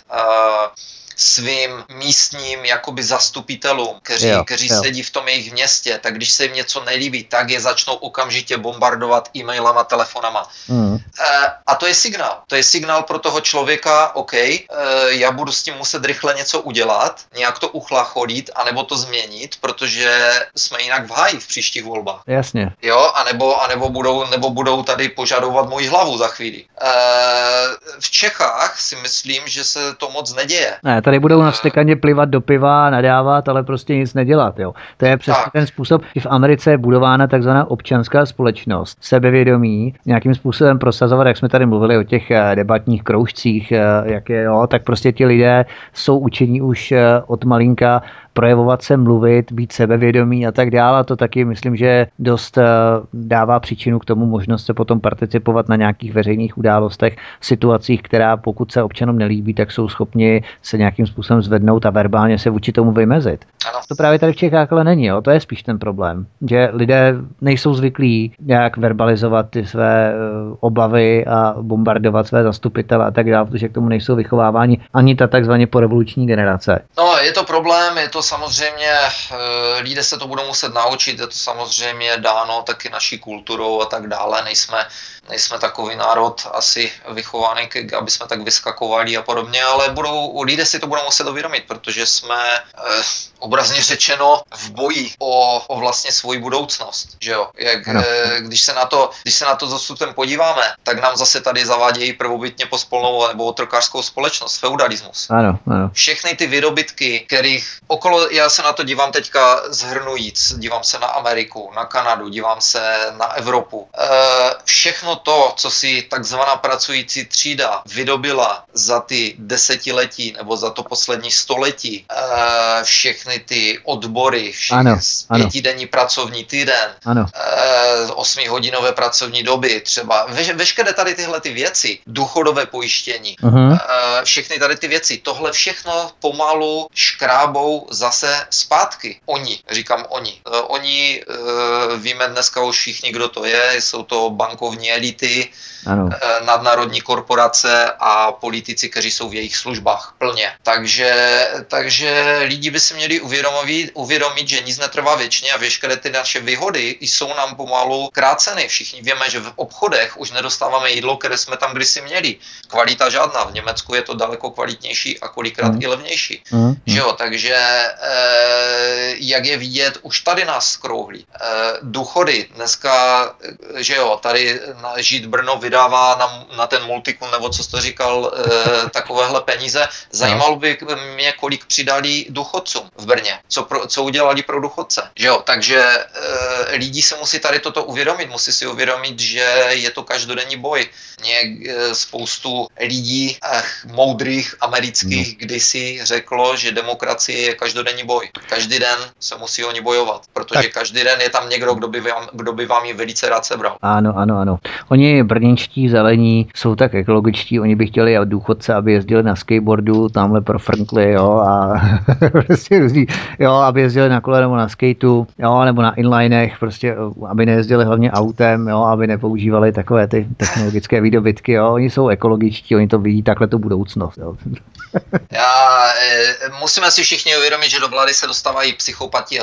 svým místním jakoby zastupitelům, kteří sedí v tom jejich městě, tak když se jim něco nelíbí, tak je začnou okamžitě bombardovat e-mailama, telefonama. A to je signál. To je signál pro toho člověka, OK, já budu s tím muset rychle něco udělat, nějak to uchlacholit, anebo to změnit, protože jsme jinak v háji v příštích volbách. Jasně. Jo, anebo budou tady požadovat moji hlavu za chvíli. V Čechách si myslím, že se to moc neděje. Ne, tady budou na vstekaně plivat do piva a nadávat, ale prostě nic nedělat. Jo. To je přesně ten způsob, že v Americe je budována takzvaná občanská společnost, sebevědomí, nějakým způsobem prosazovat, jak jsme tady mluvili o těch debatních kroužcích, tak prostě ti lidé jsou učení už od malinka projevovat se, mluvit, být sebevědomí a tak dále. A to taky myslím, že dost dává příčinu k tomu možnost se potom participovat na nějakých veřejných událostech, situacích, která pokud se občanům nelíbí, tak jsou schopni se nějakým způsobem zvednout a verbálně se vůči tomu vymezit. Ano. To právě tady v Čechách ale není, jo? To je spíš ten problém, že lidé nejsou zvyklí nějak verbalizovat ty své obavy a bombardovat své zastupitele a tak dále, protože k tomu nejsou vychováváni ani ta takzvaně porevoluční generace. No, je to problém, je to samozřejmě, lidé se to budou muset naučit, je to samozřejmě dáno taky naší kulturou a tak dále, nejsme takový národ asi vychovaný, aby jsme tak vyskakovali a podobně, ale lidé si to budou muset uvědomit, protože jsme obrazně řečeno v boji o vlastně svoji budoucnost, že jo. Když se na to s osudem podíváme, tak nám zase tady zavádějí prvobytně pospolnou nebo otrokářskou společnost, feudalismus. Ano. Všechny ty výdobytky, kterých okolo, já se na to dívám teďka zhrnujíc, dívám se na Ameriku, na Kanadu, dívám se na Evropu. Všechno to, co si takzvaná pracující třída vydobila za ty desetiletí nebo za to poslední století, všechny ty odbory, pětidenní pracovní týden, 8hodinové pracovní doby, třeba veškeré tady tyhle ty věci, důchodové pojištění, všechny tady ty věci, tohle všechno pomalu škrábou zase zpátky. Oni, víme dneska už všichni, kdo to je, jsou to bankovní elity, ano. nadnárodní korporace a politici, kteří jsou v jejich službách plně. Takže lidi by si měli uvědomit, že nic netrvá věčně a veškeré ty naše výhody jsou nám pomalu kráceny. Všichni víme, že v obchodech už nedostáváme jídlo, které jsme tam kdysi měli. Kvalita žádná. V Německu je to daleko kvalitnější a kolikrát i levnější. Že jo? Takže jak je vidět, už tady nás skrouhlí. Důchody dneska, že jo, tady Žít Brno vydává na ten multikum, nebo co jsi říkal, takovéhle peníze. Zajímalo by mě, kolik přidali důchodcům v Brně. Co udělali pro důchodce. Že jo? Takže lidi se musí tady toto uvědomit. Musí si uvědomit, že je to každodenní boj. Spoustu lidí moudrých amerických kdysi řeklo, že demokracie je každodenní boj. Každý den se musí o ní bojovat, protože každý den je tam někdo, kdo by vám ji velice rád sebral. Ano. Oni brněnští zelení jsou tak ekologičtí, oni by chtěli důchodce, aby jezdili na skateboardu, tamhle profrnkli, jo, a prostě různý, jo, aby jezdili na kole nebo na skateu, jo, nebo na inlinech, prostě, aby nejezdili hlavně autem, jo, aby nepoužívali takové ty technologické výdobytky, jo, oni jsou ekologičtí, oni to vidí takhle tu budoucnost, jo. Musíme si všichni uvědomit, že do vlády se dostávají psychopaté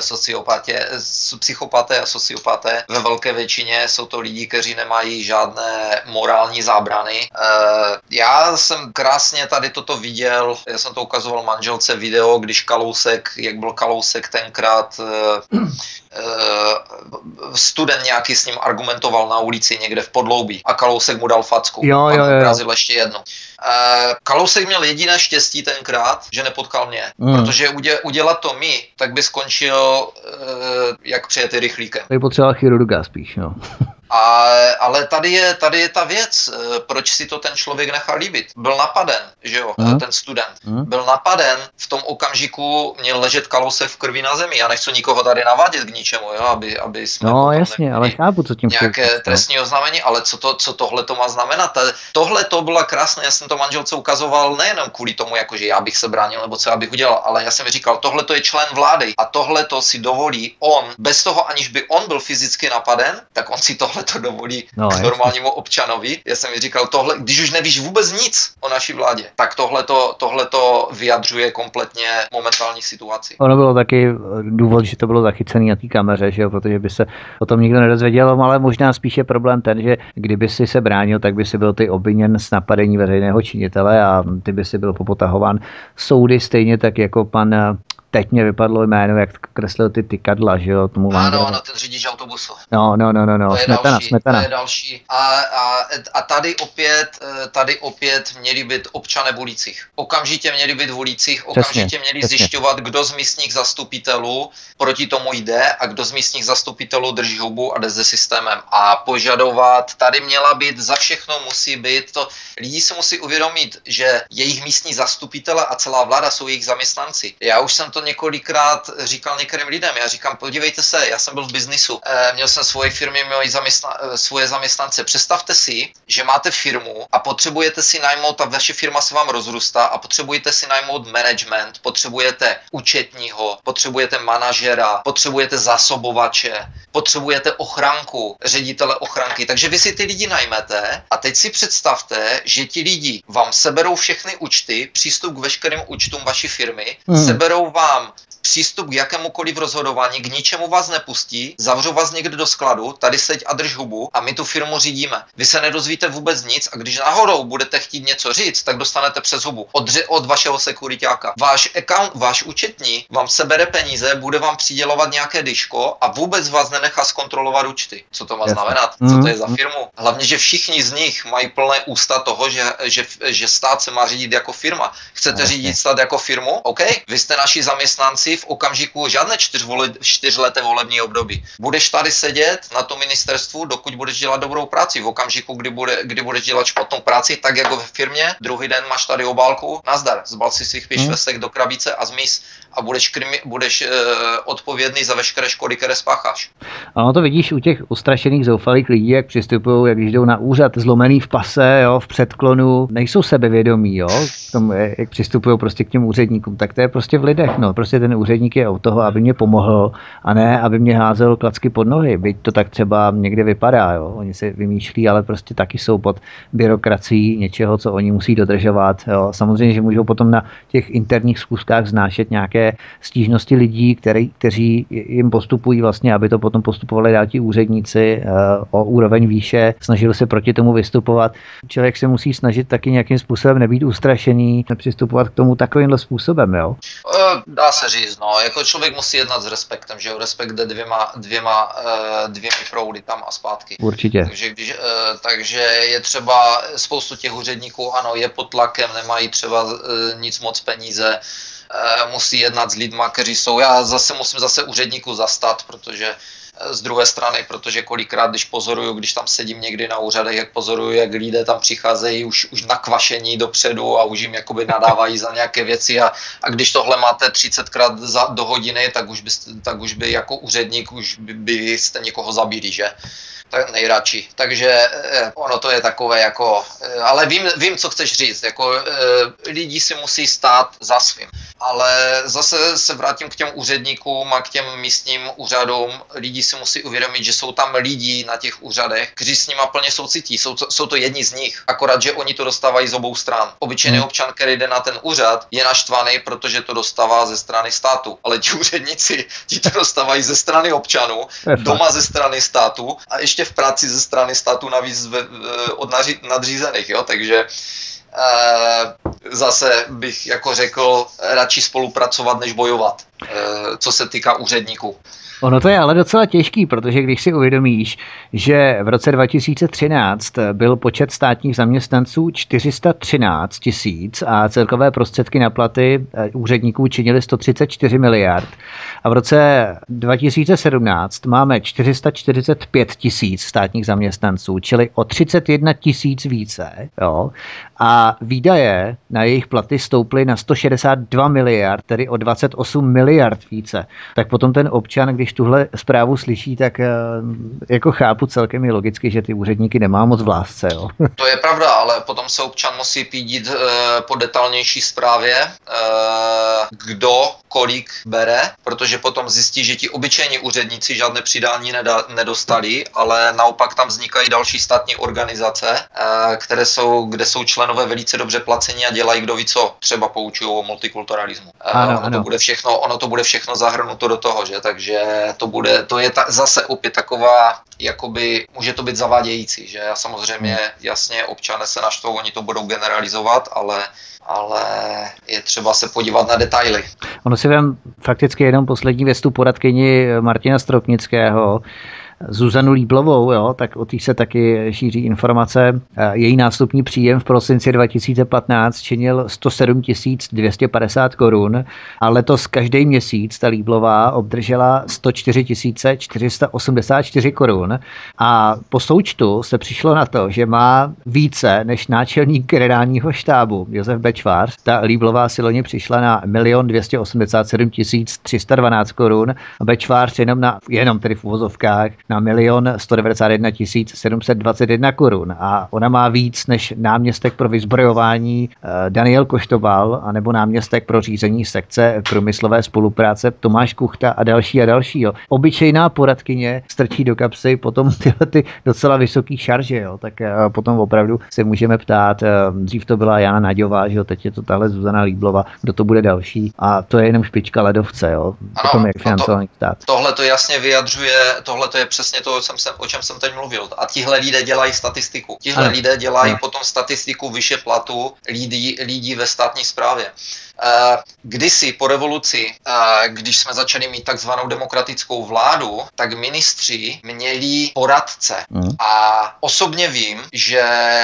a sociopaté. Ve velké většině jsou to lidi, kteří nemají žádné morální zábrany. Já jsem krásně tady toto viděl, já jsem to ukazoval manželce video, jak byl Kalousek tenkrát, student nějaký s ním argumentoval na ulici někde v Podloubí a Kalousek mu dal facku. Jo. Ukázal ještě jednu. Kalousek měl jediné štěstí tenkrát, že nepotkal mě, protože udělat to my, tak by skončil jak přijetý rychlíkem. Tady potřeboval chirurga spíš, no. Ale tady je ta věc, proč si to ten člověk nechal líbit. Byl napaden, že jo, ten student. Byl napaden, v tom okamžiku měl ležet Kalousek v krvi na zemi. Já nechci nikoho tady navádět k ničemu, jo, aby jsme... No jasně, ale chápu, co tím nějaké trestní oznámení, ale co tohle to má znamenat? Tohle to byla krásné, já jsem to manželce ukazoval nejenom kvůli tomu, jakože já bych se bránil, nebo co já bych udělal, ale já jsem říkal, tohle to je člen vlády a tohle to si dovolí on, bez toho, aniž by on byl fyzicky napaden, tak on si tohle to dovolí k normálnímu občanovi. Já jsem mi říkal, tohle, když už nevíš vůbec nic o naší vládě, tak tohle to vyjadřuje kompletně momentální situaci. Ono bylo taky důvod, že to bylo zachycené na té kameře, že jo, protože by se o tom nikdo nedozvěděl, ale možná spíše problém ten, že kdyby si se bránil, tak by si byl ty obviněn z napadení veřejného činitele a ty by si byl popotahován soudy stejně tak jako pan... Teď mě vypadlo jméno, jak kreslil ty tykadla, že jo, tomu vám... Ano, ten řidič autobusu. No, Smetana. To je další. A tady opět měli být občané v ulicích. Okamžitě měli být v ulicích, okamžitě měli zjišťovat, kdo z místních zastupitelů proti tomu jde a kdo z místních zastupitelů drží hubu a jde se systémem. A požadovat, tady měla být, za všechno musí být to... Lidi se musí uvědomit, že jejich místní zastupitelé a celá vláda jsou jejich zaměstnanci. Já už jsem to několikrát říkal některým lidem. Já říkám, podívejte se, já jsem byl v biznisu, měl jsem svoje firmy, svoje zaměstnance. Představte si, že máte firmu a potřebujete si najmout, a vaše firma se vám rozrůstá a potřebujete si najmout management, potřebujete účetního, potřebujete manažera, potřebujete zásobovače, potřebujete ochranku, ředitele ochranky. Takže vy si ty lidi najmete a teď si představte, že ti lidi vám seberou všechny účty, přístup k veškerým účtům vaší firmy, seberou vám přístup k jakémukoliv rozhodování, k ničemu vás nepustí, zavřou vás někde do skladu, tady seď a drž hubu a my tu firmu řídíme. Vy se nedozvíte vůbec nic a když náhodou budete chtít něco říct, tak dostanete přes hubu od vašeho sekuritáka. Váš účetní vám sebere peníze, bude vám přidělovat nějaké dyško a vůbec vás nenechá zkontrolovat účty. Co to má znamenat? Co to je za firmu? Hlavně, že všichni z nich mají plné ústa toho, že stát se má řídit jako firma. Chcete řídit stát jako firmu? OK, vy jste naši zaměstnanci v okamžiku žádné 4leté volební období. Budeš tady sedět na tom ministerstvu, dokud budeš dělat dobrou práci. V okamžiku, kdy budeš dělat špatnou práci, tak jako ve firmě, druhý den máš tady obálku, nazdar, zbal si svých pěšvestek do krabice a zmiz a budeš odpovědný za veškeré škody, které spácháš. Ano, to vidíš u těch ustrašených zoufalých lidí, jak přistupují, jak když jdou na úřad zlomený v pase, jo, v předklonu, nejsou sebevědomí, jo, v tom, jak přistupují prostě k těm úředníkům, tak to je prostě v lidech, no, prostě ten úředník je od toho, aby mě pomohl a ne, aby mě házel klacky pod nohy. Byť to tak třeba někde vypadá, jo. Oni si vymýšlí, ale prostě taky jsou pod byrokracií něčeho, co oni musí dodržovat. Jo. Samozřejmě, že můžou potom na těch interních schůzkách znášet nějaké stížnosti lidí, kteří jim postupují vlastně, aby to potom postupovali dál ti úředníci o úroveň výše, snažili se proti tomu vystupovat. Člověk se musí snažit taky nějakým způsobem nebýt ustrašený, nepřistupovat k tomu takovýmhle způsobem, jo? Dá se říct, no, jako člověk musí jednat s respektem, že jo, respekt jde dvěmi proudy tam a zpátky. Určitě. Takže je třeba spoustu těch úředníků, ano, je pod tlakem, nemají třeba nic moc peníze, musí jednat s lidma, kteří jsou, já musím úředníků zastat, protože z druhé strany, protože kolikrát, když tam sedím někdy na úřadech, jak pozoruju, jak lidé tam přicházejí už nakvašení dopředu a už jim jakoby nadávají za nějaké věci a když tohle máte 30krát do hodiny, tak už by jako úředník už byste někoho zabili, že? Tak nejradši. Takže ono to je takové jako, ale vím, co chceš říct, jako lidi si musí stát za svým. Ale zase se vrátím k těm úředníkům a k těm místním úřadům. Lidi si musí uvědomit, že jsou tam lidi na těch úřadech, kteří s nima plně soucití. Jsou to jedni z nich. Akorát, že oni to dostávají z obou stran. Obyčejný občan, který jde na ten úřad, je naštvaný, protože to dostává ze strany státu. Ale ti úředníci, ti to dostávají ze strany občanů, doma ze strany státu a ještě v práci ze strany státu navíc od nadřízených. Jo? Takže zase bych jako řekl, radši spolupracovat, než bojovat, co se týká úředníků. Ono to je ale docela těžký, protože když si uvědomíš, že v roce 2013 byl počet státních zaměstnanců 413 000 a celkové prostředky na platy úředníků činily 134 miliard a v roce 2017 máme 445 000 státních zaměstnanců, čili o 31 000 více, jo, a výdaje na jejich platy stouply na 162 miliard, tedy o 28 miliard více. Tak potom ten občan, když tuhle zprávu slyší, tak jako chápu celkem i logicky, že ty úředníky nemá moc v lásce. Jo. To je pravda, ale potom se občan musí pídit po detailnější zprávě, kdo kolik bere, protože potom zjistí, že ti obyčejní úředníci žádné přidání nedostali, ale naopak tam vznikají další státní organizace, kde jsou členové velice dobře placení a dělají kdo ví co, třeba poučují o multikulturalismu. Ono to bude všechno zahrnuto do toho, že? Takže to je zase opět taková, jakoby, může to být zavádějící, že? A samozřejmě jasně občané se naštvou, oni to budou generalizovat, ale je třeba se podívat na detaily. Ono si vem fakticky jenom poslední věstu poradkyni Martina Stropnického, Zuzanu Líblovou, jo, tak o té se taky šíří informace. Její nástupní příjem v prosinci 2015 činil 107 250 korun a letos každý měsíc ta Líblová obdržela 104 484 korun a po součtu se přišlo na to, že má více než náčelník generálního štábu Josef Bečvář. Ta Líblová si loni přišla na 1 287 312 korun a Bečvář jenom tedy v uvozovkách na 1 191 721 korun a ona má víc než náměstek pro vyzbrojování Daniel Koštobal anebo náměstek pro řízení sekce průmyslové spolupráce Tomáš Kuchta a další. Jo. Obyčejná poradkyně strčí do kapsy potom tyhle ty docela vysoký šarže, jo. Tak potom opravdu se můžeme ptát, dřív to byla Jana Naďová, že jo, teď je to tahle Zuzana Líblová, kdo to bude další a to je jenom špička ledovce, jo. Potom jak financovaný stát. Tohle to jasně vyjadřuje, tohle to je přesně to, o čem jsem teď mluvil. A tihle lidé dělají statistiku. Lidé dělají potom statistiku vyše platu lidí ve státní správě. Kdysi po revoluci, když jsme začali mít takzvanou demokratickou vládu, tak ministři měli poradce. A osobně vím, že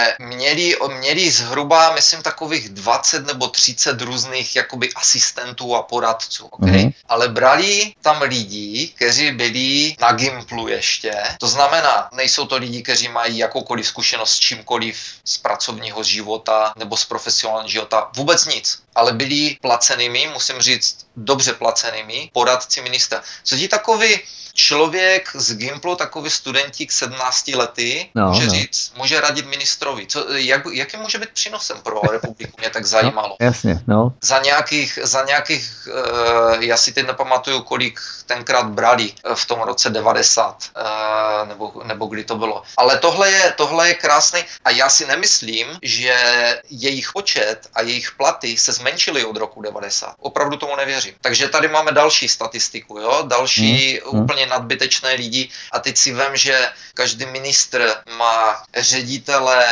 měli zhruba, myslím, takových 20 nebo 30 různých jakoby asistentů a poradců. Okay? Ale brali tam lidi, kteří byli na Gimplu ještě. To znamená, nejsou to lidi, kteří mají jakoukoliv zkušenost s čímkoliv z pracovního života nebo z profesionálního života. Vůbec nic. Ale byli placenými, musím říct, dobře placenými poradci ministra. Co ti takový člověk z Gimplu, takový studentík 17 lety, může radit ministrovi? Jaký může být přínosem pro republiku? Mě tak zajímalo. Jasně, Za nějakých já si teď nepamatuju, kolik tenkrát brali v tom roce 90, nebo kdy to bylo. Ale tohle je krásný a já si nemyslím, že jejich počet a jejich platy se zmenšily od roku 90. Opravdu tomu nevěřím. Takže tady máme další statistiku, další úplně nadbytečné lidi a teď si vem, že každý ministr má ředitele,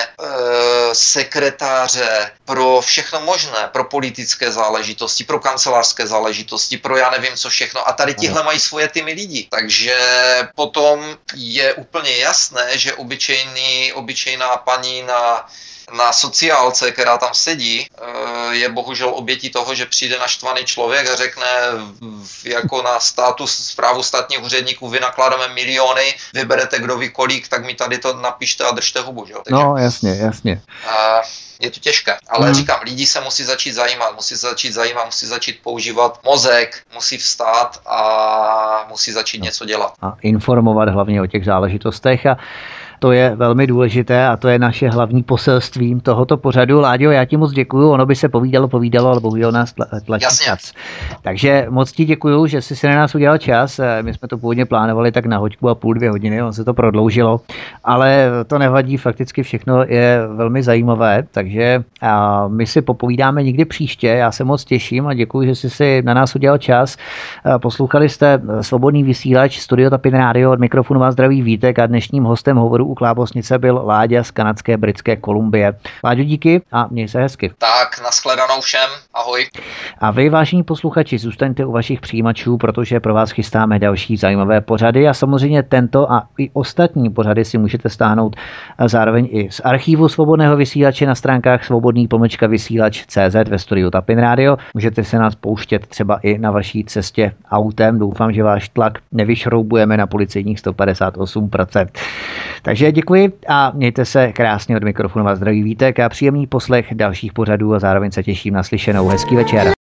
sekretáře pro všechno možné, pro politické záležitosti, pro kancelářské záležitosti, pro já nevím co všechno a tady tihle mají svoje týmy lidí. Takže potom je úplně jasné, že obyčejná paní na sociálce, která tam sedí, je bohužel obětí toho, že přijde naštvaný člověk a řekne jako na správu státních úředníků vynakládáme miliony, vyberete kdo ví kolik, tak mi tady to napište a držte hubu. Že? Takže, jasně. Je to těžké, ale říkám, lidi se musí začít zajímat, musí začít používat mozek, musí vstát a musí začít něco dělat. A informovat hlavně o těch záležitostech a to je velmi důležité a to je naše hlavní poselství tohoto pořadu. Láďo, já ti moc děkuju, ono by se povídalo, ale bohužel nás tlačí čas. Takže moc ti děkuju, že jsi si na nás udělal čas. My jsme to původně plánovali tak na hoďku a půl, 2 hodiny, on se to prodloužilo, ale to nevadí, fakticky všechno je velmi zajímavé, takže my si popovídáme někdy příště, já se moc těším a děkuju, že jsi si na nás udělal čas. Poslouchali jste Svobodný vysílač, Studio Tapin Radio, od mikrofonu vás zdraví Vítek a dnešním hostem hovoru u Klábosnice byl Láďa z kanadské Britské Kolumbie. Láďo, díky a měj se hezky. Tak, nashledanou všem, ahoj. A vy, vážení posluchači, zůstaňte u vašich přijímačů, protože pro vás chystáme další zajímavé pořady a samozřejmě tento a i ostatní pořady si můžete stáhnout zároveň i z archívu Svobodného vysílače na stránkách svobodný-vysílač.cz ve Studiu Tapin Radio. Můžete se nás pouštět třeba i na vaší cestě autem. Doufám, že váš tlak nevyšroubujeme na policejních 158%. Takže děkuji a mějte se krásně, od mikrofonu vás zdraví Vítek a příjemný poslech dalších pořadů a zároveň se těším na slyšenou. Hezký večer.